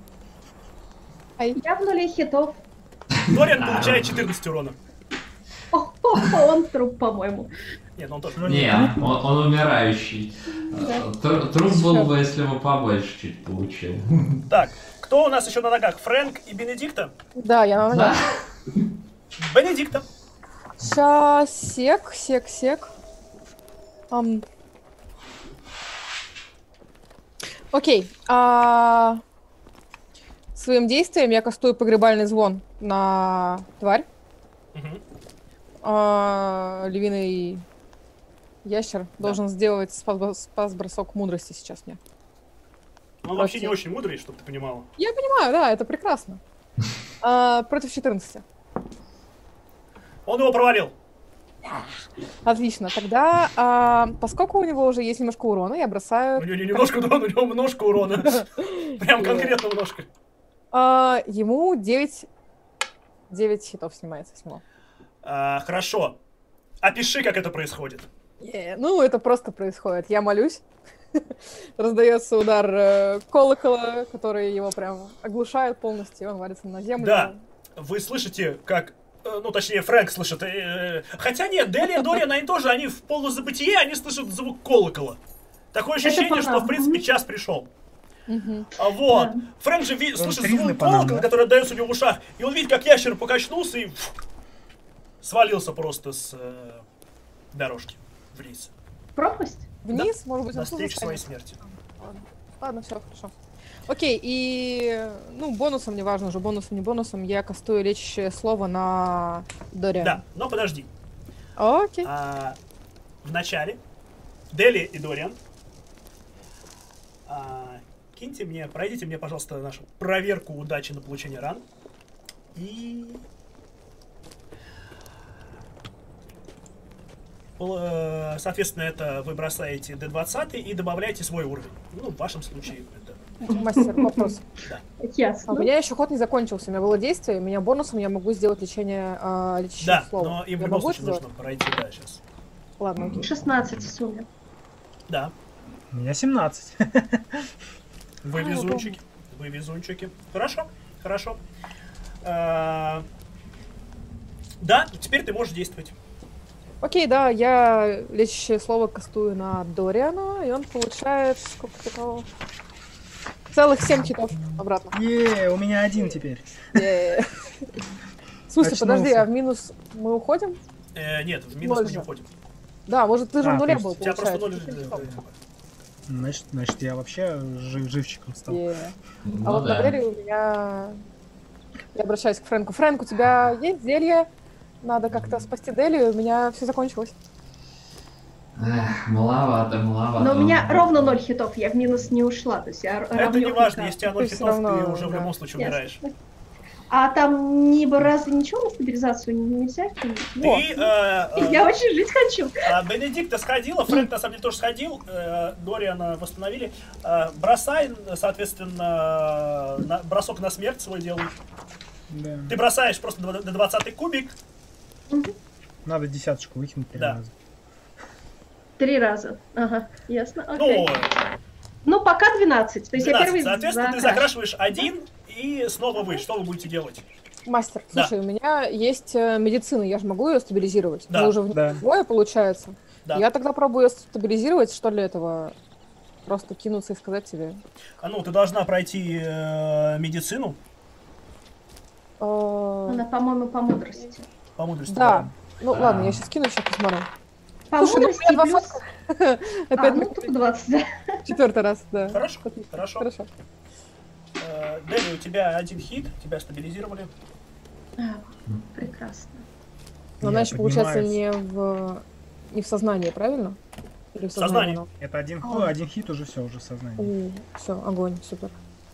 Я в нуле хитов. Дориан получает 14 урона. Он труп, по-моему. Нет, он тоже. Не, он умирающий. Труп был бы, если бы побольше чуть получил. Так, кто у нас еще на ногах? Фрэнк и Бенедикта? Да, я на ногах. Бенедикта. Сейчас, сек. Окей. Своим действием я кастую погребальный звон на тварь. Львиный ящер должен сделать спас-бросок мудрости сейчас мне. Он вообще не очень мудрый, чтобы ты понимала. Я понимаю, да, это прекрасно. Против 14. Он его провалил. Отлично, тогда, поскольку у него уже есть немножко урона, я бросаю... У него не немножко урона, у него множко урона. Прям конкретно множко. Ему 9 хитов снимается с него. Хорошо. Опиши, как это происходит. Ну, это просто происходит. Я молюсь. Раздается удар колокола, который его прям оглушает полностью, и он валится на землю. Да, вы слышите, как... Ну, точнее, Фрэнк слышит. Хотя нет, Делия и Дориан, они тоже, они в полузабытие, они слышат звук колокола. Такое ощущение, что, в принципе, час пришел. Вот. Фрэнк же слышит звук колокола, который отдается у него в ушах, и он видит, как ящер покачнулся и свалился просто с дорожки вниз. Пропасть? Вниз, может быть, он достичь своей смерти. Ладно, все, хорошо. Окей, и, ну, бонусом, неважно уже, бонусом, не бонусом, я кастую лечащее слово на Дориана. Да, но подожди. Окей. В начале Делия и Дориан, пройдите мне, пожалуйста, нашу проверку удачи на получение ран. И... Соответственно, это вы бросаете D20 и добавляете свой уровень. Ну, в вашем случае это... Мастер, вопрос. Да. Ясно. У меня еще ход не закончился, у меня было действие, у меня бонусом я могу сделать лечение лечащего слова. Да, но им в любом случае нужно пройти, да, сейчас. Ладно, окей. 16 в сумме. Да. У меня 17. Вы везунчики. Вы везунчики. Хорошо, хорошо. Да, теперь ты можешь действовать. Окей, да, я лечащее слово кастую на Дориана, и он получает сколько такого? Целых 7 хитов обратно. У меня 1 теперь. В смысле, подожди, а в минус мы уходим? Нет, в минус мы не уходим. Да, может, ты же в нуле был, у тебя просто 0. Значит, я вообще живчиком стал. А вот на двери у меня... Я обращаюсь к Фрэнку. Фрэнк, у тебя есть зелье? Надо как-то спасти Делию, у меня все закончилось. Маловато. Но у меня ровно 0 хитов, я в минус не ушла. То есть я это не важно, если у тебя 0 хитов, ты уже в любом случае умираешь. А там разве ничего на стабилизацию нельзя? Я очень жить хочу. Бенедикта сходила, Фрэнк на самом деле тоже сходил, Дориана восстановили. Бросай, соответственно, бросок на смерть свой делаешь. Да. Ты бросаешь просто на 20-й кубик. Надо 10 выкинуть 3 раза. 3 раза. Ага, ясно. Окей. Ну, пока 12. То есть 12. Я первый Соответственно, ты закрашиваешь 1 и снова вы. Что вы будете делать? Мастер, слушай, у меня есть медицина, я же могу ее стабилизировать. Да. Мы уже вдвое, получается. Да. Я тогда пробую ее стабилизировать, что для этого? Просто кинуться и сказать тебе. Ну, ты должна пройти медицину. Она, по-моему, по мудрости. По мудрости. Да. Ну ладно, я сейчас кину, сейчас посмотрю. По мудрости плюс... Опять ну только 20, да. 4-й раз, да. Хорошо. Дели, у тебя 1 хит, тебя стабилизировали. Прекрасно. Но она еще, получается, не в сознании, правильно? Или в сознании? Это 1 хит, уже все, уже сознание. Все, огонь, супер.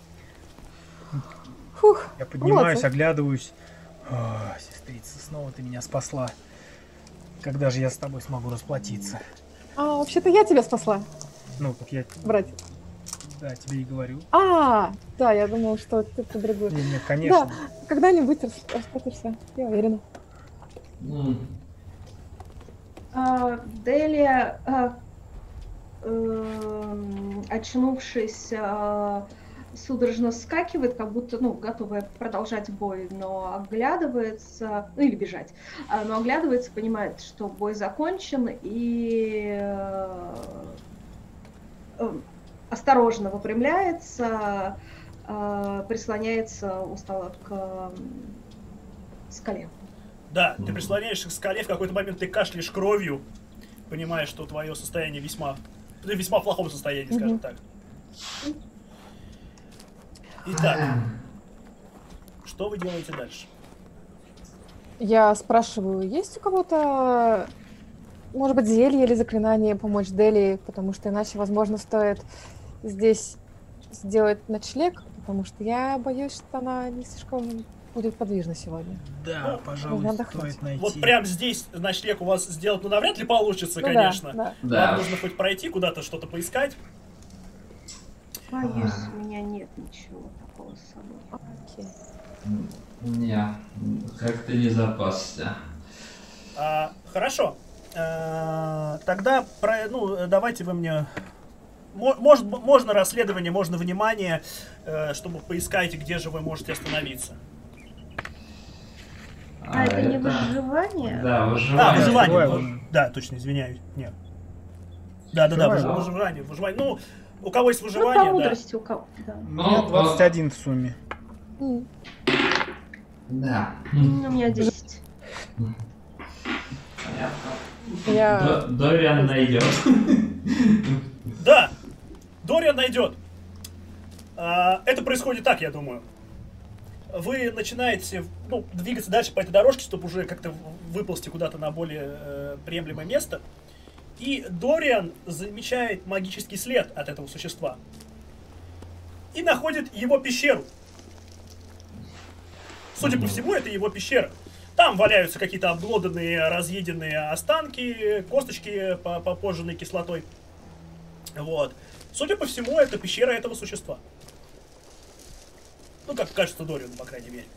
Фух, я поднимаюсь, оглядываюсь. Сестрица, снова ты меня спасла. Когда же я с тобой смогу расплатиться? Вообще-то я тебя спасла. Ну, как я... Братик. Да, тебе и говорю. Да, я думал, что ты по-другому. Нет, конечно. Да, когда-нибудь расплатишься, я уверена. Делия очнувшись, судорожно вскакивает, как будто, ну, готовая продолжать бой, но оглядывается, ну или бежать, но оглядывается, понимает, что бой закончен, и осторожно выпрямляется, прислоняется устало к скале. Да, ты прислоняешься к скале, в какой-то момент ты кашляешь кровью, понимаешь, что твое состояние весьма в плохом состоянии, скажем так. Итак, что вы делаете дальше? Я спрашиваю, есть у кого-то, может быть, зелье или заклинание помочь Дели, потому что иначе, возможно, стоит здесь сделать ночлег, потому что я боюсь, что она не слишком будет подвижна сегодня. Да, пожалуй, стоит найти. Вот прям здесь ночлег у вас сделать, ну, навряд ли получится, конечно. Да. Вам нужно хоть пройти куда-то, что-то поискать. Боюсь, у меня нет ничего такого с собой. Окей. Не, как-то не запасся. Хорошо. Тогда, давайте вы мне... Можно расследование, можно внимание, чтобы поискать, где же вы можете остановиться. Это не выживание? Да, выживание. Выживание. Да, точно, извиняюсь. Нет. Да, выживание. Ну, у кого есть выживание, по мудрости, у кого, да. У меня 21 в сумме. Да. У меня 10. Понятно. Дориан найдет. Да, Дориан найдет. Это происходит так, я думаю. Вы начинаете двигаться дальше по этой дорожке, чтобы уже как-то выползти куда-то на более приемлемое место. И Дориан замечает магический след от этого существа. И находит его пещеру. Судя по всему, это его пещера. Там валяются какие-то обглоданные, разъеденные останки, косточки, попоженные кислотой. Вот. Судя по всему, это пещера этого существа. Ну, как кажется Дориану, по крайней мере.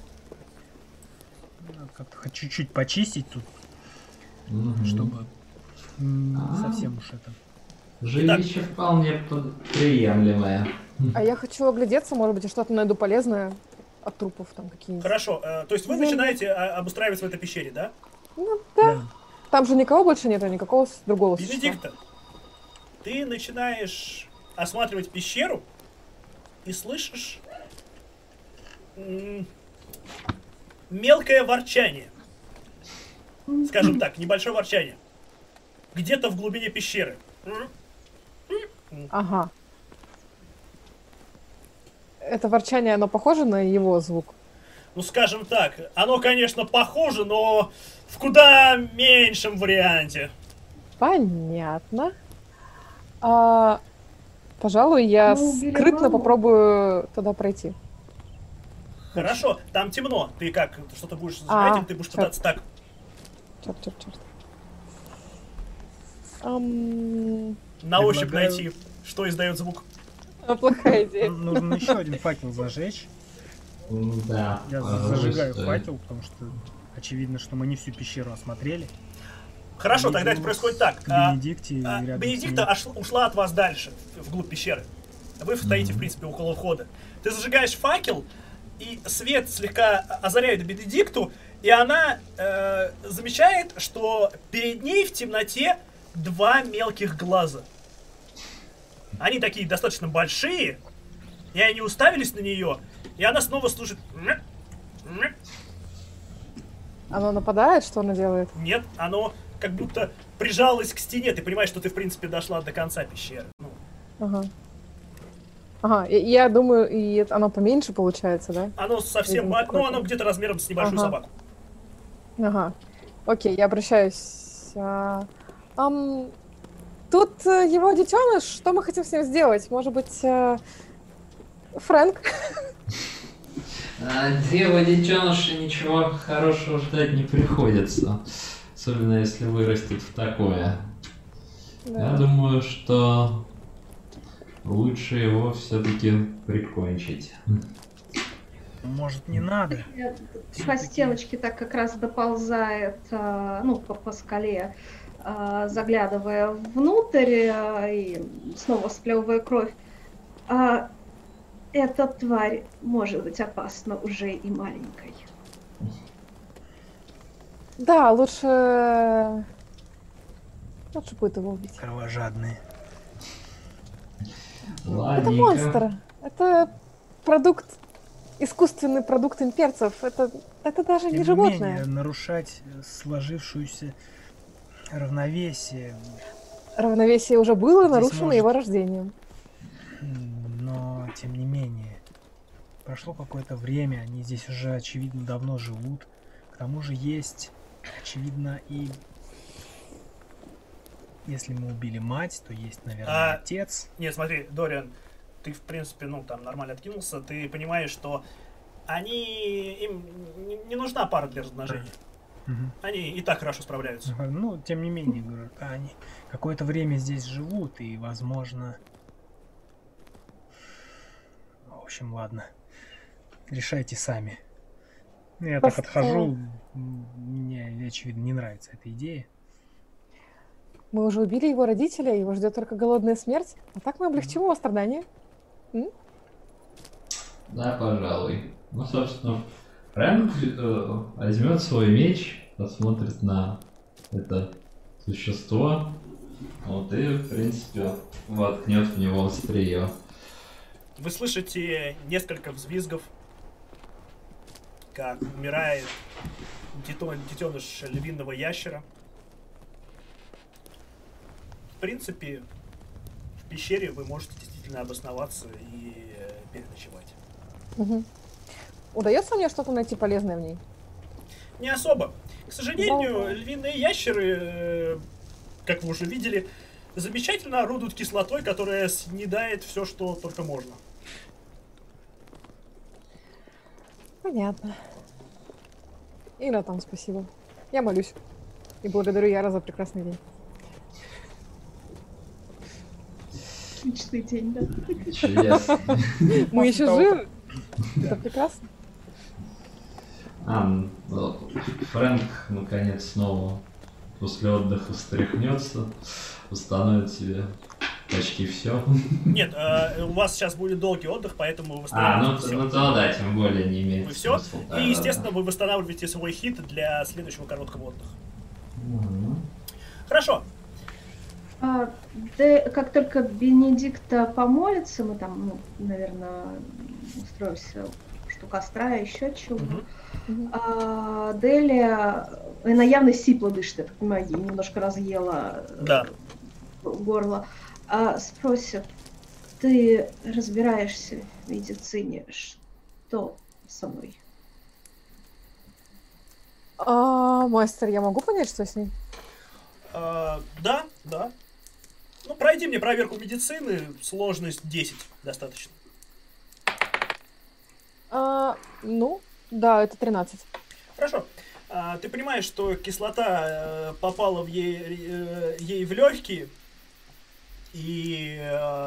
Как-то чуть-чуть почистить тут, чтобы совсем уж это. Жилище вполне приемлемое. А я хочу оглядеться, может быть, я что-то найду полезное от трупов там какие-нибудь. Хорошо, то есть вы начинаете обустраиваться в этой пещере, да? Ну, да. Там же никого больше нет, никакого другого существа. Бенедикта, ты начинаешь осматривать пещеру и слышишь мелкое ворчание. Скажем так, небольшое ворчание. Где-то в глубине пещеры. Ага. Это ворчание, оно похоже на его звук? Ну, скажем так, оно, конечно, похоже, но в куда меньшем варианте. Понятно. Пожалуй, я скрытно попробую туда пройти. Хорошо, там темно. Ты как, что-то будешь зажигать, или ты будешь пытаться так? Черт. На ощупь найти, что издает звук. Плохая идея. Нужно еще один факел зажечь. Да. Я зажигаю факел, потому что очевидно, что мы не всю пещеру осмотрели. Хорошо, тогда это происходит так. Бенедикта ушла от вас дальше, вглубь пещеры. Вы стоите, в принципе, около входа. Ты зажигаешь факел, и свет слегка озаряет Бенедикту, и она замечает, что перед ней в темноте два мелких глаза. Они такие достаточно большие, и они уставились на нее, и она снова слушает. Оно нападает? Что оно делает? Нет, оно как будто прижалось к стене. Ты понимаешь, что ты, в принципе, дошла до конца пещеры. Ага, я думаю, и оно поменьше получается, да? Оно совсем... оно где-то размером с небольшую собаку. Ага. Окей, я обращаюсь. Тут его детеныш, что мы хотим с ним сделать? Может быть, Фрэнк? Дева детеныша ничего хорошего ждать не приходится. Особенно если вырастет в такое. Да. Я думаю, что лучше его все-таки прикончить. Может, не надо? По стеночке так как раз доползает, по скале, заглядывая внутрь и снова сплевывая кровь. Эта тварь может быть опасна уже и маленькой. Да, лучше будет его убить. Кровожадные. Это монстр. Это искусственный продукт имперцев. Это даже не животное. Нарушать сложившуюся равновесие. Равновесие уже было нарушено его рождением. Но, тем не менее, прошло какое-то время, они здесь уже, очевидно, давно живут. К тому же есть, очевидно, и... Если мы убили мать, то есть, наверное, отец. Нет, смотри, Дориан, ты, в принципе, нормально откинулся. Ты понимаешь, что им не нужна пара для размножения. Они и так хорошо справляются. Ну, тем не менее, говорю, они какое-то время здесь живут, и, возможно... В общем, ладно. Решайте сами. Я так отхожу. Мне, очевидно, не нравится эта идея. Мы уже убили его родителя, его ждет только голодная смерть. А так мы облегчим его страдания. Да, пожалуй. Ну, собственно, Фрэнк возьмет свой меч, посмотрит на это существо, вот, и, в принципе, воткнет в него острие. Вы слышите несколько взвизгов, как умирает детеныш львиного ящера. В принципе, в пещере вы можете действительно обосноваться и переночевать. Удается мне что-то найти полезное в ней? Не особо. К сожалению, львиные ящеры, как вы уже видели, замечательно орудуют кислотой, которая съедает все, что только можно. Понятно. И на том спасибо. Я молюсь. И благодарю Яра за прекрасный день. Отличный день, да? Чудесно. Мы еще живы. Это прекрасно. Фрэнк, наконец, снова после отдыха встряхнется, восстановит себе почти все. Нет, у вас сейчас будет долгий отдых, поэтому вы восстанавливаете ну да, тем более не имеет все. смысла. И, естественно, вы восстанавливаете свой хит для следующего короткого отдыха. Хорошо. Как только Бенедикта помолится, мы там, наверное, устроимся у костра, еще чего. Делия, она явно сипло дышит, я так понимаю, ей немножко разъела горло. Спросит, ты разбираешься в медицине, что со мной? Мастер, я могу понять, что с ней? Да. Ну, пройди мне проверку медицины, сложность 10 достаточно. Да, это 13. Хорошо. Ты понимаешь, что кислота попала ей в легкие и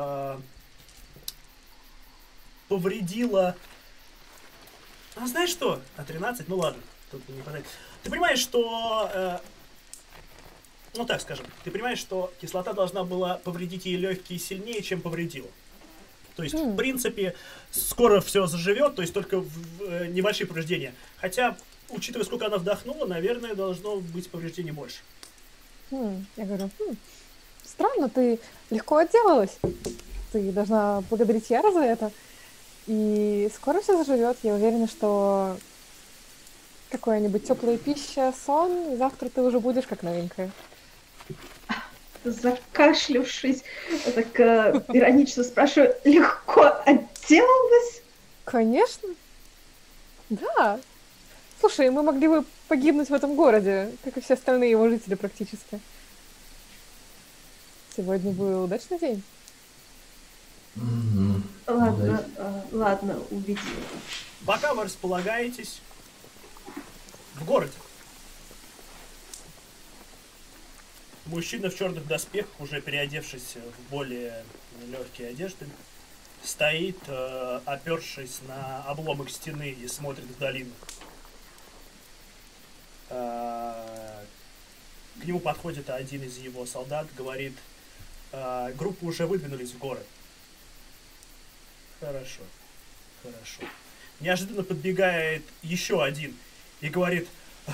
повредила... знаешь что? 13? Ну ладно. Тут не хватает. Ты понимаешь, что... так скажем. Ты понимаешь, что кислота должна была повредить ей легкие сильнее, чем повредила. То есть, в принципе, скоро все заживет, то есть только небольшие повреждения. Хотя, учитывая, сколько она вдохнула, наверное, должно быть повреждений больше. Я говорю, странно, ты легко отделалась. Ты должна благодарить Яра за это. И скоро все заживет. Я уверена, что какая-нибудь теплая пища, сон, и завтра ты уже будешь как новенькая. Закашлявшись, так иронично спрашиваю, легко отделалась? Конечно. Да. Слушай, мы могли бы погибнуть в этом городе, как и все остальные его жители практически. Сегодня был удачный день. Ладно, убедила. Пока вы располагаетесь в городе, мужчина в черных доспехах, уже переодевшись в более легкие одежды, стоит, опершись на обломок стены и смотрит в долину. К нему подходит один из его солдат, говорит, группы уже выдвинулись в город. Хорошо, хорошо. Неожиданно подбегает еще один и говорит,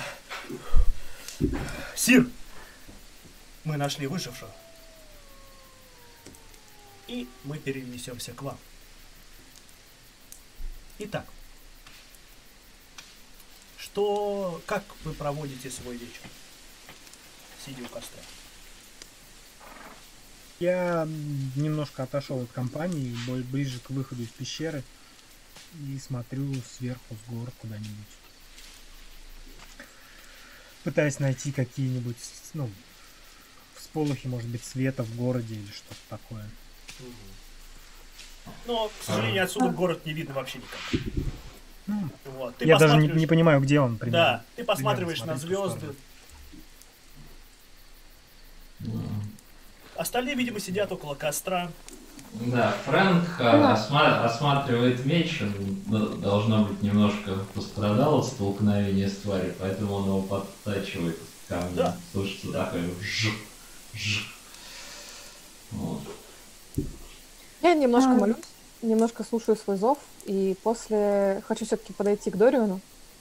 сир, мы нашли выжившего. И мы перенесемся к вам. Итак, как вы проводите свой вечер, сидя у костра? Я немножко отошел от компании, ближе к выходу из пещеры, и смотрю сверху с гор куда-нибудь. Пытаюсь найти какие-нибудь, всполохи, может быть, света в городе или что-то такое. Но, к сожалению, отсюда город не видно вообще никак. Вот. Я даже не понимаю, где он примерно. Да, ты посматриваешь на звезды. Остальные, видимо, сидят около костра. Да, Фрэнк осматривает меч, он, должно быть, немножко пострадал от столкновения с тварью, поэтому он его подтачивает камнем. Да. Слышится такой жжж. Вот. Я немножко молюсь, немножко слушаю свой зов, и после хочу все-таки подойти к Дориану.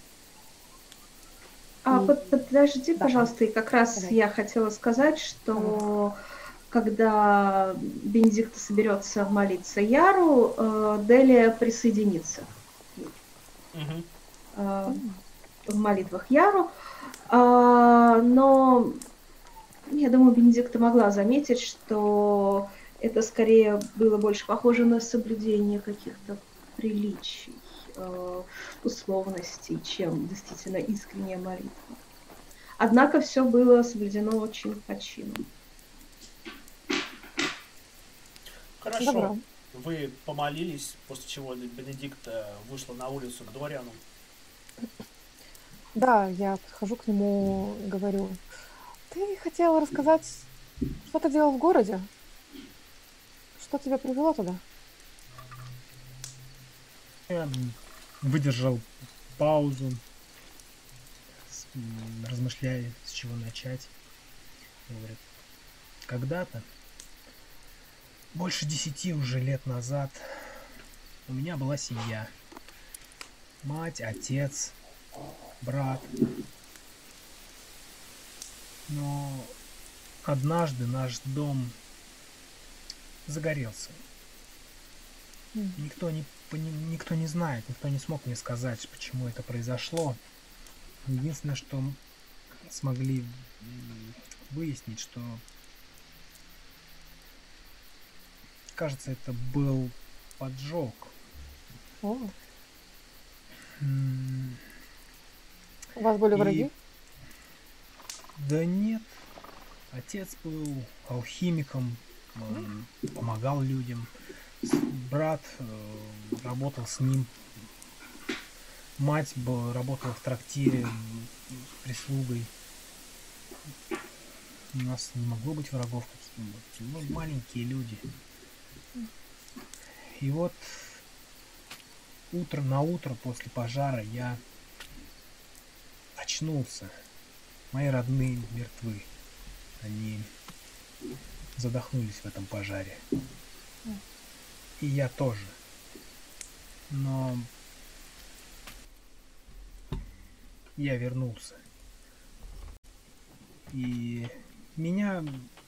Подожди, пожалуйста, и как раз я хотела сказать, что когда Бенедикт соберется молиться Яру, Делия присоединится в молитвах Яру, но я думаю, Бенедикта могла заметить, что это скорее было больше похоже на соблюдение каких-то приличий, условностей, чем действительно искренняя молитва. Однако все было соблюдено очень по чину. Хорошо. Добро. Вы помолились, после чего Бенедикт вышла на улицу к Дориану. Да, я подхожу к нему, говорю, ты хотела рассказать, что ты делал в городе? Что тебя привело туда? Я выдержал паузу, размышляя, с чего начать. Говорит, когда-то, больше 10 уже лет назад, у меня была семья. Мать, отец, брат. Но однажды наш дом загорелся. Никто не знает, никто не смог мне сказать, почему это произошло. Единственное, что смогли выяснить, что, кажется, это был поджог. О. У вас были враги? Да нет. Отец был алхимиком, помогал людям. Брат работал с ним. Мать работала в трактире прислугой. У нас не могло быть врагов каких-нибудь. Маленькие люди. И вот на утро после пожара я очнулся. Мои родные мертвы. Они задохнулись в этом пожаре. И я тоже. Но я вернулся. И меня...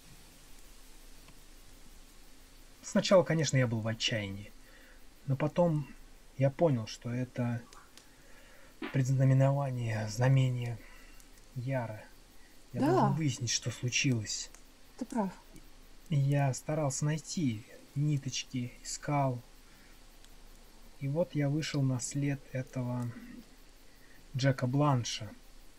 Сначала, конечно, я был в отчаянии. Но потом я понял, что это предзнаменование, знамение Яра. Я должен выяснить, что случилось. Ты прав. И я старался найти ниточки, искал. И вот я вышел на след этого Джека Бланша.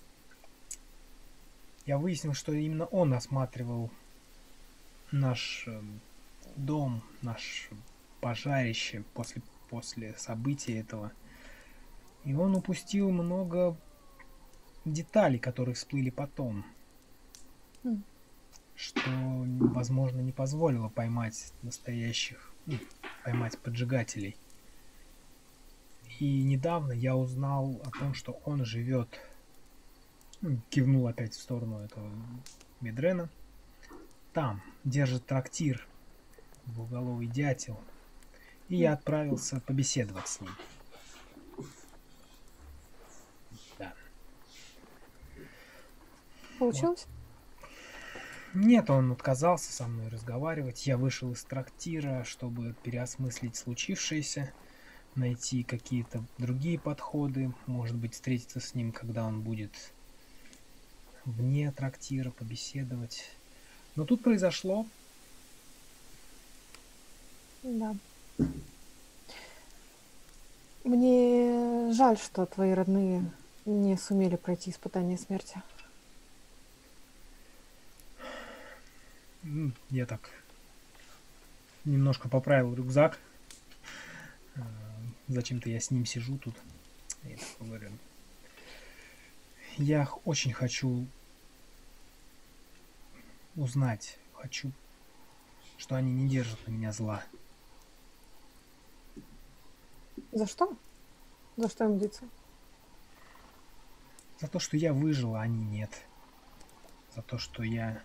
Я выяснил, что именно он осматривал наш дом, наше пожарище после события этого. И он упустил много деталей, которые всплыли потом. Что, возможно, не позволило поймать поймать поджигателей. И недавно я узнал о том, что он живет Кивнул опять в сторону этого Медрена. Там держит трактир двуголовый дятел. И я отправился побеседовать с ним. Да. Получилось? Вот. Нет, он отказался со мной разговаривать. Я вышел из трактира, чтобы переосмыслить случившееся, найти какие-то другие подходы, может быть, встретиться с ним, когда он будет вне трактира, побеседовать. Но тут произошло. Да. Мне жаль, что твои родные не сумели пройти испытание смерти. Я так немножко поправил рюкзак. Зачем-то я с ним сижу тут. Я так говорю. Я очень хочу узнать. Хочу, что они не держат на меня зла. За что? За что им биться? За то, что я выжил, а они нет. За то, что я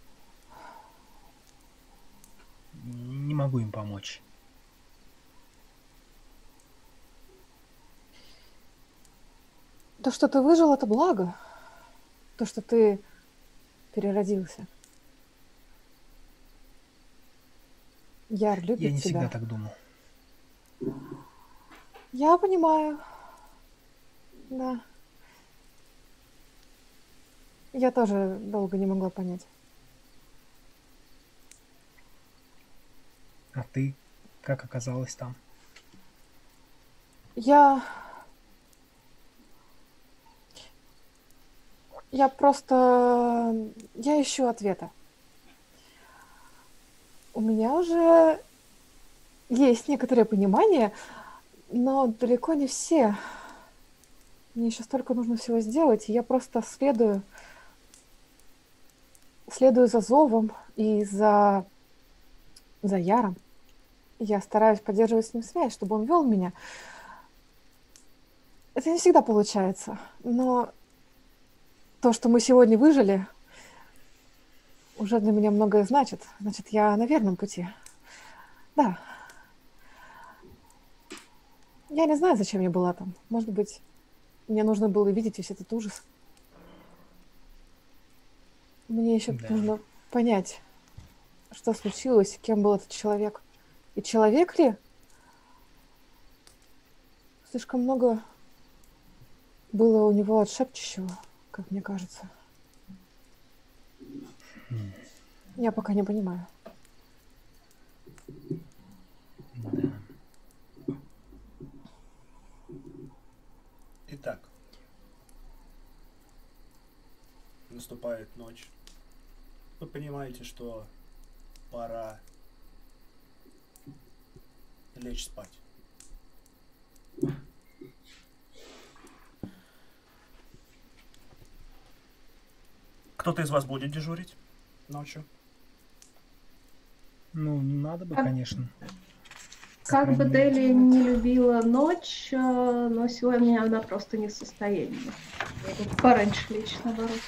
не могу им помочь. То, что ты выжил, это благо. То, что ты переродился. Яр любит тебя. Я не всегда так думал. Я понимаю. Да. Я тоже долго не могла понять. А ты как оказалась там? Я ищу ответа. У меня уже есть некоторое понимание, но далеко не все. Мне еще столько нужно всего сделать, и я просто следую за зовом и за Яром. Я стараюсь поддерживать с ним связь, чтобы он вел меня. Это не всегда получается, но то, что мы сегодня выжили, уже для меня многое значит. Значит, я на верном пути. Да. Я не знаю, зачем я была там. Может быть, мне нужно было видеть весь этот ужас. Мне еще нужно понять, что случилось, кем был этот человек. И человек ли? Слишком много было у него от шепчущего, как мне кажется. Я пока не понимаю. Да. Итак, наступает ночь. Вы понимаете, что пора лечь спать. Кто-то из вас будет дежурить ночью? Ну, надо бы, конечно. Как бы Дели не любила ночь, но сегодня она просто не в состоянии. Я тут пораньше лечь, наоборот.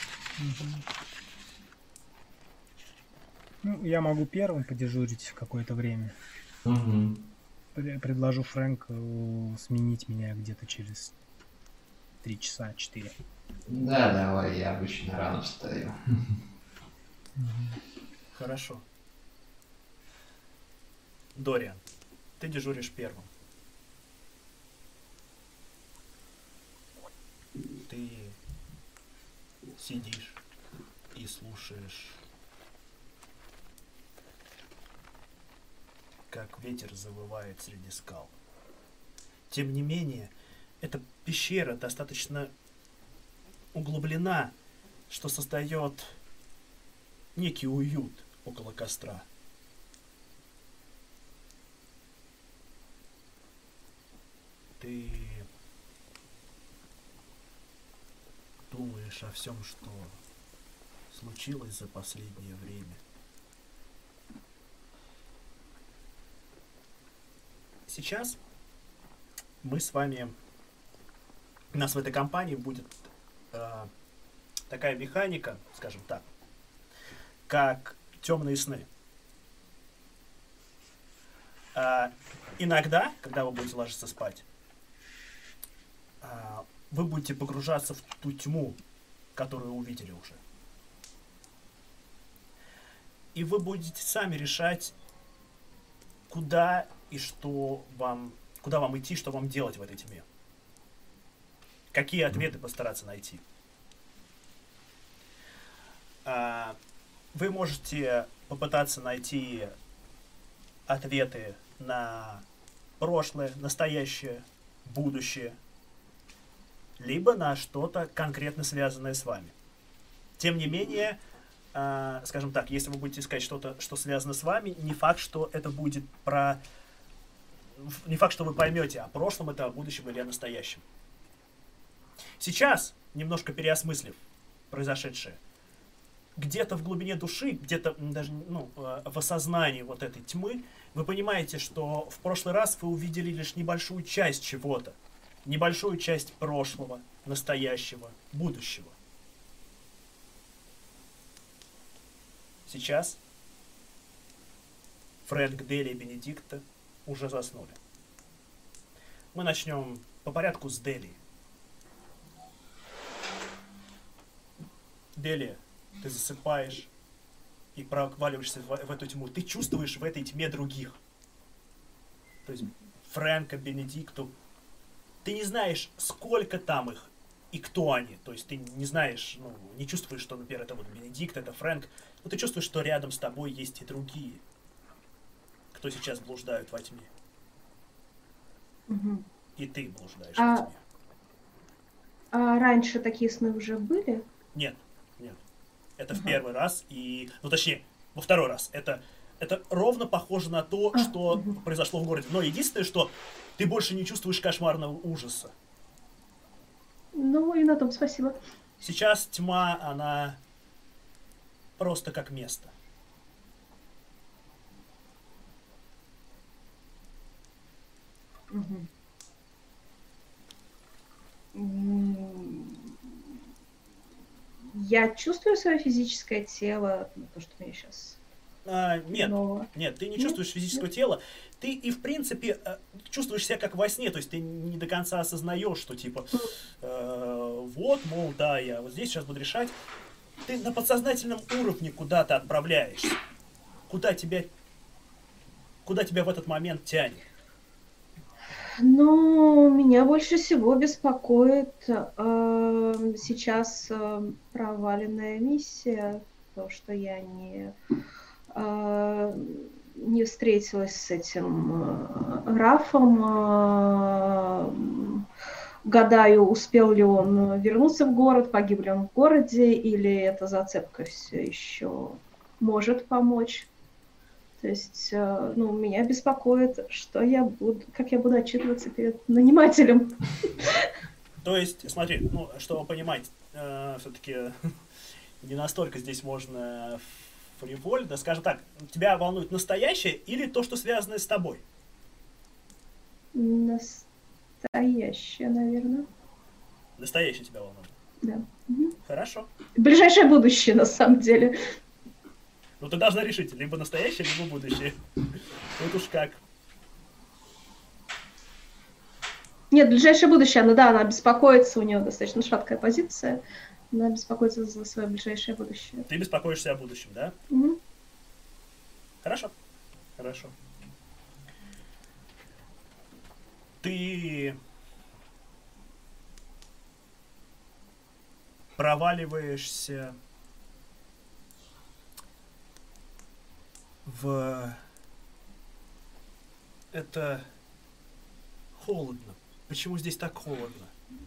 Ну, я могу первым подежурить какое-то время. Предложу Фрэнку сменить меня где-то через 3 часа, 4. Да, давай, я обычно рано встаю. Хорошо. Дориан, ты дежуришь первым. Ты сидишь и слушаешь, как ветер завывает среди скал. Тем не менее, эта пещера достаточно углублена, что создает некий уют около костра. Ты думаешь о всем, что случилось за последнее время. Сейчас у нас в этой компании будет такая механика, скажем так, как темные сны. Иногда, когда вы будете ложиться спать, вы будете погружаться в ту тьму, которую увидели уже. И вы будете сами решать, куда вам идти, что вам делать в этой тьме. Какие ответы постараться найти. Вы можете попытаться найти ответы на прошлое, настоящее, будущее, либо на что-то конкретно связанное с вами. Тем не менее, скажем так, если вы будете искать что-то, что связано с вами, не факт, что это будет не факт, что вы поймете, о прошлом это, о будущем или о настоящем. Сейчас, немножко переосмыслив произошедшее, где-то в глубине души, где-то даже в осознании вот этой тьмы, вы понимаете, что в прошлый раз вы увидели лишь небольшую часть чего-то. Небольшую часть прошлого, настоящего, будущего. Сейчас Фрэнк, Дели и Бенедикта уже заснули. Мы начнем по порядку с Дели. Дели, ты засыпаешь и проваливаешься в эту тьму. Ты чувствуешь в этой тьме других. То есть Фрэнка, Бенедикту. Ты не знаешь, сколько там их и кто они. То есть ты не знаешь, не чувствуешь, что, например, это вот Бенедикт, это Фрэнк. Но ты чувствуешь, что рядом с тобой есть и другие, кто сейчас блуждают во тьме. Угу. И ты блуждаешь во тьме. А раньше такие сны уже были? Нет. Это в первый раз точнее, во второй раз. Это ровно похоже на то, что произошло в городе. Но единственное, что ты больше не чувствуешь кошмарного ужаса. Ну и на том спасибо. Сейчас тьма, она просто как место. Я чувствую свое физическое тело, то, что мне сейчас... Нет, ты не чувствуешь физического тела. Ты и, в принципе, чувствуешь себя как во сне. То есть ты не до конца осознаешь, что типа, я вот здесь сейчас буду решать. Ты на подсознательном уровне куда-то отправляешься. Куда тебя в этот момент тянет? Ну, меня больше всего беспокоит сейчас проваленная миссия. То, что я не встретилась с этим Рафом. Гадаю, успел ли он вернуться в город, погиб ли он в городе, или эта зацепка все еще может помочь. То есть, меня беспокоит, как я буду отчитываться перед нанимателем. То есть, смотри, чтобы понимать, все-таки не настолько здесь можно фривольно, скажем так, тебя волнует настоящее или то, что связано с тобой? Настоящее, наверное. Настоящее тебя волнует? Да. Хорошо. Ближайшее будущее, на самом деле. Ты должна решить, либо настоящее, либо будущее. Вот уж как. Нет, ближайшее будущее, она беспокоится, у нее достаточно шаткая позиция. Она беспокоится за свое ближайшее будущее. Ты беспокоишься о будущем, да? Угу. Хорошо. Ты проваливаешься Это холодно. Почему здесь так холодно?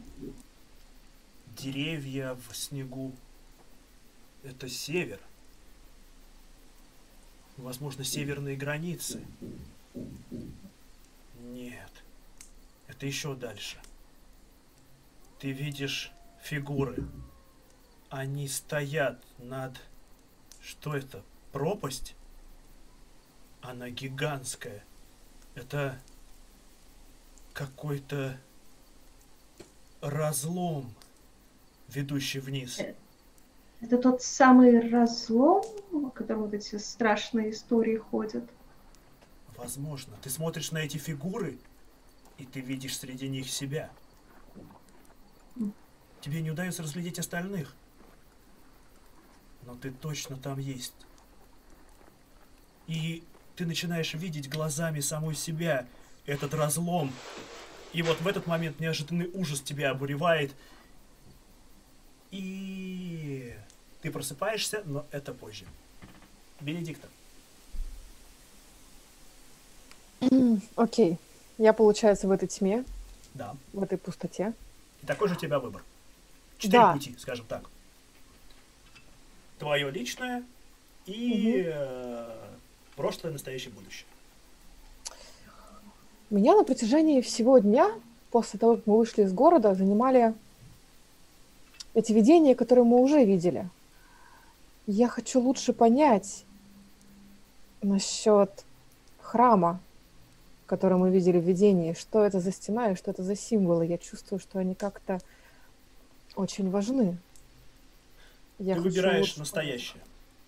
Деревья в снегу. Это север. Возможно, северные границы. Нет. Это еще дальше. Ты видишь фигуры. Они стоят над... Что это? Пропасть? Она гигантская. Это какой-то разлом, ведущий вниз. Это тот самый разлом, о котором вот эти страшные истории ходят? Возможно. Ты смотришь на эти фигуры, и ты видишь среди них себя. Тебе не удается разглядеть остальных. Но ты точно там есть. И ты начинаешь видеть глазами самой себя этот разлом. И вот в этот момент неожиданный ужас тебя обуревает. И ты просыпаешься, но это позже. Бенедикта. Окей. Я, получается, в этой тьме. Да. В этой пустоте. И такой же у тебя выбор. 4 пути, скажем так. Твое личное и прошлое, настоящее, будущее. Меня на протяжении всего дня, после того, как мы вышли из города, занимали эти видения, которые мы уже видели. Я хочу лучше понять насчет храма, который мы видели в видении, что это за стена и что это за символы. Я чувствую, что они как-то очень важны. Ты выбираешь настоящее.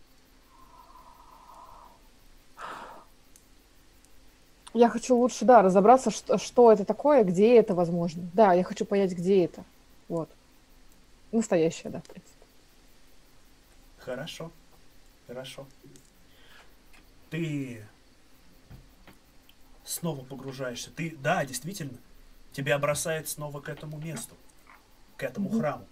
Я хочу лучше, разобраться, что это такое, где это возможно. Да, я хочу понять, где это. Вот. Настоящее, да, в принципе. Хорошо. Хорошо. Ты снова погружаешься. Ты, да, действительно, тебя бросает снова к этому месту, к этому храму.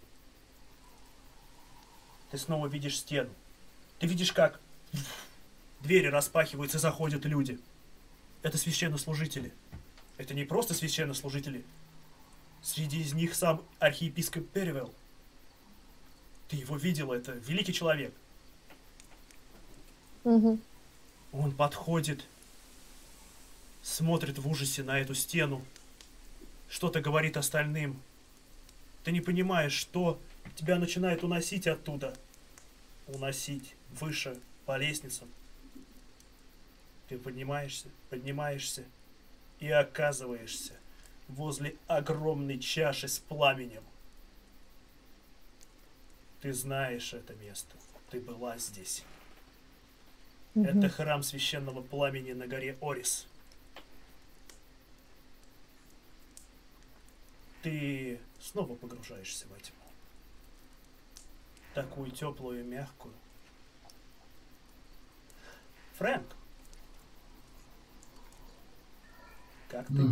Ты снова видишь стену. Ты видишь, как двери распахиваются, заходят люди. Это священнослужители. Это не просто священнослужители. Среди из них сам архиепископ Перевел. Ты его видела, это великий человек. Он подходит, смотрит в ужасе на эту стену, что-то говорит остальным. Ты не понимаешь, что тебя начинает уносить оттуда. Уносить выше по лестницам. Ты поднимаешься и оказываешься возле огромной чаши с пламенем. Ты знаешь это место. Ты была здесь. Это храм священного пламени на горе Орис. Ты снова погружаешься во тьму. Такую теплую и мягкую. Фрэнк. Как ты?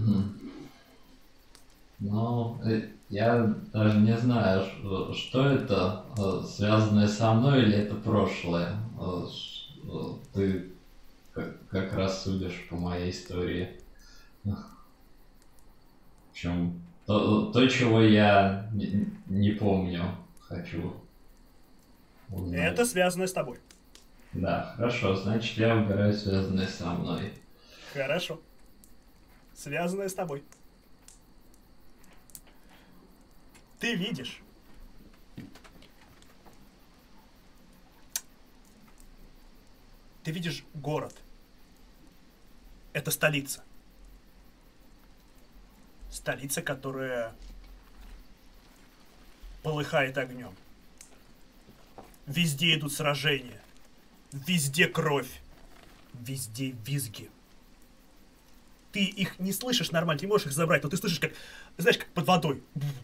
Ну, я даже не знаю, что это, связанное со мной или это прошлое. Ты как раз судишь по моей истории. В общем, то, чего я не помню, хочу узнать. Это связано с тобой. Да, хорошо, значит, я выбираю связанное со мной. Хорошо. Связанное с тобой. Ты видишь. Ты видишь город. Это столица. Столица, которая полыхает огнем. Везде идут сражения. Везде кровь. Везде визги. Ты их не слышишь нормально, ты не можешь их забрать, но ты слышишь, как, знаешь, как под водой.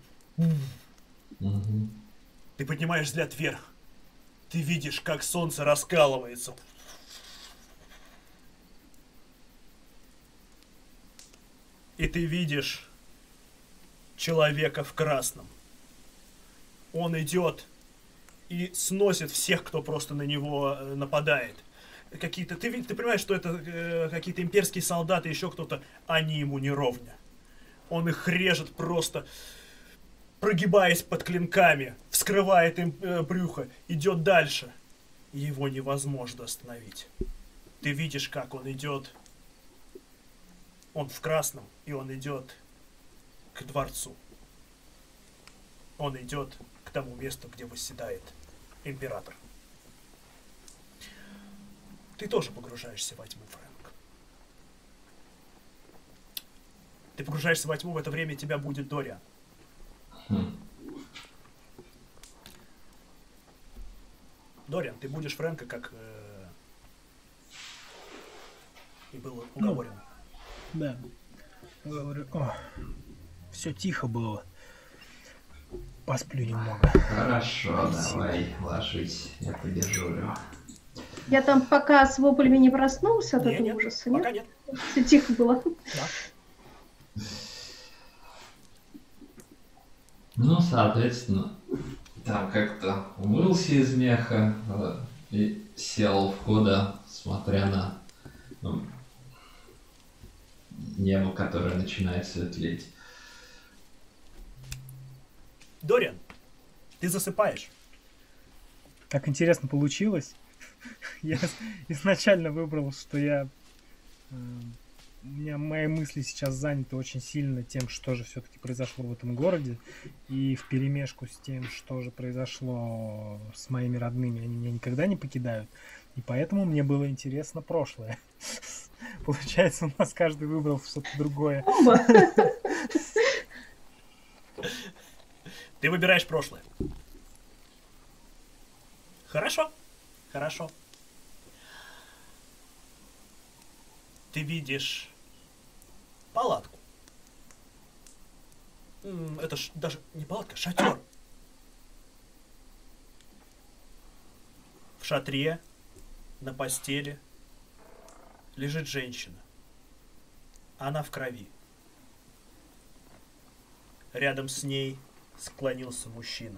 Ты поднимаешь взгляд вверх. Ты видишь, как солнце раскалывается. И ты видишь человека в красном. Он идет и сносит всех, кто просто на него нападает. Какие-то, ты понимаешь, что это какие-то имперские солдаты, еще кто-то, они ему не ровня. Он их режет просто, прогибаясь под клинками, вскрывает им брюхо, идет дальше. Его невозможно остановить. Ты видишь, как он идет. Он в красном, и он идет к дворцу. Он идет к тому месту, где восседает император. Ты тоже погружаешься во тьму, Фрэнк. Ты погружаешься во тьму, в это время тебя будет Дориан. Дориан, ты будешь Фрэнка, как и было уговорено. Да. Говорю, все тихо было. Посплю немного. Хорошо, давай, ложись, я подежурю. Я там пока с воплями не проснулся от этого Нет, ужаса, пока нет? Все тихо было. Да. Ну, соответственно, там как-то умылся из меха и сел у входа, смотря на небо, которое начинает светлеть. Дориан, ты засыпаешь. Так интересно получилось. Я изначально выбрал, что у меня мои мысли сейчас заняты очень сильно тем, что же все-таки произошло в этом городе, и вперемешку с тем, что же произошло с моими родными, они меня никогда не покидают, и поэтому мне было интересно прошлое. Получается, у нас каждый выбрал что-то другое. Ты выбираешь прошлое. Хорошо. Хорошо. Ты видишь палатку. Это ж даже не палатка, шатер. В шатре на постели лежит женщина. Она в крови. Рядом с ней склонился мужчина.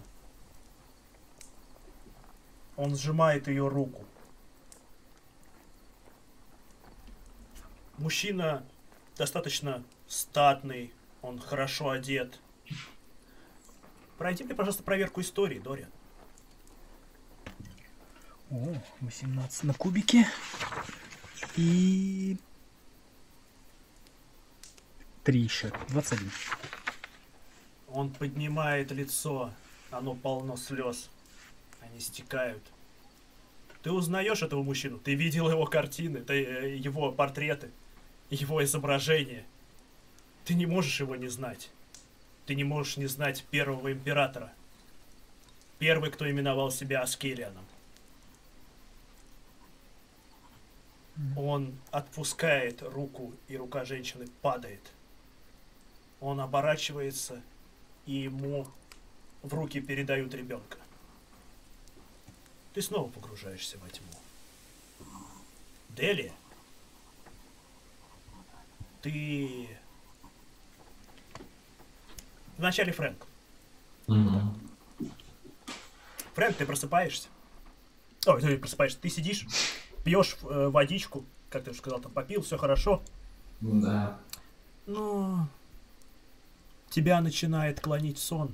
Он сжимает ее руку. Мужчина достаточно статный, он хорошо одет. Пройди мне, пожалуйста, проверку истории, Дориан. 18 на кубике. И 3 еще. 21. Он поднимает лицо, оно полно слез. Они стекают. Ты узнаешь этого мужчину? Ты видел его картины, его портреты, его изображения. Ты не можешь его не знать. Ты не можешь не знать первого императора. Первый, кто именовал себя Аскелианом. Он отпускает руку, и рука женщины падает. Он оборачивается, и ему в руки передают ребенка. Ты снова погружаешься во тьму. Делия, ты... Вначале Фрэнк. Фрэнк, ты просыпаешься. Ой, ты просыпаешься. Ты сидишь, пьешь водичку, как ты уже сказал, там попил, все хорошо. Да. Но тебя начинает клонить сон.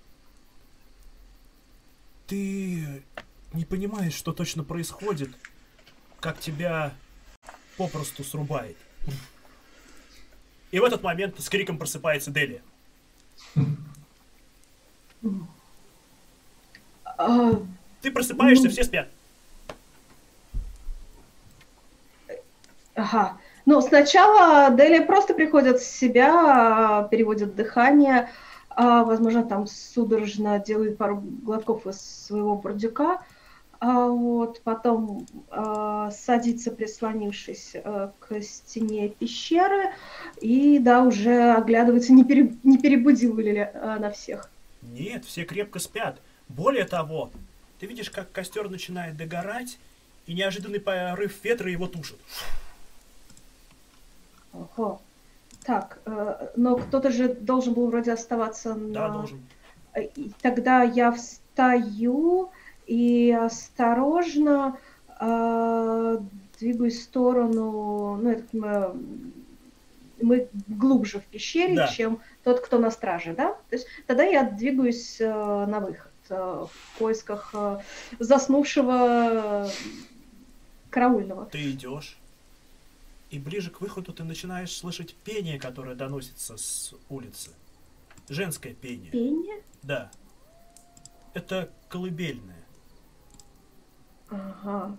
Ты не понимаешь, что точно происходит, как тебя попросту срубает. И в этот момент с криком просыпается Делия. Ты просыпаешься, все спят. Ага. Ну, сначала Делия просто приходит в себя, переводит дыхание, возможно, там судорожно делает пару глотков из своего бурдюка, вот, потом садится, прислонившись к стене пещеры, и, да, уже оглядывается, не перебудила ли она всех. Нет, все крепко спят. Более того, ты видишь, как костер начинает догорать, и неожиданный порыв ветра его тушит. Ого. Так, но кто-то же должен был вроде оставаться на... Да, должен. И тогда я встаю и осторожно двигаюсь в сторону, ну, я так понимаю, мы глубже в пещере, да, чем тот, кто на страже, да? То есть тогда я двигаюсь на выход в поисках заснувшего караульного. Ты идешь, и ближе к выходу ты начинаешь слышать пение, которое доносится с улицы. Женское пение. Пение? Да. Это колыбельное. Ага.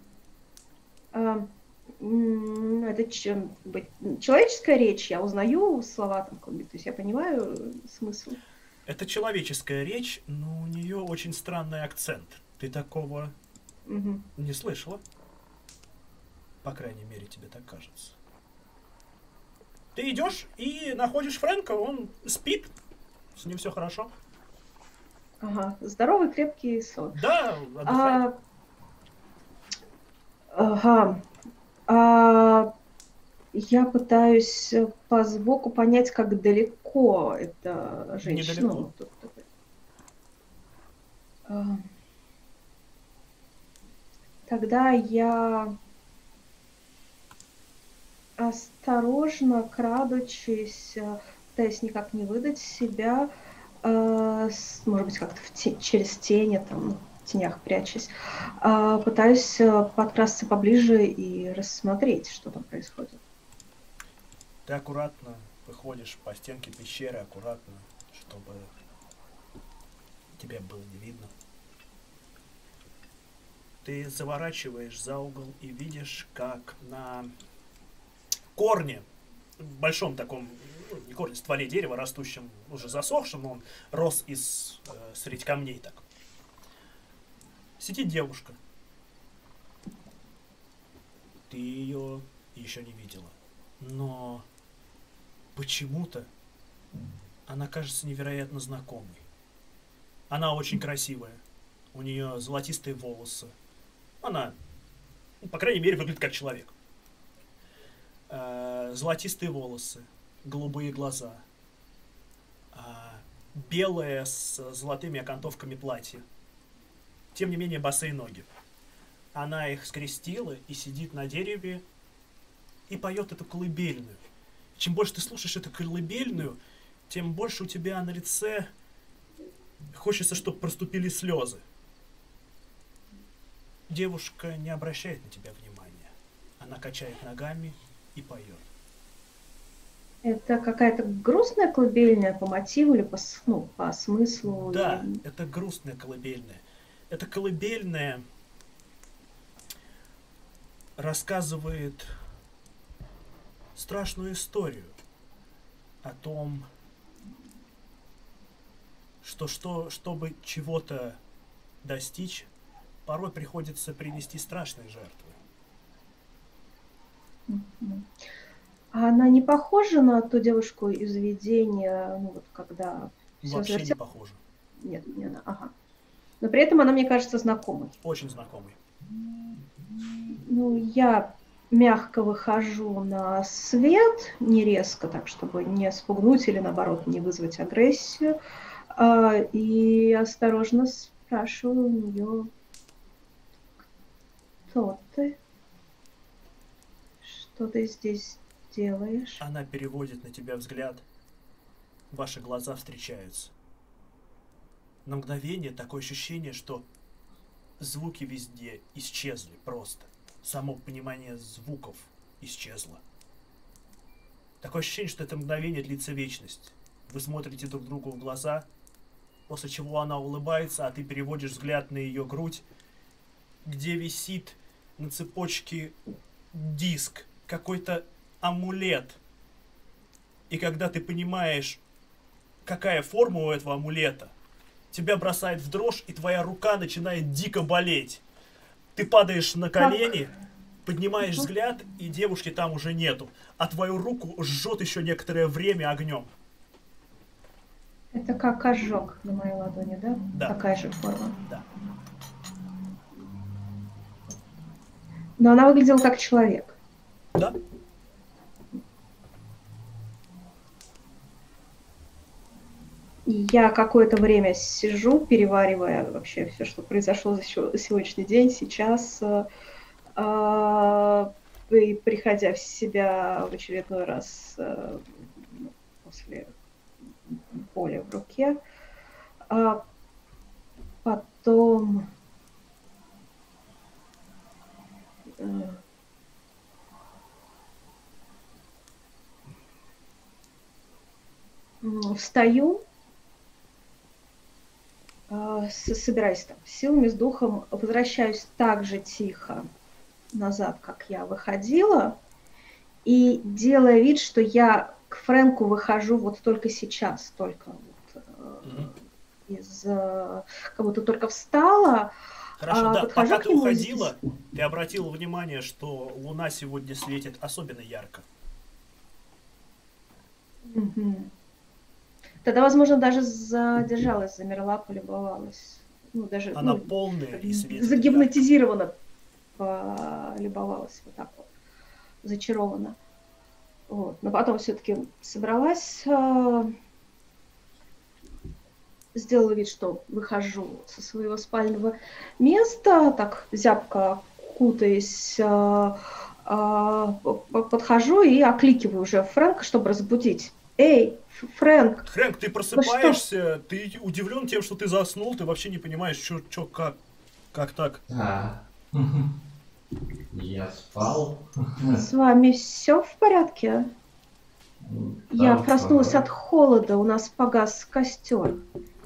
Это человеческая речь, я узнаю слова там, то есть я понимаю смысл. Это человеческая речь, но у нее очень странный акцент. Ты такого Не слышала. По крайней мере, тебе так кажется. Ты идешь и находишь Фрэнка, он спит, с ним все хорошо. Ага, здоровый, крепкий сон. Да, отдыхает. Ага. Я пытаюсь по звуку понять, как далеко эта женщина. Недалеко. Тогда я осторожно, крадучись, пытаясь никак не выдать себя, может быть, как-то через тени, там, в тенях прячась, пытаюсь подкрасться поближе и рассмотреть, что там происходит. Ты аккуратно выходишь по стенке пещеры, аккуратно, чтобы тебя было не видно. Ты заворачиваешь за угол и видишь, как на корне, в большом таком, не корне, стволе дерева, растущем, уже засохшем, он рос среди камней так. Сидит девушка. Ты ее еще не видела. Но почему-то она кажется невероятно знакомой. Она очень красивая. У нее золотистые волосы. Она, по крайней мере, выглядит как человек. Золотистые волосы, голубые глаза, белое с золотыми окантовками платье. Тем не менее, босые ноги. Она их скрестила и сидит на дереве и поет эту колыбельную. Чем больше ты слушаешь эту колыбельную, тем больше у тебя на лице хочется, чтобы проступили слезы. Девушка не обращает на тебя внимания. Она качает ногами и поет. Это какая-то грустная колыбельная по мотиву или по смыслу? Да, это грустная колыбельная. Эта колыбельная рассказывает страшную историю о том, что чтобы чего-то достичь, порой приходится принести страшные жертвы. А она не похожа на ту девушку из видения, когда... Вообще не похожа. Нет, не она, ага. Но при этом она мне кажется знакомой. Очень знакомой. Я мягко выхожу на свет, не резко, так, чтобы не спугнуть или, наоборот, не вызвать агрессию. И осторожно спрашиваю у нее, кто ты? Что ты здесь делаешь? Она переводит на тебя взгляд. Ваши глаза встречаются. На мгновение такое ощущение, что звуки везде исчезли просто. Само понимание звуков исчезло. Такое ощущение, что это мгновение длится вечность. Вы смотрите друг другу в глаза, после чего она улыбается, а ты переводишь взгляд на ее грудь, где висит на цепочке диск, какой-то амулет. И когда ты понимаешь, какая форма у этого амулета, тебя бросает в дрожь, и твоя рука начинает дико болеть. Ты падаешь на колени, поднимаешь взгляд, и девушки там уже нету. А твою руку жжет еще некоторое время огнем. Это как ожог на моей ладони, да? Да. Такая же форма. Да. Но она выглядела как человек. Да. И я какое-то время сижу, переваривая вообще все, что произошло за сегодняшний день, сейчас, и приходя в себя в очередной раз после боли в руке. Потом встаю, собираюсь там силами, с духом, возвращаюсь так же тихо назад, как я выходила, и делая вид, что я к Фрэнку выхожу вот только сейчас, только вот как будто только встала, Хорошо, да, подхожу пока к ты нему уходила, ты обратила внимание, что луна сегодня светит особенно ярко. Мгм. Тогда, возможно, даже задержалась, замерла, полюбовалась. Ну, даже Она полная и светит ярко. загипнотизирована полюбовалась вот так вот, зачарована. Вот. Но потом все-таки собралась, сделала вид, что выхожу со своего спального места, так зябко кутаясь, подхожу и окликиваю уже Фрэнка, чтобы разбудить. Эй, Фрэнк! Фрэнк, ты просыпаешься, ты удивлен тем, что ты заснул, ты вообще не понимаешь, что, как так. Да. Я спал. С вами все в порядке? Я Да, проснулась от холода, у нас погас костер.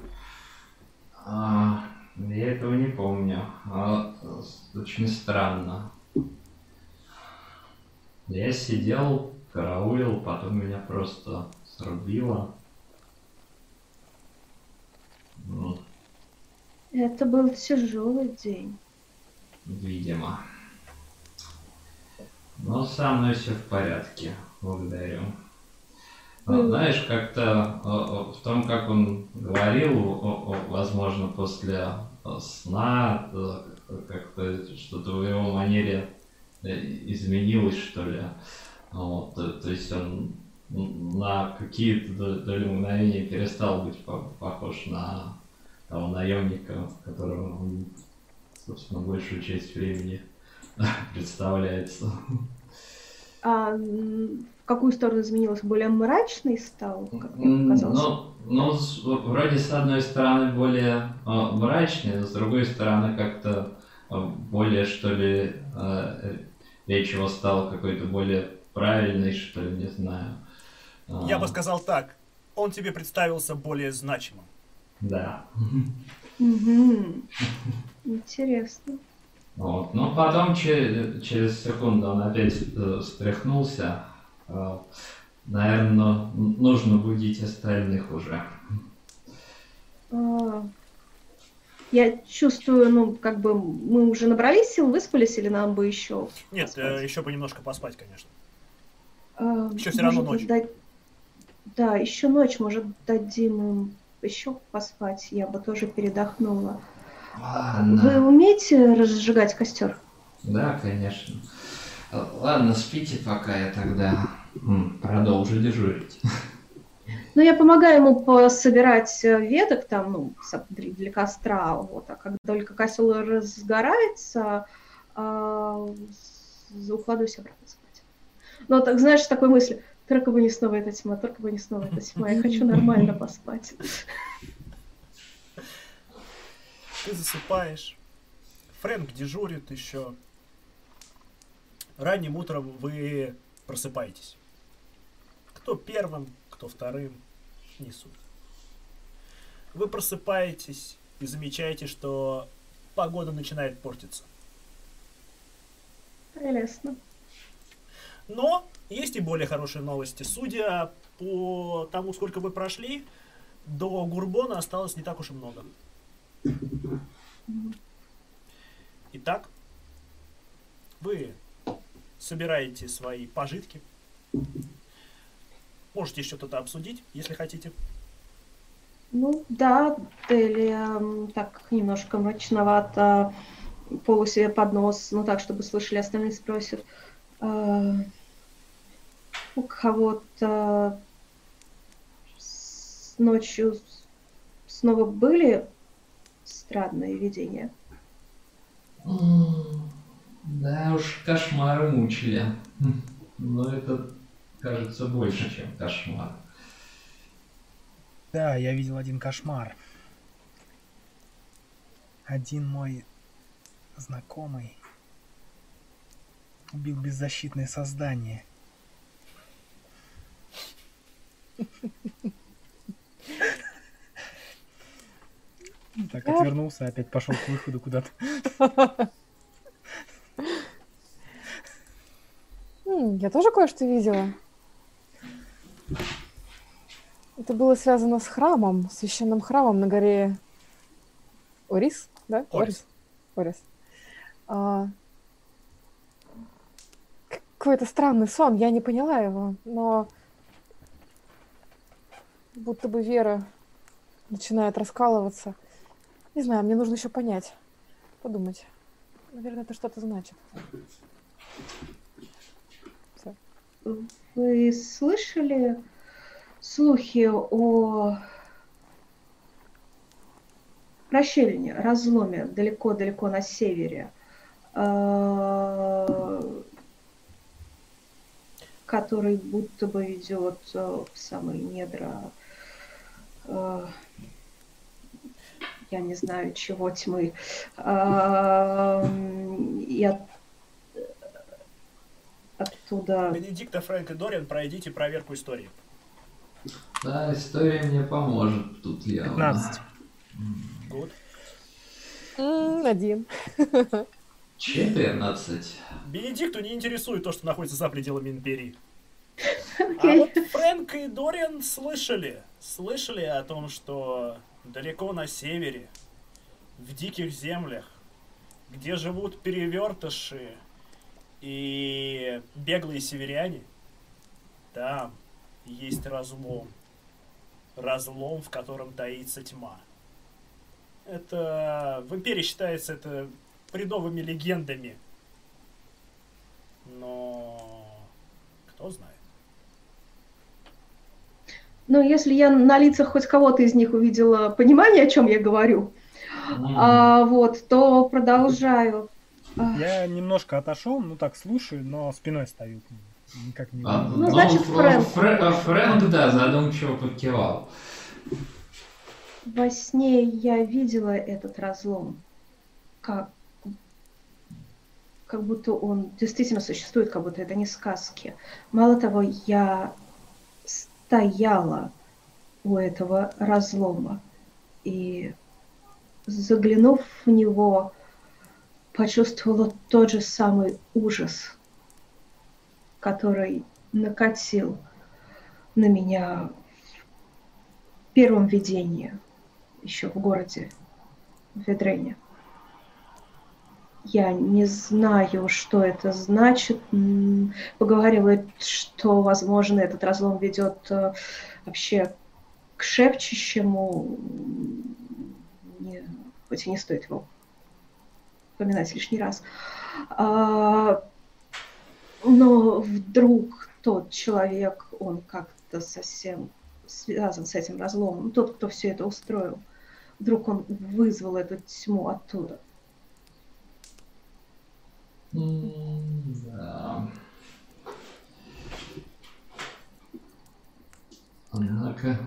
Я этого не помню. Очень странно. Я сидел, караулил, потом меня просто срубило. Это был тяжелый день. Видимо. Но со мной все в порядке. Благодарю. Знаешь, как-то в том, как он говорил, возможно, после сна, как-то что-то в его манере изменилось, что ли. Вот, то есть он на какие-то доли мгновения перестал быть похож на того наемника, которого он, собственно, большую часть времени представляется. В какую сторону изменилось? Более мрачный стал, как мне показалось? Ну, вроде с одной стороны более мрачный, но с другой стороны как-то более, что ли, речь его стала какой-то более правильной, что ли, не знаю. Я бы сказал так, он тебе представился более значимым. Да. Интересно. Вот. Но потом через секунду он опять встряхнулся. Наверное, нужно будить остальных уже. Я чувствую, ну, как бы мы уже набрались сил, выспались, или нам бы еще Нет, поспать? еще бы немножко поспать, конечно. Еще Еще все равно ночь. Да, еще ночь, может, дадим им еще поспать, я бы тоже передохнула. Ладно. Вы умеете разжигать костер? Да, конечно. Ладно, спите пока, я тогда продолжу дежурить. Ну, я помогаю ему собирать веток там, ну, для костра, вот, а как только костер разгорается, укладываюсь обратно спать. Но, так, знаешь, с такой мыслью, только бы не снова эта тьма, только бы не снова эта тьма, я хочу нормально поспать. Ты засыпаешь. Фрэнк дежурит еще. Ранним утром вы просыпаетесь. Кто первым, кто вторым, не суть. Вы просыпаетесь и замечаете, что погода начинает портиться. Прелестно. Но есть и более хорошие новости. Судя по тому, сколько вы прошли, до Гурбона осталось не так уж и много. Итак, вы собираете свои пожитки. Можете что-то обсудить, если хотите. Ну да, Делия так немножко мрачновато, полусебе под нос, ну так, чтобы слышали остальные, спросят. У кого-то ночью снова были странные видения? Да уж, кошмары мучили. Но это, кажется, больше, чем кошмар. Да, я видел один кошмар. Один мой знакомый убил беззащитное создание. Так отвернулся, опять пошел к выходу куда-то. Я тоже кое-что видела. Это было связано с храмом, священным храмом на горе Орис, да? Орис. Форест. Какой-то странный сон, я не поняла его, но будто бы вера начинает раскалываться. Не знаю, мне нужно еще понять, подумать. Наверное, это что-то значит. Всё. Вы слышали слухи о расщелине, разломе далеко-далеко на севере, который будто бы ведет в самые недра, я не знаю чего, тьмы. Оттуда... Бенедикта, Фрэнк и Дориан, пройдите проверку истории. Да, история мне поможет тут явно. 15. Гуд. 1. 14. Бенедикту не интересует то, что находится за пределами Империи. Okay. А вот Фрэнк и Дориан слышали о том, что далеко на севере, в диких землях, где живут перевертыши и беглые северяне, там есть разлом. Разлом, в котором таится тьма. Это в Империи считается это бредовыми легендами. Но кто знает. Ну, если я на лицах хоть кого-то из них увидела понимание, о чем я говорю, вот, то продолжаю. Я немножко отошел, ну так слушаю, но спиной стою. Никак не... Ну, значит, Фрэнк, да, задумчиво покивал. Во сне я видела этот разлом, как будто он действительно существует, как будто это не сказки. Мало того, я стояла у этого разлома и, заглянув в него, почувствовала тот же самый ужас, который накатил на меня в первом видении, еще в городе Ведрене. Я не знаю, что это значит. Поговаривают, что, возможно, этот разлом ведет вообще к шепчущему. Хоть и не стоит его упоминать лишний раз. Но вдруг тот человек, он как-то совсем связан с этим разломом, тот, кто все это устроил, вдруг он вызвал эту тьму оттуда. Да. Однако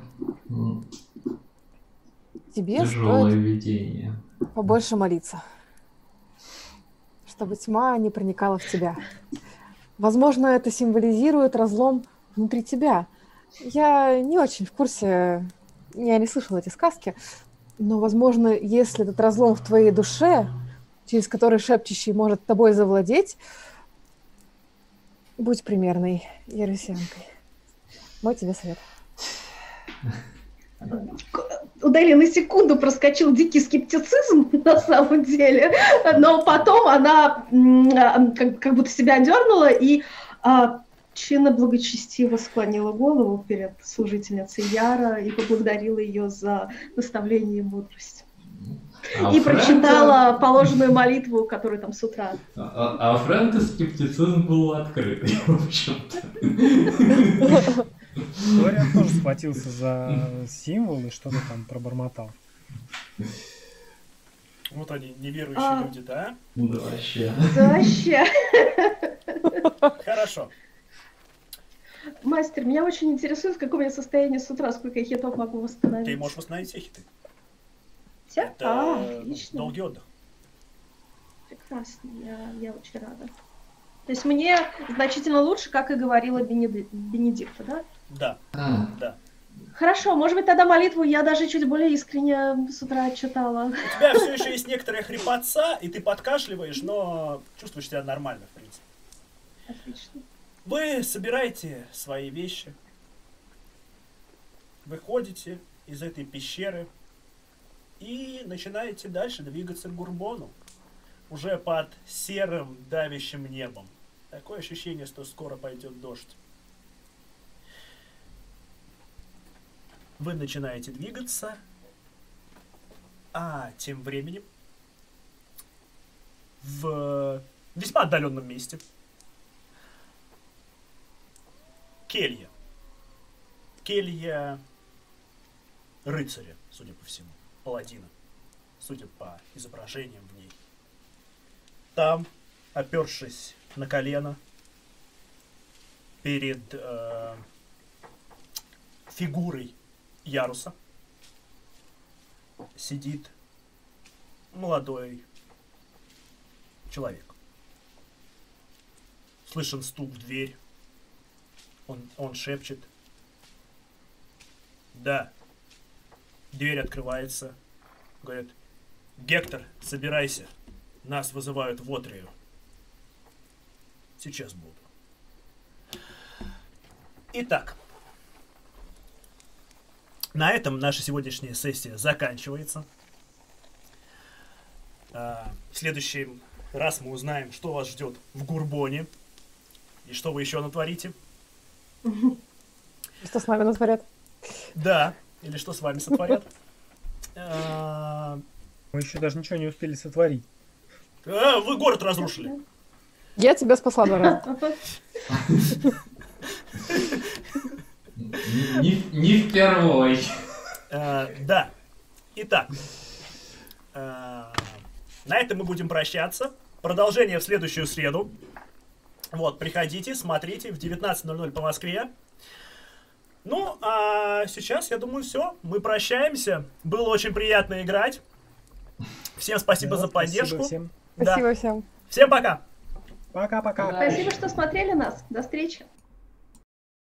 Тебе тяжелое стоит видение. побольше молиться, чтобы тьма не проникала в тебя. Возможно, это символизирует разлом внутри тебя. Я не очень в курсе, я не слышала эти сказки, но, возможно, если этот разлом в твоей душе, через который шепчущий может тобой завладеть, будь примерной ересянкой. Мой тебе совет. У Дели на секунду проскочил дикий скептицизм на самом деле, но потом она как будто себя одернула и чинно благочестиво склонила голову перед служительницей Яра и поблагодарила ее за наставление и мудрость. И прочитала положенную молитву, которую там с утра. А Фрэнка скептицизм был открытый, в общем-то. Дориан тоже схватился за символ и что-то там пробормотал. Вот они, неверующие люди, да? Да, вообще. Да, вообще. Хорошо. Мастер, меня очень интересует, в каком я состоянии с утра, сколько я хитов могу восстановить. Ты можешь восстановить все хиты. Все? Это отлично. долгий отдых. Прекрасно, я очень рада. То есть мне значительно лучше, как и говорила Бенедикта, да? Да, да. Хорошо, может быть, тогда молитву я даже чуть более искренне с утра читала. У тебя все еще есть некоторая хрипотца, и ты подкашливаешь, но чувствуешь себя нормально, в принципе. Отлично. Вы собираете свои вещи, выходите из этой пещеры и начинаете дальше двигаться к Гурбону. уже под серым давящим небом. Такое ощущение, что скоро пойдет дождь. Вы начинаете двигаться, а тем временем в весьма отдаленном месте келья. Келья рыцаря, судя по всему, паладина, судя по изображениям в ней. Там, опершись на колено перед фигурой Яруса, сидит молодой человек. Слышен стук в дверь. Он шепчет. Да. Дверь открывается. Говорит: Гектор, собирайся. Нас вызывают в Отрию. Сейчас буду. Итак. На этом наша сегодняшняя сессия заканчивается. В следующий раз мы узнаем, что вас ждет в Гурбоне. И что вы еще натворите. Что с нами натворят? Да, или что с вами сотворят. Мы еще даже ничего не успели сотворить. Вы город разрушили. Я тебя спасла 2 раза. Не впервой. Да. Итак, на этом мы будем прощаться. Продолжение в следующую среду. Вот, приходите, смотрите в 19:00 по Москве. Ну, а сейчас, я думаю, все. Мы прощаемся. Было очень приятно играть. Всем спасибо за поддержку. Спасибо всем. Спасибо всем. Всем пока. Пока-пока. Спасибо, что смотрели нас. До встречи.